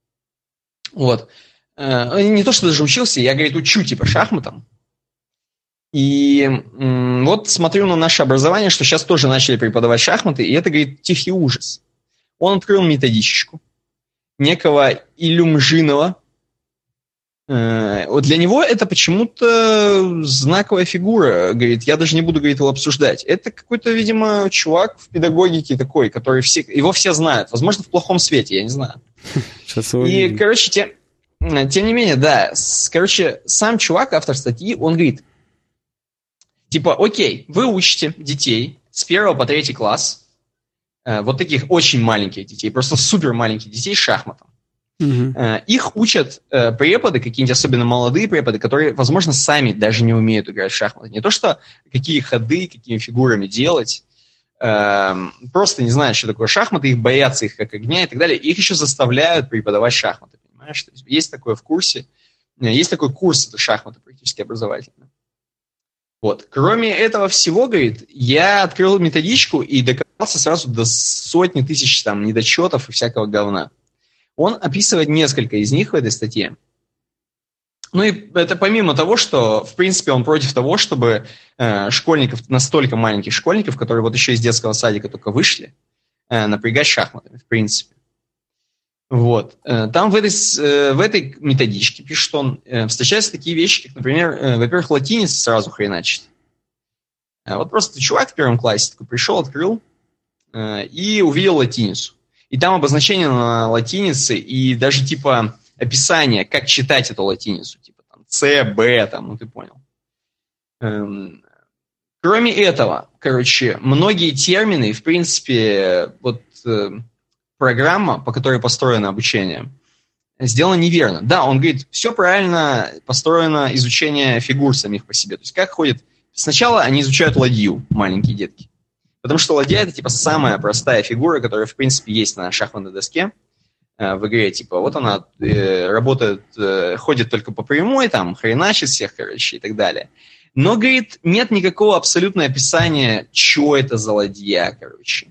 S1: Вот. Не то, что даже учился, я, говорит, учу, типа, шахматам. И вот смотрю на наше образование, что сейчас тоже начали преподавать шахматы, и это, говорит, тихий ужас. Он открыл методичку некого Илюмжинова. Вот для него это почему-то знаковая фигура. Говорит, я даже не буду, говорит, его обсуждать. Это какой-то, видимо, чувак в педагогике такой, который его все знают. Возможно, в плохом свете, я не знаю. И, короче, тем не менее, да. Короче, сам чувак, автор статьи, он говорит, типа, окей, вы учите детей с 1 по 3 класс, вот таких очень маленьких детей, просто супер маленьких детей шахматам. Их учат преподы, какие-нибудь особенно молодые преподы, которые, возможно, сами даже не умеют играть в шахматы. Не то, что какие ходы, какими фигурами делать, просто не знают, что такое шахматы, их боятся их как огня и так далее. Их еще заставляют преподавать шахматы, понимаешь? То есть такое в курсе, есть такой курс, это шахматы практически образовательные. Вот. Кроме этого всего, говорит, я открыл методичку и докопался сразу до сотни тысяч там недочетов и всякого говна. Он описывает несколько из них в этой статье. Ну и это помимо того, что, в принципе, он против того, чтобы школьников, настолько маленьких школьников, которые вот еще из детского садика только вышли, напрягать шахматами, в принципе. Вот. Там в этой методичке, пишет он, встречаются такие вещи, как, например, во-первых, латиница сразу хреначит. Вот просто чувак в 1 классе такой пришел, открыл и увидел латиницу. И там обозначение на латинице и даже типа описание, как читать эту латиницу. Типа там С, Б, там, ну ты понял. Кроме этого, короче, многие термины, в принципе, вот программа, по которой построено обучение, сделана неверно. Да, он говорит, все правильно построено изучение фигур самих по себе. То есть как ходит... Сначала они изучают ладью, маленькие детки. Потому что ладья – это, типа, самая простая фигура, которая, в принципе, есть на шахматной доске в игре. Типа, вот она работает, ходит только по прямой, там, хреначит всех, короче, и так далее. Но, говорит, нет никакого абсолютного описания, что это за ладья, короче.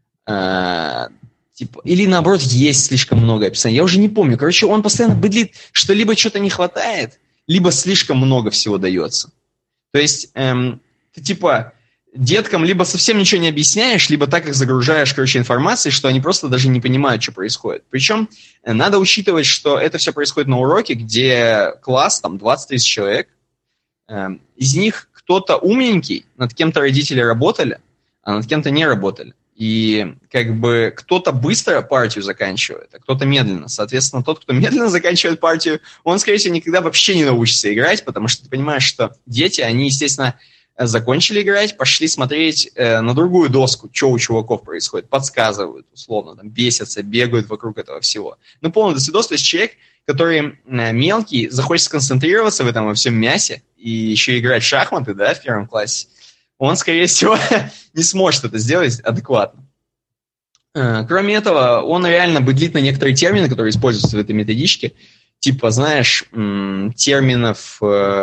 S1: Типа, или, наоборот, есть слишком много описаний. Я уже не помню. Короче, он постоянно быдлит, что либо что-то не хватает, либо слишком много всего дается. То есть, ты, типа... Деткам либо совсем ничего не объясняешь, либо так их загружаешь, короче, информацией, что они просто даже не понимают, что происходит. Причем надо учитывать, что это все происходит на уроке, где класс, там, 20 тысяч человек. Из них кто-то умненький, над кем-то родители работали, а над кем-то не работали. И как бы кто-то быстро партию заканчивает, а кто-то медленно. Соответственно, тот, кто медленно заканчивает партию, он, скорее всего, никогда вообще не научится играть, потому что ты понимаешь, что дети, они, естественно, закончили играть, пошли смотреть на другую доску, что у чуваков происходит, подсказывают, условно, там, бесятся, бегают вокруг этого всего. Ну, полный досвидос, то есть человек, который мелкий, захочет сконцентрироваться в этом во всем мясе и еще играть в шахматы, да, в первом классе, он, скорее всего, не сможет это сделать адекватно. Кроме этого, он реально быдлит на некоторые термины, которые используются в этой методичке, типа, знаешь, терминов,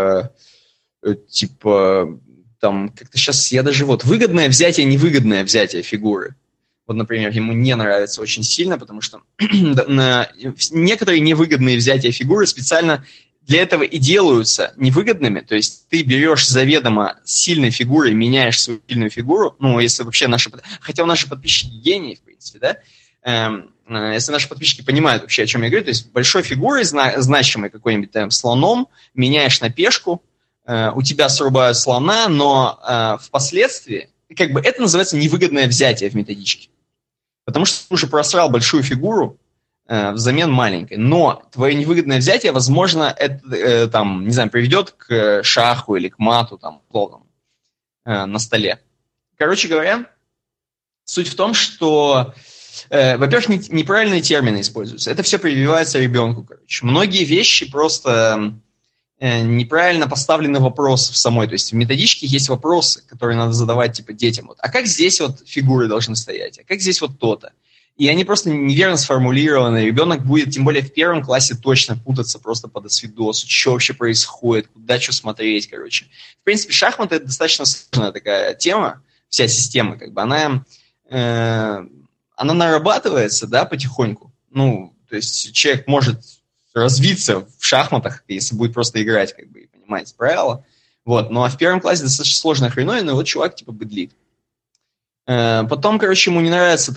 S1: типа, там, как-то сейчас я даже вот, выгодное взятие, невыгодное взятие фигуры. Вот, например, ему не нравится очень сильно, потому что некоторые невыгодные взятия фигуры специально для этого и делаются невыгодными. То есть ты берешь заведомо сильной фигурой, меняешь свою сильную фигуру, ну, если вообще хотя у наши подписчики гении, в принципе, да, если наши подписчики понимают вообще, о чем я говорю, то есть большой фигурой, значимой какой-нибудь там слоном, меняешь на пешку, у тебя срубают слона, но впоследствии, как бы это называется невыгодное взятие в методичке. Потому что ты уже просрал большую фигуру взамен маленькой. Но твое невыгодное взятие, возможно, это там, не знаю, приведет к шаху или к мату там, условному, на столе. Короче говоря, суть в том, что, во-первых, неправильные термины используются. Это все прививается ребенку, короче. Многие вещи просто неправильно поставлены вопросы в самой. То есть в методичке есть вопросы, которые надо задавать типа детям. Вот, а как здесь вот фигуры должны стоять? А как здесь вот то-то? И они просто неверно сформулированы. Ребенок будет, тем более в первом классе, точно путаться просто по досвидосу, что вообще происходит, куда что смотреть, короче. В принципе, шахматы — это достаточно сложная такая тема, вся система, как бы, она нарабатывается, да, потихоньку. Ну, то есть человек может развиться в шахматах, если будет просто играть, как бы, и понимать правила. Вот. Ну, а в первом классе достаточно сложная хреновина, и вот чувак, типа, быдлит. Потом, короче, ему не нравится,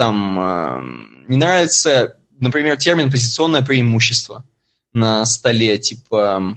S1: например, термин «позиционное преимущество» на столе, типа,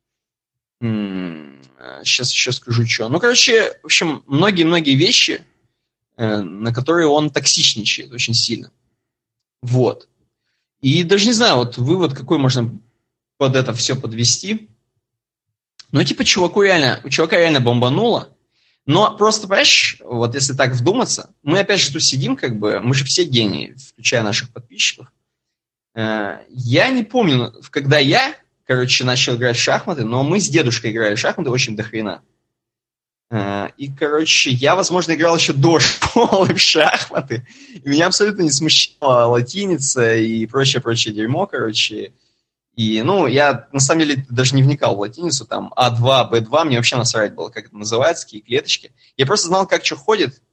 S1: сейчас еще скажу, что. Ну, короче, в общем, многие-многие вещи, на которые он токсичничает очень сильно. Вот. И даже не знаю, вот вывод какой можно под это все подвести. Ну, типа, у чувака реально бомбануло. Но просто, понимаешь, вот если так вдуматься, мы опять же тут сидим, как бы, мы же все гении, включая наших подписчиков. Я не помню, когда я, короче, начал играть в шахматы, но мы с дедушкой играли в шахматы очень дохрена. И, короче, я, возможно, играл еще до школы в шахматы, и меня абсолютно не смущала латиница и прочее дерьмо, короче. И, ну, я, на самом деле, даже не вникал в латиницу, там, А2, Б2, мне вообще насрать было, как это называется, какие клеточки. Я просто знал, как что ходит.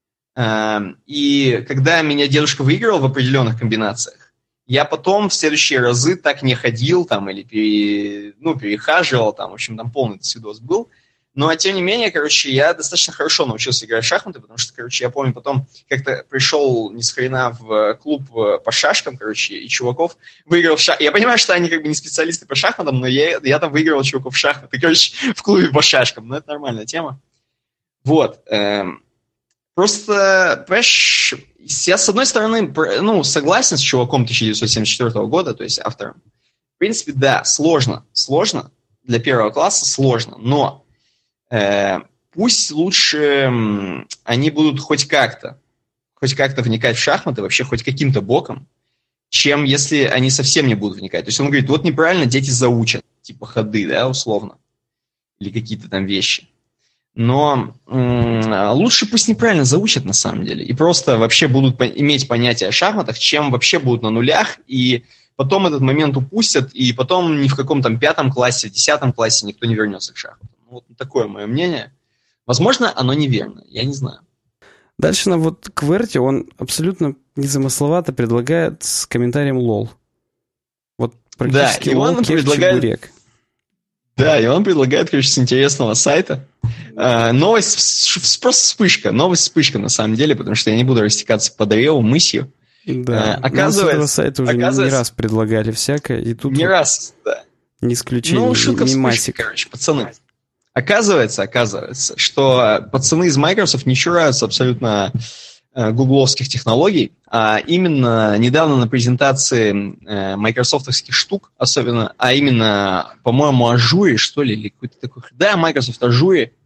S1: И когда меня дедушка выигрывал в определенных комбинациях, я потом в следующие разы так не ходил, там, или перехаживал, там, в общем, там полный досвидос был. Но, тем не менее, короче, я достаточно хорошо научился играть в шахматы, потому что, короче, я помню, потом как-то пришел ни с хрена в клуб по шашкам, короче, и чуваков выиграл в шахматы. Я понимаю, что они как бы не специалисты по шахматам, но я там выигрывал чуваков в шахматы, короче, в клубе по шашкам. Ну, это нормальная тема. Вот. Просто, понимаешь, я, с одной стороны, ну, согласен с чуваком 1974 года, то есть автором. В принципе, да, сложно. Для первого класса сложно, но пусть лучше они будут хоть как-то вникать в шахматы, вообще хоть каким-то боком, чем если они совсем не будут вникать. То есть он говорит, вот неправильно дети заучат, типа ходы, да, условно, или какие-то там вещи. Но лучше пусть неправильно заучат на самом деле, и просто вообще будут иметь понятие о шахматах, чем вообще будут на нулях, и потом этот момент упустят, и потом ни в каком там 5 классе, 10 классе никто не вернется к шахматам. Вот такое мое мнение. Возможно, оно неверно, я не знаю.
S2: Дальше нам вот Кверти, он абсолютно незамысловато предлагает с комментарием «лол». Вот практически
S1: да,
S2: лол, чебурек.
S1: Да, и он предлагает, короче, с интересного сайта. Новость, просто вспышка на самом деле, потому что я не буду растекаться по древу мысью.
S2: Да, оказывается, с этого сайта уже не раз предлагали всякое, и тут
S1: не вот раз, да.
S2: Не исключение,
S1: ну, шутка
S2: не
S1: масик. Короче, пацаны. Оказывается, что пацаны из Microsoft не чураются абсолютно гугловских технологий, а именно недавно на презентации майкрософтовских штук, особенно, а именно, по-моему, Ажуре, что ли, или какой-то такой... Да, Microsoft Ажуре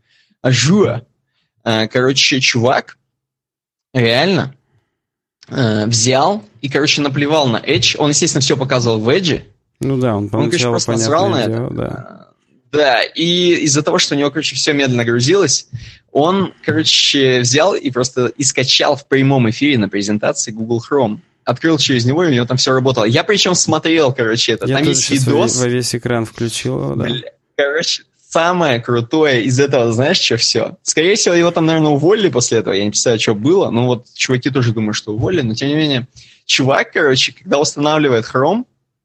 S1: Ажура. Короче, чувак реально взял и, короче, наплевал на Edge. Он, естественно, все показывал в Edge.
S2: Ну да, он
S1: конечно, просто насрал на это.
S2: Да.
S1: Да, и из-за того, что у него, короче, все медленно грузилось, он, короче, взял и просто скачал в прямом эфире на презентации Google Chrome. Открыл через него, и у него там все работало. Я причем смотрел, короче, это.
S2: Я
S1: там есть видос.
S2: Во весь экран включил его, да.
S1: Короче, самое крутое из этого, знаешь, что все? Скорее всего, его там, наверное, уволили после этого. Я не представляю, что было. Ну вот чуваки тоже думают, что уволили. Но, тем не менее, чувак, короче, когда устанавливает Chrome,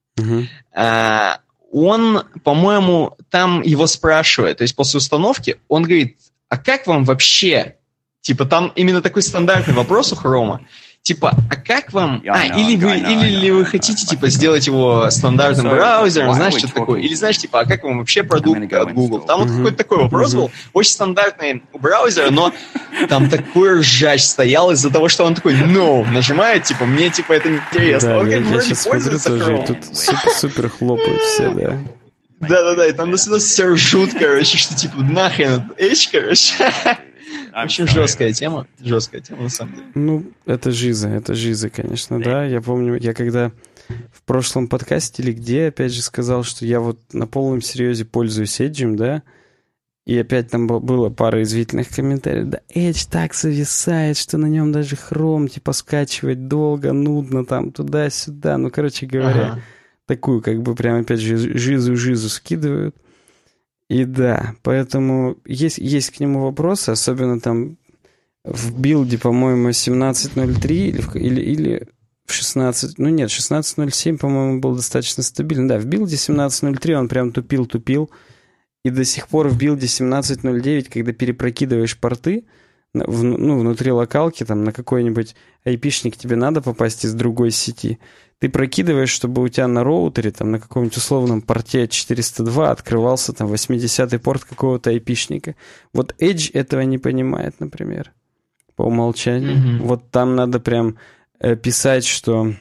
S1: он, по-моему, там его спрашивает. То есть после установки он говорит, а как вам вообще? Типа там именно такой стандартный вопрос у Chrome. Типа, а как вам... Или вы хотите, типа, сделать его стандартным браузером, знаешь, что такое? Или, знаешь, типа, а как вам вообще продукт от Google? Там вот какой-то такой вопрос был, очень стандартный у браузера, но там такой ржач стоял из-за того, что он такой, no, нажимает, типа, мне, типа, это неинтересно.
S2: Да,
S1: он
S2: я
S1: вроде
S2: сейчас смотрю тоже, тут супер хлопают все, да.
S1: Да, и там до сюда все ржут, короче, что, типа, нахрен Edge, короче. В общем, жесткая тема, на самом деле.
S2: Ну, это жиза, конечно, да. Я помню, я когда в прошлом подкасте или где, опять же, сказал, что я вот на полном серьезе пользуюсь Edge, да, и опять там было пара извительных комментариев. Да, Edge так зависает, что на нем даже Chrome, типа, скачивать долго, нудно, там, туда-сюда. Ну, короче говоря, такую, как бы, прям, опять же, жизу скидывают. И да, поэтому есть к нему вопросы, особенно там в билде, по-моему, 17.03 или в 16... Ну нет, 16.07, по-моему, был достаточно стабильный. Да, в билде 17.03 он прям тупил. И до сих пор в билде 17.09, когда перепрокидываешь порты, внутри локалки, там на какой-нибудь IP-шник тебе надо попасть из другой сети, ты прокидываешь, чтобы у тебя на роутере, там на каком-нибудь условном порте 402 открывался там 80-й порт какого-то IP-шника. Вот Edge этого не понимает, например, по умолчанию. Вот там надо прям писать, что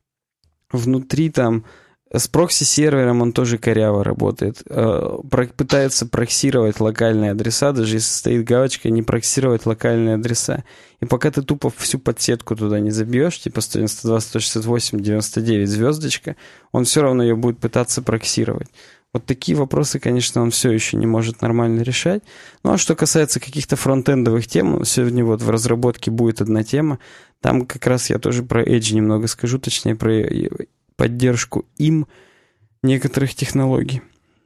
S2: внутри там с прокси-сервером он тоже коряво работает. Пытается проксировать локальные адреса, даже если стоит галочка «не проксировать локальные адреса». И пока ты тупо всю подсетку туда не забьешь, типа 192, 168, 99 звездочка, он все равно ее будет пытаться проксировать. Вот такие вопросы, конечно, он все еще не может нормально решать. Ну, а что касается каких-то фронтендовых тем, сегодня вот в разработке будет одна тема. Там как раз я тоже про Edge немного скажу, точнее, про поддержку им некоторых технологий.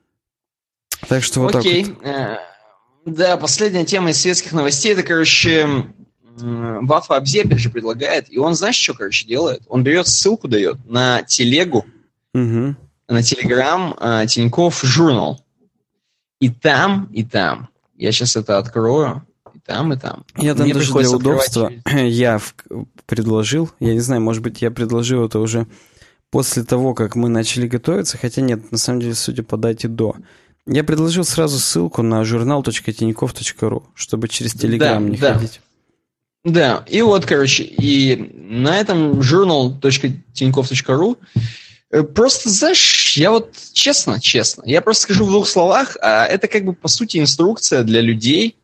S2: Так что вот
S1: окей.
S2: так вот.
S1: Да, последняя тема из светских новостей, это, короче, Вафа Абзи опять же предлагает, и он, знаешь, что, короче, делает? Он берет ссылку, дает на телегу, на Телеграм Тинькофф Journal. И там, я сейчас это открою, и там.
S2: Я там даже для удобства предложил, я не знаю, может быть, я предложил это уже после того, как мы начали готовиться, хотя нет, на самом деле, судя по дате до. Я предложил сразу ссылку на journal.tinькофф.ru, чтобы через Telegram не ходить.
S1: Да, и вот, короче, и на этом journal.tinькофф.ru просто, знаешь, я вот честно, я просто скажу в двух словах, это как бы, по сути, инструкция для людей,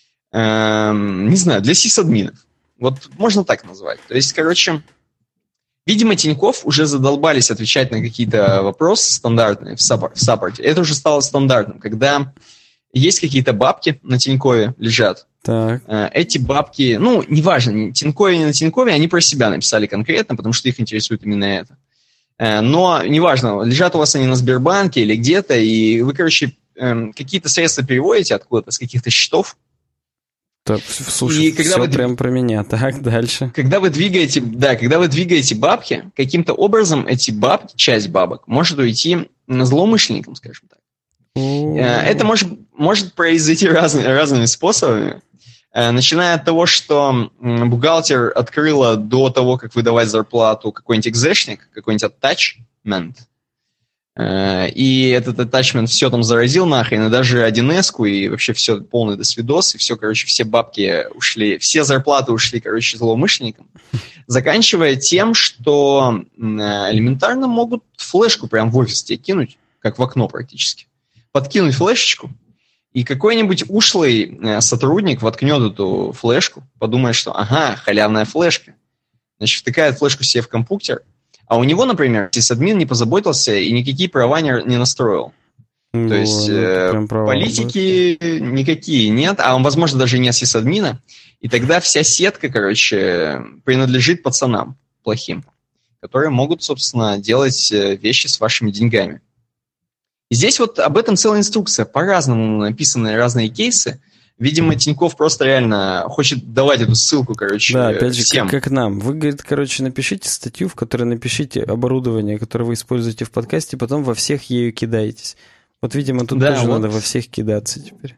S1: не знаю, для сисадминов. Вот можно так назвать. То есть, короче, видимо, Тинькофф уже задолбались отвечать на какие-то вопросы стандартные в саппорте. Это уже стало стандартным, когда есть какие-то бабки на Тинькове лежат.
S2: Так.
S1: Эти бабки, ну, неважно, не Тинькове, не на Тинькове, они про себя написали конкретно, потому что их интересует именно это. Но неважно, лежат у вас они на Сбербанке или где-то, и вы, короче, какие-то средства переводите откуда-то, с каких-то счетов.
S2: Так, слушай, все прям про меня. Так, дальше.
S1: Когда вы двигаете бабки, каким-то образом эти бабки, часть бабок, может уйти злоумышленникам, скажем так. Это может произойти разными способами. Начиная от того, что бухгалтер открыла до того, как выдавать зарплату, какой-нибудь экзешник, какой-нибудь attachment, и этот attachment все там заразил нахрен, и даже 1С-ку, и вообще все полный досвидос, и все, короче, все бабки ушли, все зарплаты ушли, короче, злоумышленникам, заканчивая тем, что элементарно могут флешку прям в офис тебе кинуть, как в окно практически, подкинуть флешечку, И какой-нибудь ушлый сотрудник воткнет эту флешку, подумает, что ага, халявная флешка. Значит, втыкает флешку себе в компьютер, а у него, например, сисадмин не позаботился и никакие права не настроил.
S2: Ну,
S1: то есть политики никакие нет, а он, возможно, даже не сисадмина, и тогда вся сетка, принадлежит пацанам плохим, которые могут, собственно, делать вещи с вашими деньгами. И здесь вот об этом целая инструкция, по-разному написаны разные кейсы. Видимо, Тинькофф просто реально хочет давать эту ссылку,
S2: да, опять же,
S1: всем.
S2: Как нам. Вы, говорит, напишите статью, в которой напишите оборудование, которое вы используете в подкасте, потом во всех ею кидаетесь. Вот, видимо, тут тоже надо во всех кидаться теперь.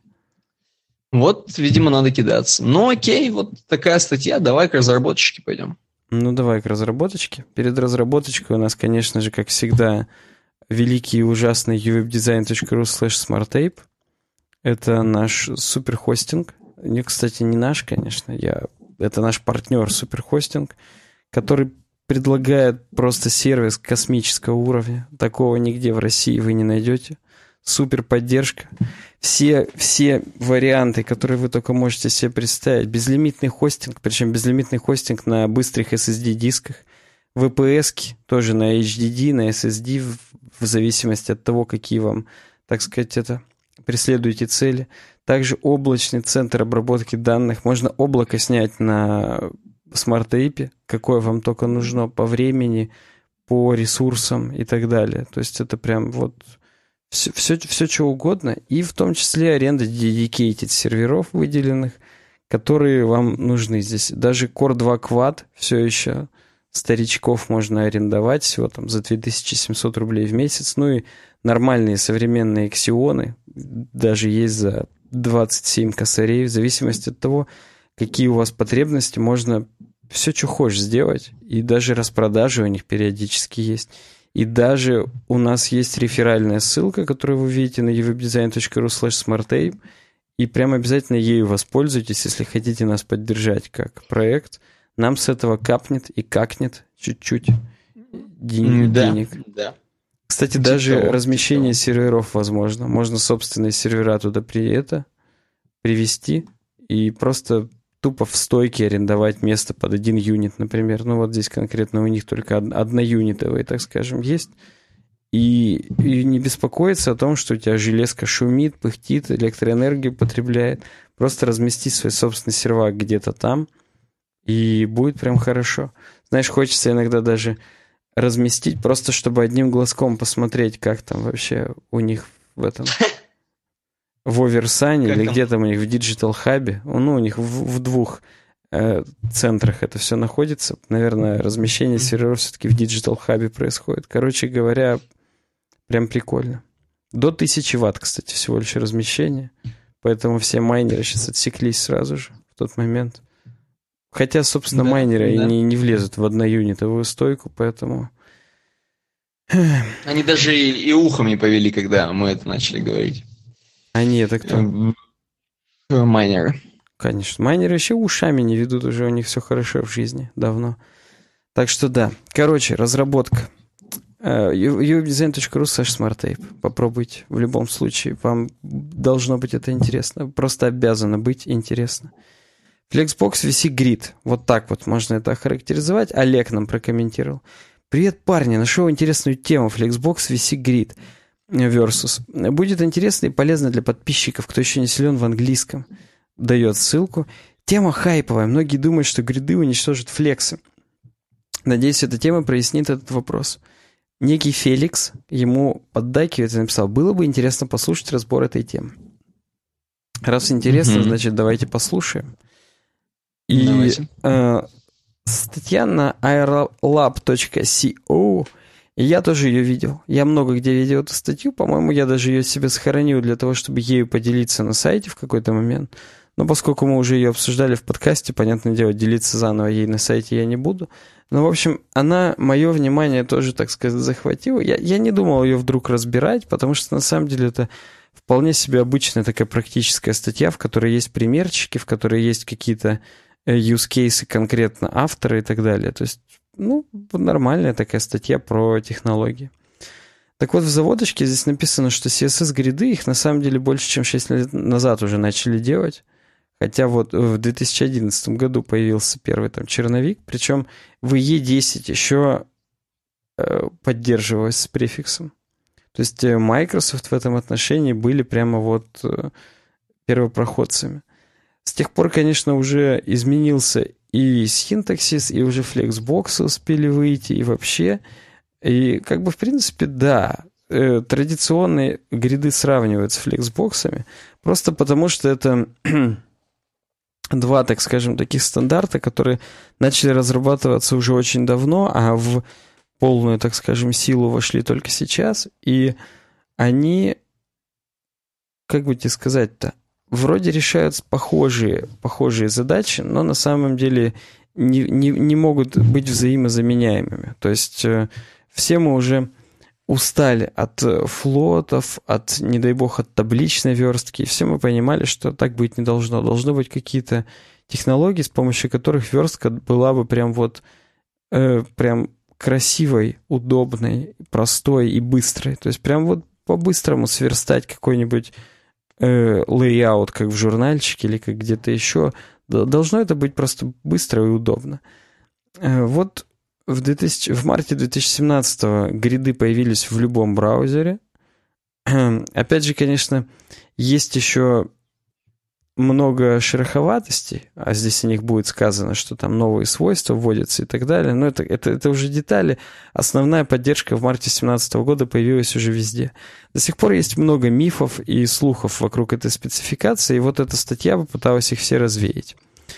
S1: Вот, видимо, надо кидаться. Ну, окей, вот такая статья, давай к разработчике пойдем.
S2: Ну, давай к разработочке. Перед разработочкой у нас, конечно же, как всегда, великий и ужасный uwebdesign.ru/smarttape. Это наш суперхостинг. Кстати, не наш, конечно. Это наш партнер суперхостинг, который предлагает просто сервис космического уровня. Такого нигде в России вы не найдете. Супер поддержка. Все варианты, которые вы только можете себе представить. Безлимитный хостинг, причем безлимитный хостинг на быстрых SSD-дисках. VPS-ки тоже на HDD, на SSD, в зависимости от того, какие вам, так сказать, преследуете цели. Также облачный центр обработки данных. Можно облако снять на SmartTape, какое вам только нужно по времени, по ресурсам и так далее. То есть это прям вот все что угодно. И в том числе аренда dedicated серверов выделенных, которые вам нужны здесь. Даже Core 2 Quad все еще старичков можно арендовать всего там за 2700 рублей в месяц. Ну и нормальные современные Xeon даже есть за 27 косарей. В зависимости от того, какие у вас потребности, можно все, что хочешь сделать. И даже распродажи у них периодически есть. И даже у нас есть реферальная ссылка, которую вы видите на uwebdesign.ru/smarttape. И прям обязательно ею воспользуйтесь, если хотите нас поддержать как проект. Нам с этого капнет и какнет чуть-чуть денег.
S1: Да.
S2: Кстати, даже размещение серверов возможно. Можно собственные сервера туда привести и просто тупо в стойке арендовать место под один юнит, например. Ну вот здесь конкретно у них только одноюнитовые, так скажем, есть. И не беспокоиться о том, что у тебя железка шумит, пыхтит, электроэнергию потребляет. Просто размести свой собственный сервак где-то там, и будет прям хорошо. Знаешь, хочется иногда даже разместить, просто чтобы одним глазком посмотреть, как там вообще у них в этом... В Оверсане или где там у них в Digital Hub. Ну, у них в двух центрах это все находится. Наверное, размещение серверов все-таки в Digital Hub происходит. Короче говоря, прям прикольно. До 1000 Вт, кстати, всего лишь размещение. Поэтому все майнеры сейчас отсеклись сразу же в тот момент. Хотя, собственно, майнеры не влезут в одноюнитовую стойку, поэтому...
S1: Они даже и ухом не повели, когда мы это начали говорить.
S2: Они это кто?
S1: Майнеры.
S2: Конечно. Майнеры еще ушами не ведут, уже у них все хорошо в жизни давно. Так что да. Короче, разработка. uwebdesign.ru/smarttape. Попробуйте. В любом случае. Вам должно быть это интересно. Просто обязано быть интересно. Flexbox VC Grid. Вот так вот можно это охарактеризовать. Олег нам прокомментировал. Привет, парни. Нашел интересную тему. Flexbox VC Grid versus. Будет интересно и полезно для подписчиков, кто еще не силен в английском. Дает ссылку. Тема хайповая. Многие думают, что гриды уничтожат флексы. Надеюсь, эта тема прояснит этот вопрос. Некий Феликс ему поддакивает и написал: было бы интересно послушать разбор этой темы. Раз интересно, значит, давайте послушаем. И статья на aerolab.co. И я тоже ее видел. Я много где видел эту статью. По-моему, я даже ее себе сохранил для того, чтобы ею поделиться на сайте в какой-то момент. Но поскольку мы уже ее обсуждали в подкасте, понятное дело, делиться заново ей на сайте я не буду. Но, в общем, она мое внимание тоже, так сказать, захватила. Я не думал ее вдруг разбирать, потому что, на самом деле, это вполне себе обычная такая практическая статья, в которой есть примерчики, в которой есть какие-то use cases конкретно автора и так далее. То есть, ну, нормальная такая статья про технологии. Так вот, в заводочке здесь написано, что CSS-гриды, их на самом деле больше, чем 6 лет назад уже начали делать. Хотя вот в 2011 году появился первый там черновик, причем в IE10 еще поддерживалось с префиксом. То есть Microsoft в этом отношении были прямо вот первопроходцами. С тех пор, конечно, уже изменился и синтаксис, и уже Flexbox успели выйти, и вообще. И как бы, в принципе, да, традиционные гриды сравнивают с Flexbox'ами, просто потому что это два, так скажем, таких стандарта, которые начали разрабатываться уже очень давно, а в полную, так скажем, силу вошли только сейчас, и они, как бы тебе сказать-то, вроде решают похожие задачи, но на самом деле не могут быть взаимозаменяемыми. То есть все мы уже устали от флотов, от, не дай бог, от табличной верстки, и все мы понимали, что так быть не должно. Должны быть какие-то технологии, с помощью которых верстка была бы прям вот прям красивой, удобной, простой и быстрой. То есть прям вот по-быстрому сверстать какой-нибудь лейаут, как в журнальчике или как где-то еще. Должно это быть просто быстро и удобно. Вот в марте 2017 гриды появились в любом браузере. Опять же, конечно, есть еще много шероховатостей, а здесь о них будет сказано, что там новые свойства вводятся и так далее, но это уже детали. Основная поддержка в марте 2017 года появилась уже везде. До сих пор есть много мифов и слухов вокруг этой спецификации, и вот эта статья попыталась их все развеять.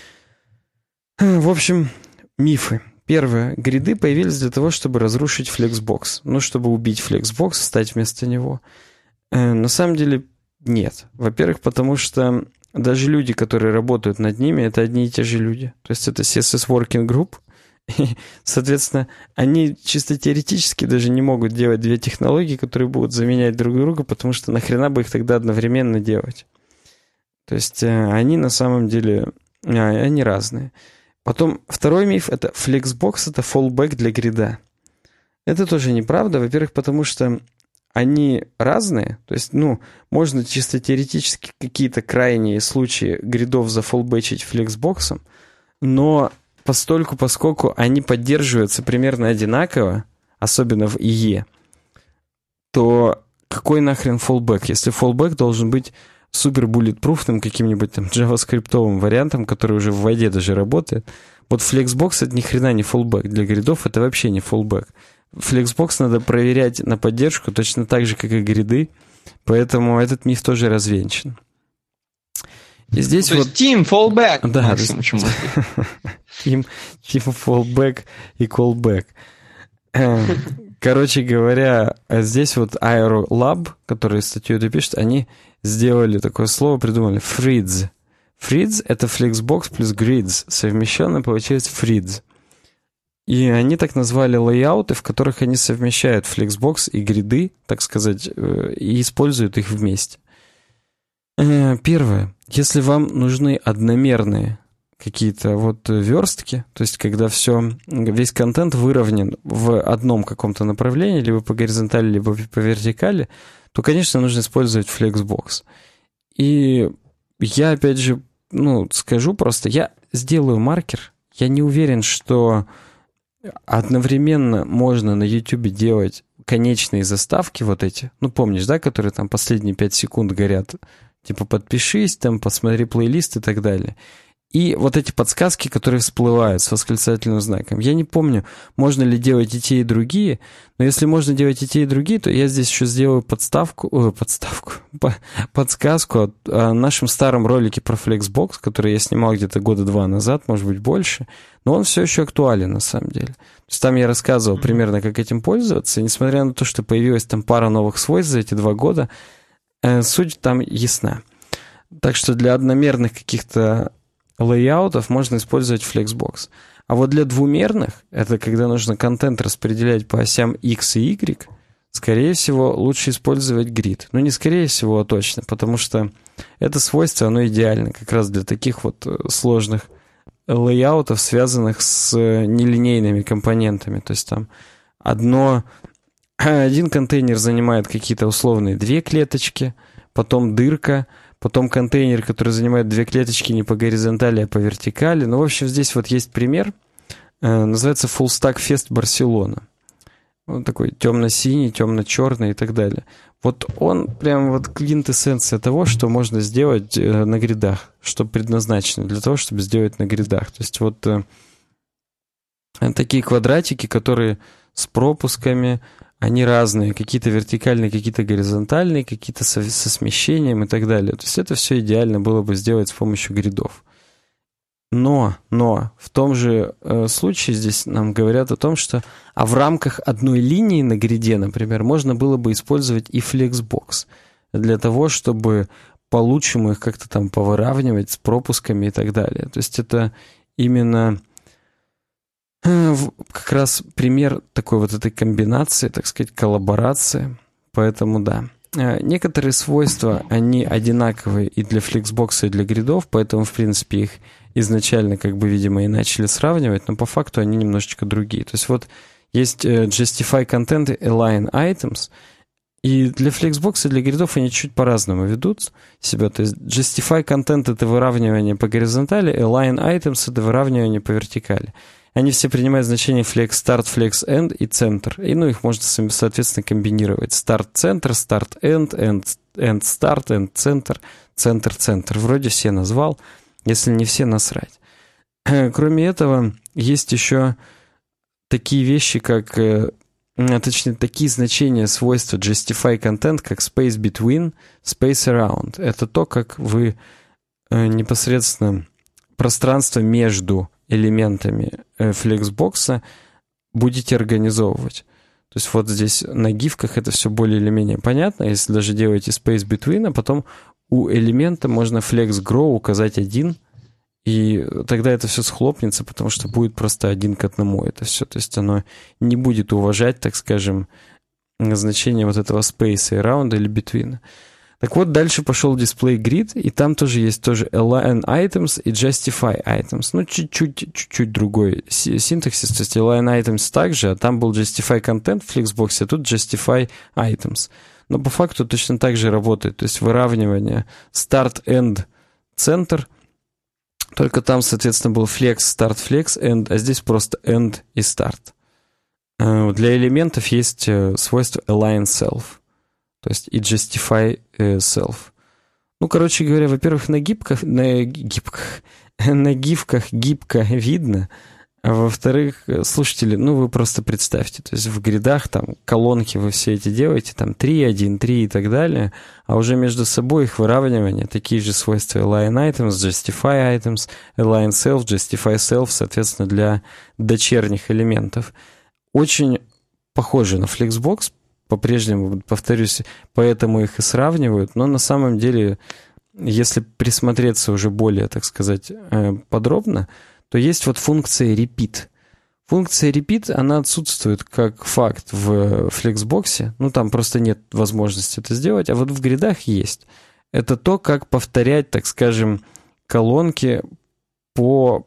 S2: В общем, мифы. Первое. Гриды появились для того, чтобы разрушить Flexbox. Ну, чтобы убить Flexbox, встать вместо него. На самом деле, нет. Во-первых, потому что даже люди, которые работают над ними, это одни и те же люди. То есть это CSS Working Group. И, соответственно, они чисто теоретически даже не могут делать две технологии, которые будут заменять друг друга, потому что нахрена бы их тогда одновременно делать. То есть они на самом деле они разные. Потом второй миф — это Flexbox — это fallback для грида. Это тоже неправда. Во-первых, потому что они разные. То есть, можно чисто теоретически какие-то крайние случаи гридов зафоллбэчить Flexbox'ом, но поскольку они поддерживаются примерно одинаково, особенно в IE, то какой нахрен fallback, если fallback должен быть супер буллетпруфным каким-нибудь там джаваскриптовым вариантом, который уже в воде даже работает. Вот Flexbox — это ни хрена не fallback. Для гридов это вообще не fallback. Flexbox надо проверять на поддержку точно так же, как и гриды, поэтому этот миф тоже развенчан. И здесь
S1: то есть Team Fallback.
S2: Да, Team Fallback и Callback. Короче говоря, здесь вот Aerolab, которые статью эту пишут, они сделали такое слово, придумали Frids. Frids — это Flexbox плюс Grids. Совмещенно получилось Frids. И они так назвали лейауты, в которых они совмещают Flexbox и гриды, так сказать, и используют их вместе. Первое. Если вам нужны одномерные какие-то вот верстки, то есть когда весь контент выровнен в одном каком-то направлении, либо по горизонтали, либо по вертикали, то, конечно, нужно использовать Flexbox. И я, опять же, скажу просто, я сделаю маркер. Я не уверен, что одновременно можно на YouTube делать конечные заставки вот эти. Помнишь, да, которые там последние 5 секунд горят? Типа подпишись, там посмотри плейлист и так далее. И вот эти подсказки, которые всплывают с восклицательным знаком. Я не помню, можно ли делать и те, и другие, но если можно делать и те, и другие, то я здесь еще сделаю подсказку о нашем старом ролике про Flexbox, который я снимал где-то года 2 назад, может быть, больше, но он все еще актуален на самом деле. То есть там я рассказывал примерно, как этим пользоваться, и несмотря на то, что появилась там пара новых свойств за эти 2 года, суть там ясна. Так что для одномерных каких-то лейаутов можно использовать Flexbox. А вот для двумерных, это когда нужно контент распределять по осям X и Y, скорее всего, лучше использовать grid. Не скорее всего, а точно, потому что это свойство, оно идеально как раз для таких вот сложных лейаутов, связанных с нелинейными компонентами. То есть там один контейнер занимает какие-то условные 2 клеточки, потом дырка, потом контейнер, который занимает 2 клеточки не по горизонтали, а по вертикали. Ну, в общем, здесь вот есть пример, называется Full Stack Fest Барселона. Он такой темно-синий, темно-черный и так далее. Вот он прям вот квинтэссенция того, что можно сделать на гридах, что предназначено для того, чтобы сделать на гридах. То есть вот такие квадратики, которые с пропусками, они разные, какие-то вертикальные, какие-то горизонтальные, какие-то со смещением и так далее. То есть это все идеально было бы сделать с помощью гридов. Но в том же случае здесь нам говорят о том, что в рамках одной линии на гриде, например, можно было бы использовать и Flexbox для того, чтобы по-лучшему их как-то там повыравнивать с пропусками и так далее. То есть это именно как раз пример такой вот этой комбинации, так сказать, коллаборации. Поэтому да. Некоторые свойства, они одинаковые и для Flexbox, и для гридов, поэтому, в принципе, их изначально, как бы, видимо, и начали сравнивать, но по факту они немножечко другие. То есть вот есть Justify Content и Align Items, и для Flexbox, и для гридов они чуть по-разному ведут себя. То есть Justify Content — это выравнивание по горизонтали, Align Items — это выравнивание по вертикали. Они все принимают значение Flex Start, Flex End и Center. И, их можно, соответственно, комбинировать. Start Center, Start End, End Start, End Center, Center Center. Вроде все назвал. Если не все, насрать. Кроме этого, есть еще такие вещи, как... точнее, такие значения, свойства Justify Content, как Space Between, Space Around. Это то, как вы непосредственно пространство между элементами Flexbox будете организовывать. То есть вот здесь на гифках это все более или менее понятно. Если даже делаете Space Between, а потом у элемента можно Flex Grow указать 1, и тогда это все схлопнется, потому что будет просто 1 к 1 это все. То есть оно не будет уважать, так скажем, значение вот этого Space, Around или Between. Так вот, дальше пошел Display Grid, и там тоже есть Align Items и Justify Items. Чуть-чуть другой синтаксис. То есть Align Items также, а там был Justify Content в Flexbox, а тут Justify Items. Но по факту точно так же работает. То есть выравнивание Start, End, Center. Только там, соответственно, был Flex, Start, Flex, End, а здесь просто End и Start. Для элементов есть свойство Align Self. То есть и Justify Self. Короче говоря, во-первых, на гифках гибко видно, а во-вторых, слушатели, вы просто представьте, то есть в гридах там колонки вы все эти делаете, там 3, 1, 3 и так далее, а уже между собой их выравнивание, такие же свойства Align Items, Justify Items, Align Self, Justify Self, соответственно, для дочерних элементов. Очень похоже на Flexbox, по-прежнему, повторюсь, поэтому их и сравнивают, но на самом деле, если присмотреться уже более, так сказать, подробно, то есть вот функция repeat. Функция repeat, она отсутствует как факт в Flexbox, там просто нет возможности это сделать, а вот в гридах есть. Это то, как повторять, так скажем, колонки по,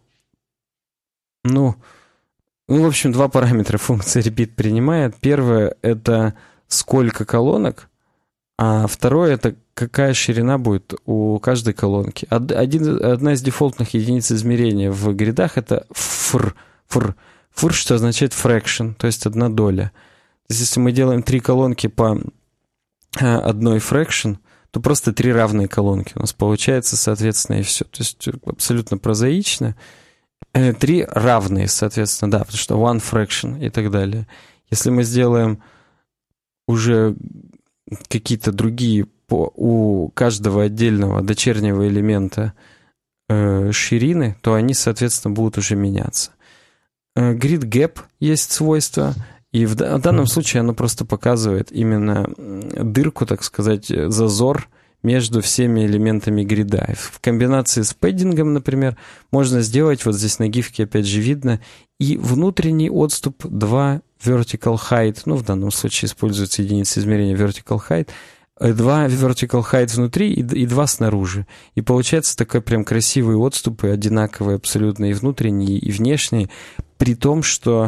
S2: в общем, 2 параметра функция repeat принимает. Первое — это сколько колонок, а второе — это какая ширина будет у каждой колонки. Одна из дефолтных единиц измерения в гридах — это фр, что означает fraction, то есть 1 доля. То есть если мы делаем 3 колонки по 1 fraction, то просто 3 равные колонки у нас получается, соответственно, и все. То есть абсолютно прозаично. 3 равные, соответственно, да, потому что one fraction и так далее. Если мы сделаем уже какие-то другие у каждого отдельного дочернего элемента ширины, то они, соответственно, будут уже меняться. Grid Gap есть свойство, и в данном случае оно просто показывает именно дырку, так сказать, зазор между всеми элементами грида. В комбинации с пэддингом, например, можно сделать, вот здесь на гифке опять же видно, и внутренний отступ 2 vertical height, в данном случае используется единица измерения vertical height, 2 vertical height внутри и 2 снаружи. И получается такой прям красивые отступы, одинаковые абсолютно и внутренние, и внешние, при том, что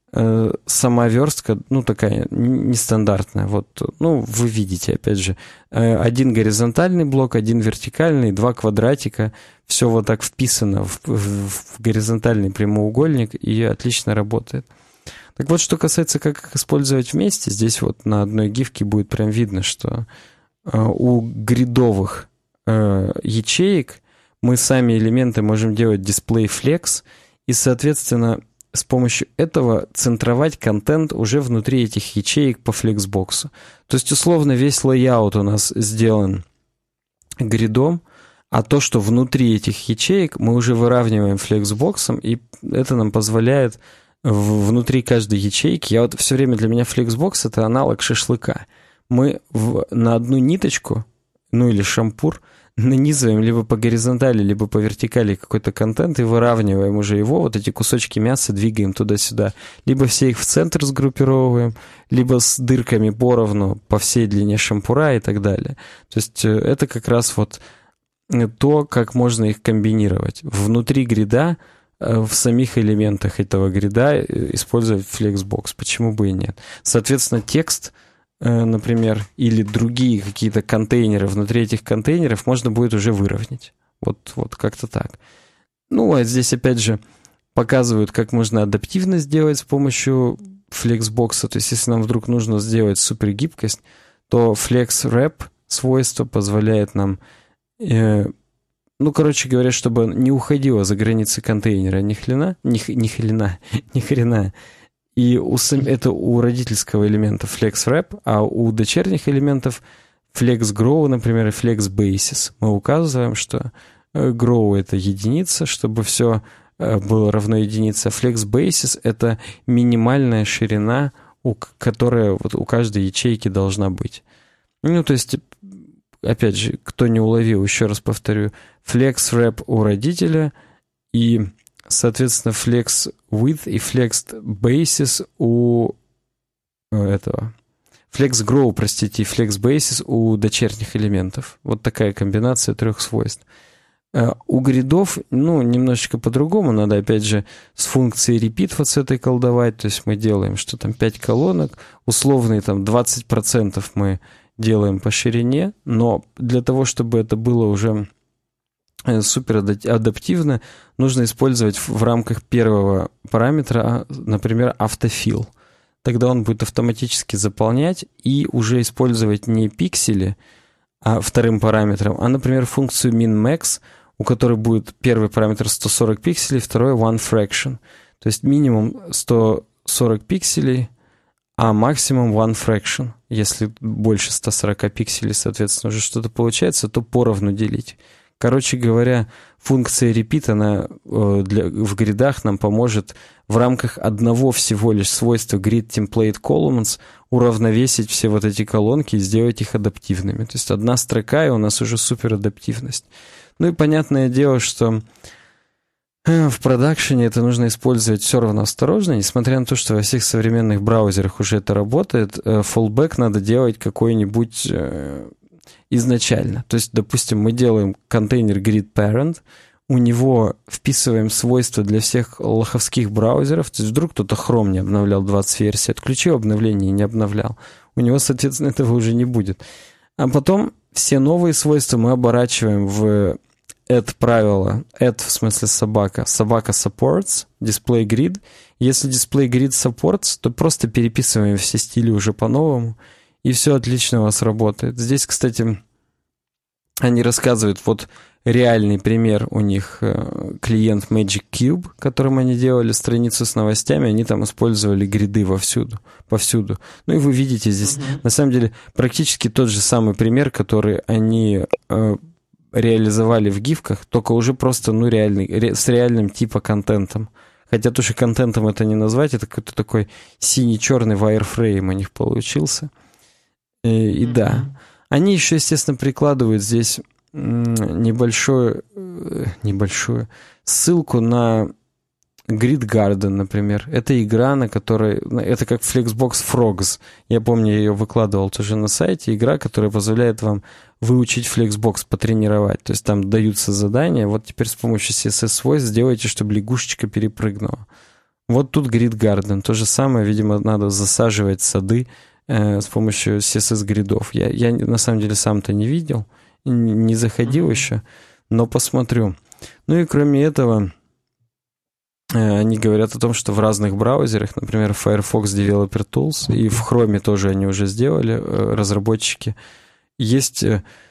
S2: сама верстка, ну, такая нестандартная. Вот, ну, вы видите, опять же, один горизонтальный блок, один вертикальный, два квадратика, все вот так вписано в горизонтальный прямоугольник и отлично работает. Так вот, что касается, как их использовать вместе, здесь вот на одной гифке будет прям видно, что у гридовых ячеек мы сами элементы можем делать display flex, и, соответственно, с помощью этого центровать контент уже внутри этих ячеек по флексбоксу. То есть, условно, весь лейаут у нас сделан гридом, а то, что внутри этих ячеек, мы уже выравниваем флексбоксом, и это нам позволяет внутри каждой ячейки... Все время для меня флексбокс — это аналог шашлыка. Мы на одну ниточку, ну или шампур, нанизываем либо по горизонтали, либо по вертикали какой-то контент и выравниваем уже его, вот эти кусочки мяса двигаем туда-сюда. Либо все их в центр сгруппировываем, либо с дырками поровну по всей длине шампура и так далее. То есть это как раз вот то, как можно их комбинировать. Внутри грида, в самих элементах этого грида использовать флексбокс. Почему бы и нет? Соответственно, текст, например, или другие какие-то контейнеры внутри этих контейнеров можно будет уже выровнять. Вот как-то так. Ну, а здесь, опять же, показывают, как можно адаптивно сделать с помощью флексбокса. То есть, если нам вдруг нужно сделать супергибкость, то FlexWrap свойство позволяет нам, ну, короче говоря, чтобы не уходило за границы контейнера ни хрена. И это у родительского элемента FlexWrap, а у дочерних элементов FlexGrow, например, и FlexBasis. Мы указываем, что Grow — это единица, чтобы все было равно единице, а FlexBasis — это минимальная ширина, которая вот у каждой ячейки должна быть. Ну, то есть, опять же, кто не уловил, еще раз повторю, FlexWrap у родителя и, соответственно, FlexWidth и FlexBasis у этого. FlexGrow, простите, и FlexBasis у дочерних элементов. Вот такая комбинация трех свойств. У гридов, ну, немножечко по-другому. Надо, опять же, с функцией repeat вот с этой колдовать. То есть мы делаем, что там 5 колонок, условные там 20% мы делаем по ширине, но для того, чтобы это было уже супер адаптивно, нужно использовать в рамках первого параметра, например, автофил. Тогда он будет автоматически заполнять и уже использовать не пиксели вторым параметром, а, например, функцию min-max, у которой будет первый параметр 140 пикселей, второй one fraction. То есть минимум 140 пикселей, а максимум one fraction. Если больше 140 пикселей, соответственно, уже что-то получается, то поровну делить. Короче говоря, функция repeat, она в гридах нам поможет в рамках одного всего лишь свойства grid template columns уравновесить все вот эти колонки и сделать их адаптивными. То есть одна строка, и у нас уже супер адаптивность. Ну и понятное дело, что в продакшене это нужно использовать все равно осторожно, несмотря на то, что во всех современных браузерах уже это работает, fallback надо делать какой-нибудь изначально. То есть, допустим, мы делаем контейнер grid parent, у него вписываем свойства для всех лоховских браузеров, то есть вдруг кто-то Chrome не обновлял 20 версий, отключил обновление и не обновлял. У него, соответственно, этого уже не будет. А потом все новые свойства мы оборачиваем в add правило, add в смысле собака supports, display grid. Если display grid supports, то просто переписываем все стили уже по-новому, и все отлично у вас работает. Здесь, кстати, они рассказывают, вот реальный пример у них клиент Magic Cube, которым они делали страницу с новостями, они там использовали гриды повсюду. Ну и вы видите здесь, на самом деле, практически тот же самый пример, который они реализовали в гифках, только уже просто, ну, реальный, с реальным типа контентом. Хотя тоже контентом это не назвать, это какой-то такой синий-черный wireframe у них получился. И да, они еще, естественно, прикладывают здесь небольшую ссылку на Grid Garden, например. Это игра, на которой... Это как Flexbox Frogs. Я помню, я ее выкладывал тоже на сайте. Игра, которая позволяет вам выучить Flexbox, потренировать. То есть там даются задания. Вот теперь с помощью CSS-свойств сделайте, чтобы лягушечка перепрыгнула. Вот тут Grid Garden. То же самое, видимо, надо засаживать сады с помощью CSS-гридов. Я на самом деле сам-то не видел, не заходил еще, но посмотрю. Ну и кроме этого, они говорят о том, что в разных браузерах, например, Firefox Developer Tools, и в Chrome тоже они уже сделали, разработчики, есть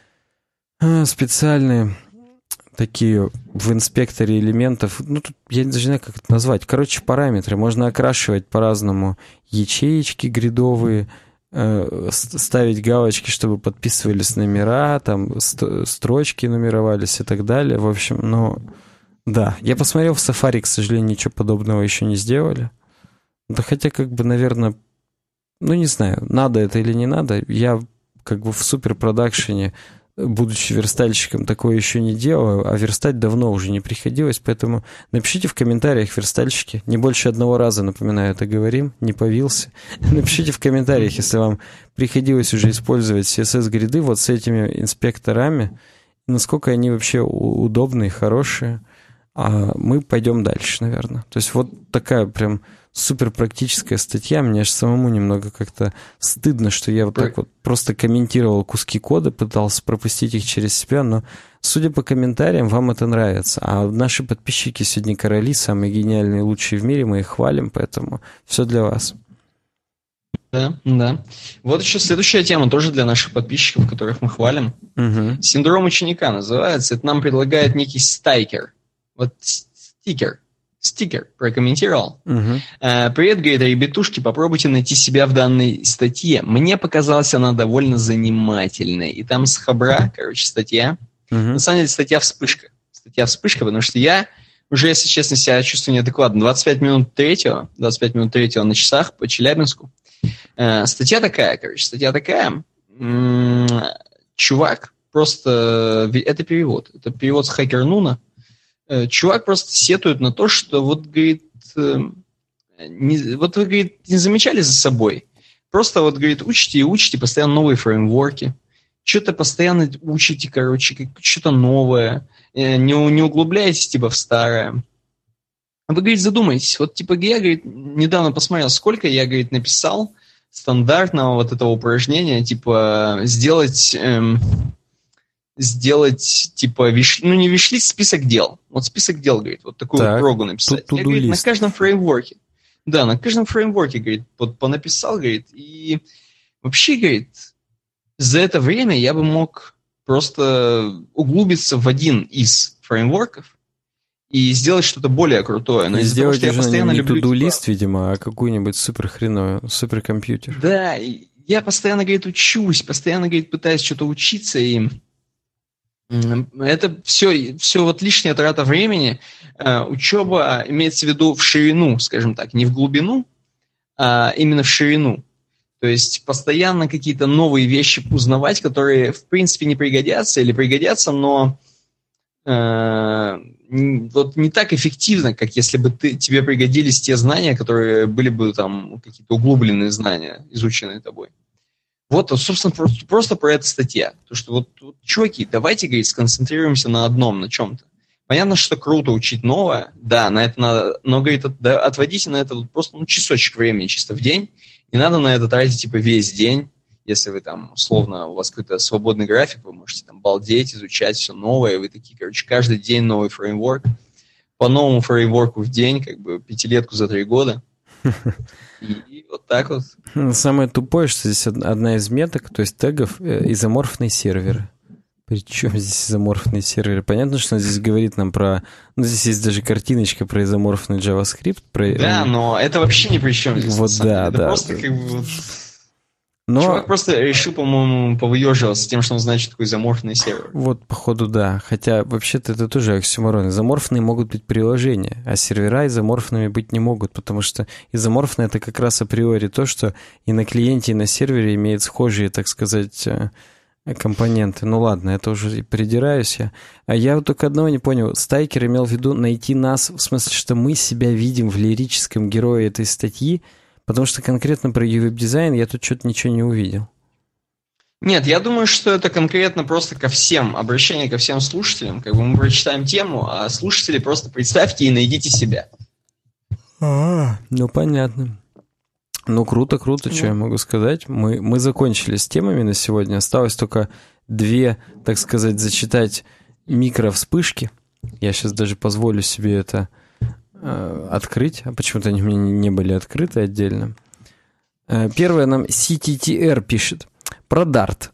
S2: специальные такие в инспекторе элементов, ну, тут я даже не знаю, как это назвать. Короче, параметры. Можно окрашивать по-разному ячеечки гридовые, ставить галочки, чтобы подписывались номера, там строчки нумеровались и так далее. В общем, ну, да. Я посмотрел в Safari, к сожалению, ничего подобного еще не сделали. Да хотя, как бы, наверное, ну, не знаю, надо это или не надо. Я, как бы, в суперпродакшене, будучи верстальщиком, такое еще не делаю, а верстать давно уже не приходилось, поэтому напишите в комментариях, верстальщики, не больше одного раза, напоминаю, это говорим, не повился. Напишите в комментариях, если вам приходилось уже использовать CSS-гриды вот с этими инспекторами, насколько они вообще удобные, хорошие, а мы пойдем дальше, наверное. То есть вот такая прям супер практическая статья. Мне аж самому немного как-то стыдно, что я вот так вот просто комментировал куски кода, пытался пропустить их через себя, но, судя по комментариям, вам это нравится. А наши подписчики сегодня короли, самые гениальные, лучшие в мире, мы их хвалим, поэтому все для вас.
S1: Да, да. Вот еще следующая тема тоже для наших подписчиков, которых мы хвалим.
S2: Угу.
S1: Синдром ученика называется. Это нам предлагает некий стайкер. Вот стикер прокомментировал. Привет, говорит, ребятушки, попробуйте найти себя в данной статье. Мне показалась она довольно занимательной. И там с Хабра, короче, статья. На самом деле статья вспышка. Статья вспышка, потому что я уже, если честно, себя чувствую неадекватно. 25 минут третьего на часах по Челябинску. Статья такая. Чувак просто... Это перевод. Это перевод с Хакернуна. Чувак просто сетует на то, что вот, говорит, вы, говорит, не замечали за собой. Просто вот, говорит, учите постоянно новые фреймворки. Что-то постоянно учите, короче, что-то новое. Не углубляйтесь, типа, в старое. Вы, говорит, задумайтесь. Вот, типа, я, говорит, недавно посмотрел, сколько я, говорит, написал стандартного вот этого упражнения, типа, сделать, типа, не виш-лист, список дел. Вот список дел, говорит, вот такую вот прогу написать. Я, говорит, на каждом фреймворке. Да, на каждом фреймворке, говорит, вот понаписал, говорит, и вообще, говорит, за это время я бы мог просто углубиться в один из фреймворков и сделать что-то более крутое. Но
S2: сделать того, что я постоянно не to-do-лист, видимо, а какую-нибудь суперхреновую, суперкомпьютер.
S1: Да, я постоянно, говорит, учусь, постоянно, говорит, пытаюсь что-то учиться, и это все вот лишняя трата времени. Учеба имеется в виду в ширину, скажем так, не в глубину, а именно в ширину. То есть постоянно какие-то новые вещи узнавать, которые, в принципе, не пригодятся или пригодятся, но вот не так эффективно, как если бы тебе пригодились те знания, которые были бы там какие-то углубленные знания, изученные тобой. Вот, собственно, просто про эту статья. То, что вот, чуваки, давайте, говорит, сконцентрируемся на одном, на чем-то. Понятно, что круто учить новое, да, на это надо, но, говорит, отводите на это просто часочек времени чисто в день. Не надо на это тратить, типа, весь день. Если вы там, условно, у вас какой-то свободный график, вы можете там балдеть, изучать все новое. Вы такие, короче, каждый день новый фреймворк. По новому фреймворку в день, как бы, 5-летку за 3 года. И вот так вот.
S2: Самое тупое, что здесь одна из меток, то есть тегов, изоморфные серверы. Причем здесь изоморфные серверы? Понятно, что он здесь говорит нам про... Ну, здесь есть даже картиночка про изоморфный JavaScript.
S1: Да, но это вообще ни при чем здесь.
S2: Вот да,
S1: это
S2: да.
S1: Просто как бы... Но... Чувак просто решил, по-моему, повыеживаться тем, что он знает, что такое изоморфный сервер.
S2: Вот, походу, да. Хотя, вообще-то, это тоже оксюморон. Изоморфные могут быть приложения, а сервера изоморфными быть не могут, потому что изоморфное — это как раз априори то, что и на клиенте, и на сервере имеет схожие, так сказать, компоненты. Ну ладно, это уже придираюсь я. А я вот только одного не понял. Стайкер имел в виду найти нас, в смысле, что мы себя видим в лирическом герое этой статьи, потому что конкретно про веб-дизайн я тут что-то ничего не увидел.
S1: Нет, я думаю, что это конкретно просто ко всем, обращение ко всем слушателям. Как бы мы прочитаем тему, а слушатели просто представьте и найдите себя.
S2: Ну, понятно. Ну, круто, что я могу сказать. Мы закончили с темами на сегодня. Осталось только 2, так сказать, зачитать микровспышки. Я сейчас даже позволю себе это открыть. А почему-то они у меня не были открыты отдельно. Первое нам CTTR пишет. Про Dart.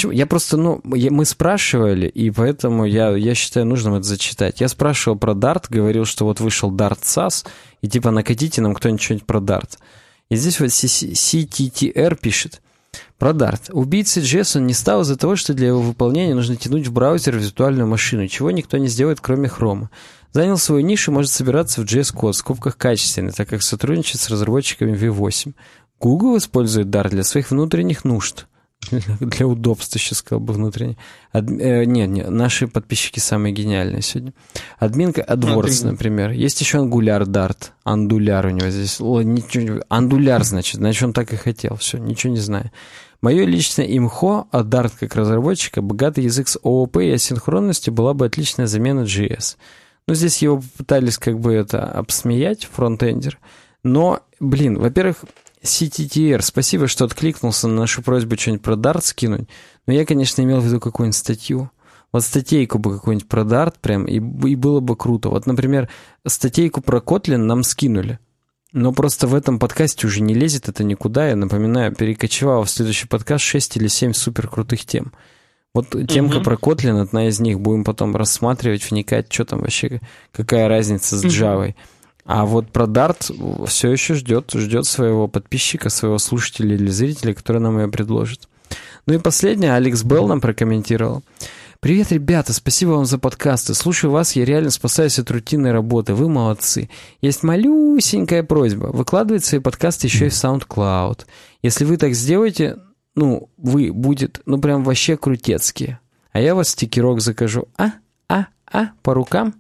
S2: Мы спрашивали, и поэтому я считаю нужным это зачитать. Я спрашивал про Dart, говорил, что вот вышел Dart SAS, и типа накатите нам кто-нибудь что-нибудь про Dart. И здесь вот CTTR пишет. Про Dart. Убийца JS он не стал из-за того, что для его выполнения нужно тянуть в браузер виртуальную машину, чего никто не сделает, кроме Chrome. Занял свою нишу и может собираться в JS-код, в скобках качественный, так как сотрудничает с разработчиками V8. Google использует Dart для своих внутренних нужд. Для удобства, сейчас сказал бы, внутренне. Нет, наши подписчики самые гениальные сегодня. Админка AdWords, например. Есть еще Angular Dart. Angular у него здесь. Angular, значит он так и хотел. Все, ничего не знаю. Мое личное имхо, а Dart как разработчика, богатый язык с ООП и асинхронностью была бы отличная замена JS. Ну, здесь его попытались как бы это обсмеять, фронтендер. Но, во-первых, CTTR, спасибо, что откликнулся на нашу просьбу что-нибудь про Dart скинуть. Но я, конечно, имел в виду какую-нибудь статью. Вот статейку бы какую-нибудь про Dart прям, и было бы круто. Вот, например, статейку про Kotlin нам скинули. Но просто в этом подкасте уже не лезет это никуда. Я напоминаю, перекочевал в следующий подкаст 6 или 7 супер крутых тем. Вот темка про Kotlin, одна из них, будем потом рассматривать, вникать, что там вообще, какая разница с Java. А вот про Dart все еще ждет своего подписчика, своего слушателя или зрителя, который нам ее предложит. Ну и последнее, Алекс Белл нам прокомментировал. «Привет, ребята, спасибо вам за подкасты. Слушаю вас, я реально спасаюсь от рутинной работы. Вы молодцы. Есть малюсенькая просьба. Выкладывать свои подкасты еще и в SoundCloud. Если вы так сделаете, вы будет, прям вообще крутецкие. А я вас стикерок закажу. По рукам?»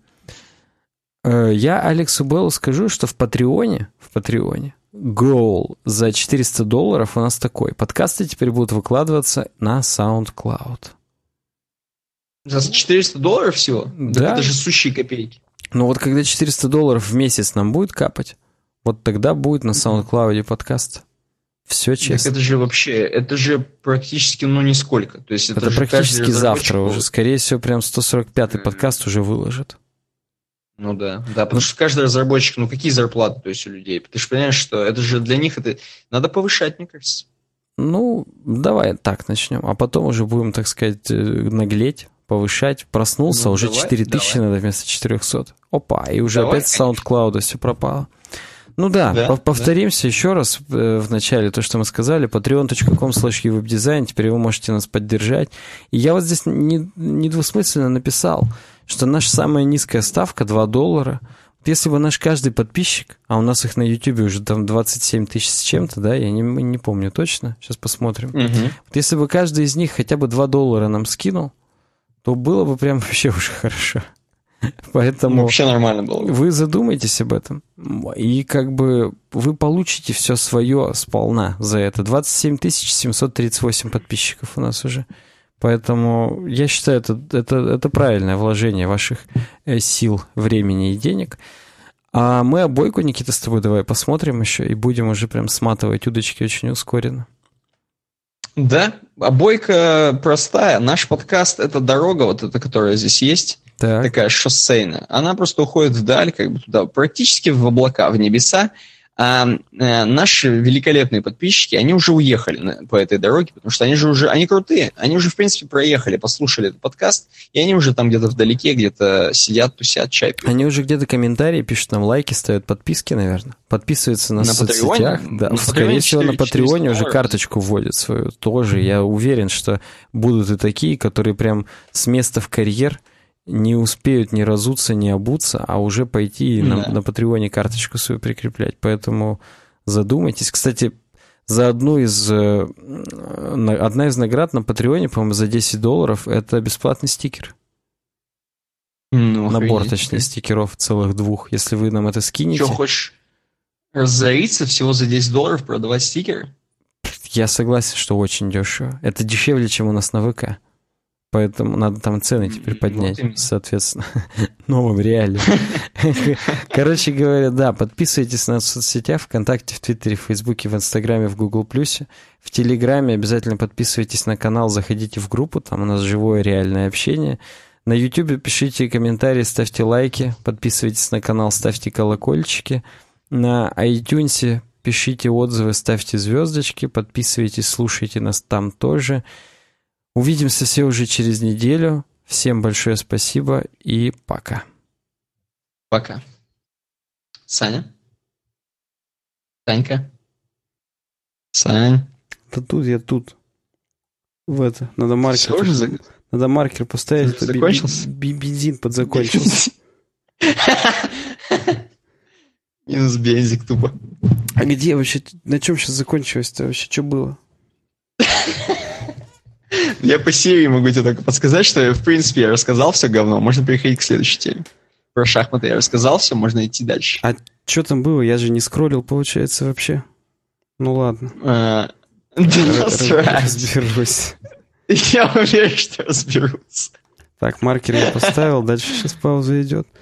S2: Я Алексу Беллу скажу, что в Патреоне goal за $400 у нас такой. Подкасты теперь будут выкладываться на SoundCloud.
S1: За $400 всего?
S2: Да.
S1: Это же сущие копейки.
S2: Но вот когда $400 в месяц нам будет капать, вот тогда будет на SoundCloud подкаст. Все честно.
S1: Так это же практически, нисколько. То есть
S2: это практически завтра уже. Скорее всего, прям 145-й подкаст уже выложит.
S1: Ну да, потому что каждый разработчик, какие зарплаты, то есть у людей? Ты же понимаешь, что это же для них это надо повышать, мне кажется.
S2: Давай так начнем, а потом уже будем, так сказать, наглеть, повышать. Проснулся, уже 4000 надо вместо 400. Опа, и уже опять с SoundCloud все пропало. Повторимся еще раз в начале то, что мы сказали. patreon.com/uwebdesign. Теперь вы можете нас поддержать. И я вот здесь недвусмысленно написал, что наша самая низкая ставка $2. Если бы наш каждый подписчик, а у нас их на YouTube уже там 27 тысяч с чем-то, да, я не помню точно, сейчас посмотрим. Вот если бы каждый из них хотя бы $2 нам скинул, то было бы прям вообще уже хорошо. Поэтому
S1: вообще нормально было.
S2: Вы задумайтесь об этом, и как бы вы получите все свое сполна за это. 27 738 подписчиков у нас уже. Поэтому я считаю, это правильное вложение ваших сил, времени и денег. А мы обойку, Никита, с тобой давай посмотрим еще, и будем уже прям сматывать удочки очень ускоренно.
S1: Да, обойка простая. Наш подкаст — это дорога, вот эта, которая здесь есть. Так. Такая шоссейная. Она просто уходит вдаль, как бы туда, практически в облака, в небеса. А наши великолепные подписчики, они уже уехали по этой дороге, потому что они крутые. Они уже, в принципе, проехали, послушали этот подкаст, и они уже там где-то вдалеке, где-то сидят, тусят, чай пьют.
S2: Они уже где-то комментарии пишут, нам лайки ставят, подписки, наверное. Подписываются на соцсетях. Да, скорее всего, на Патреоне уже карточку вводят свою тоже. Я уверен, что будут и такие, которые прям с места в карьер не успеют ни разуться, ни обуться, а уже пойти на Патреоне карточку свою прикреплять. Поэтому задумайтесь. Кстати, одна из наград на Патреоне, по-моему, за $10 это бесплатный стикер. Набор, точнее, стикеров целых 2. Если вы нам это скинете.
S1: Что, хочешь разориться всего за $10 продавать стикеры?
S2: Я согласен, что очень дешево. Это дешевле, чем у нас на ВК. Поэтому надо там цены теперь поднять, соответственно, новым реалиям. Короче говоря, да, подписывайтесь на нас в соцсетях, ВКонтакте, в Твиттере, в Фейсбуке, в Инстаграме, в Google+. В Телеграме обязательно подписывайтесь на канал, заходите в группу, там у нас живое реальное общение. На Ютубе пишите комментарии, ставьте лайки, подписывайтесь на канал, ставьте колокольчики. На iTunes пишите отзывы, ставьте звездочки, подписывайтесь, слушайте нас там тоже. Увидимся все уже через неделю. Всем большое спасибо и пока.
S1: Пока. Саня? Санька? Сань?
S2: Да тут я тут. Надо маркер. Надо маркер поставить.
S1: Закончился?
S2: Бензин подзакончился.
S1: Минус бензик тупо.
S2: А где вообще? На чем сейчас закончилось-то вообще? Что было?
S1: Я по серии могу тебе только подсказать, что, в принципе, я рассказал все говно. Можно переходить к следующей теме. Про шахматы я рассказал все, можно идти дальше.
S2: А что там было? Я же не скроллил, получается, вообще. Ну ладно. Разберусь.
S1: Я уверен, что разберусь.
S2: Так, маркер я поставил, дальше сейчас пауза идет.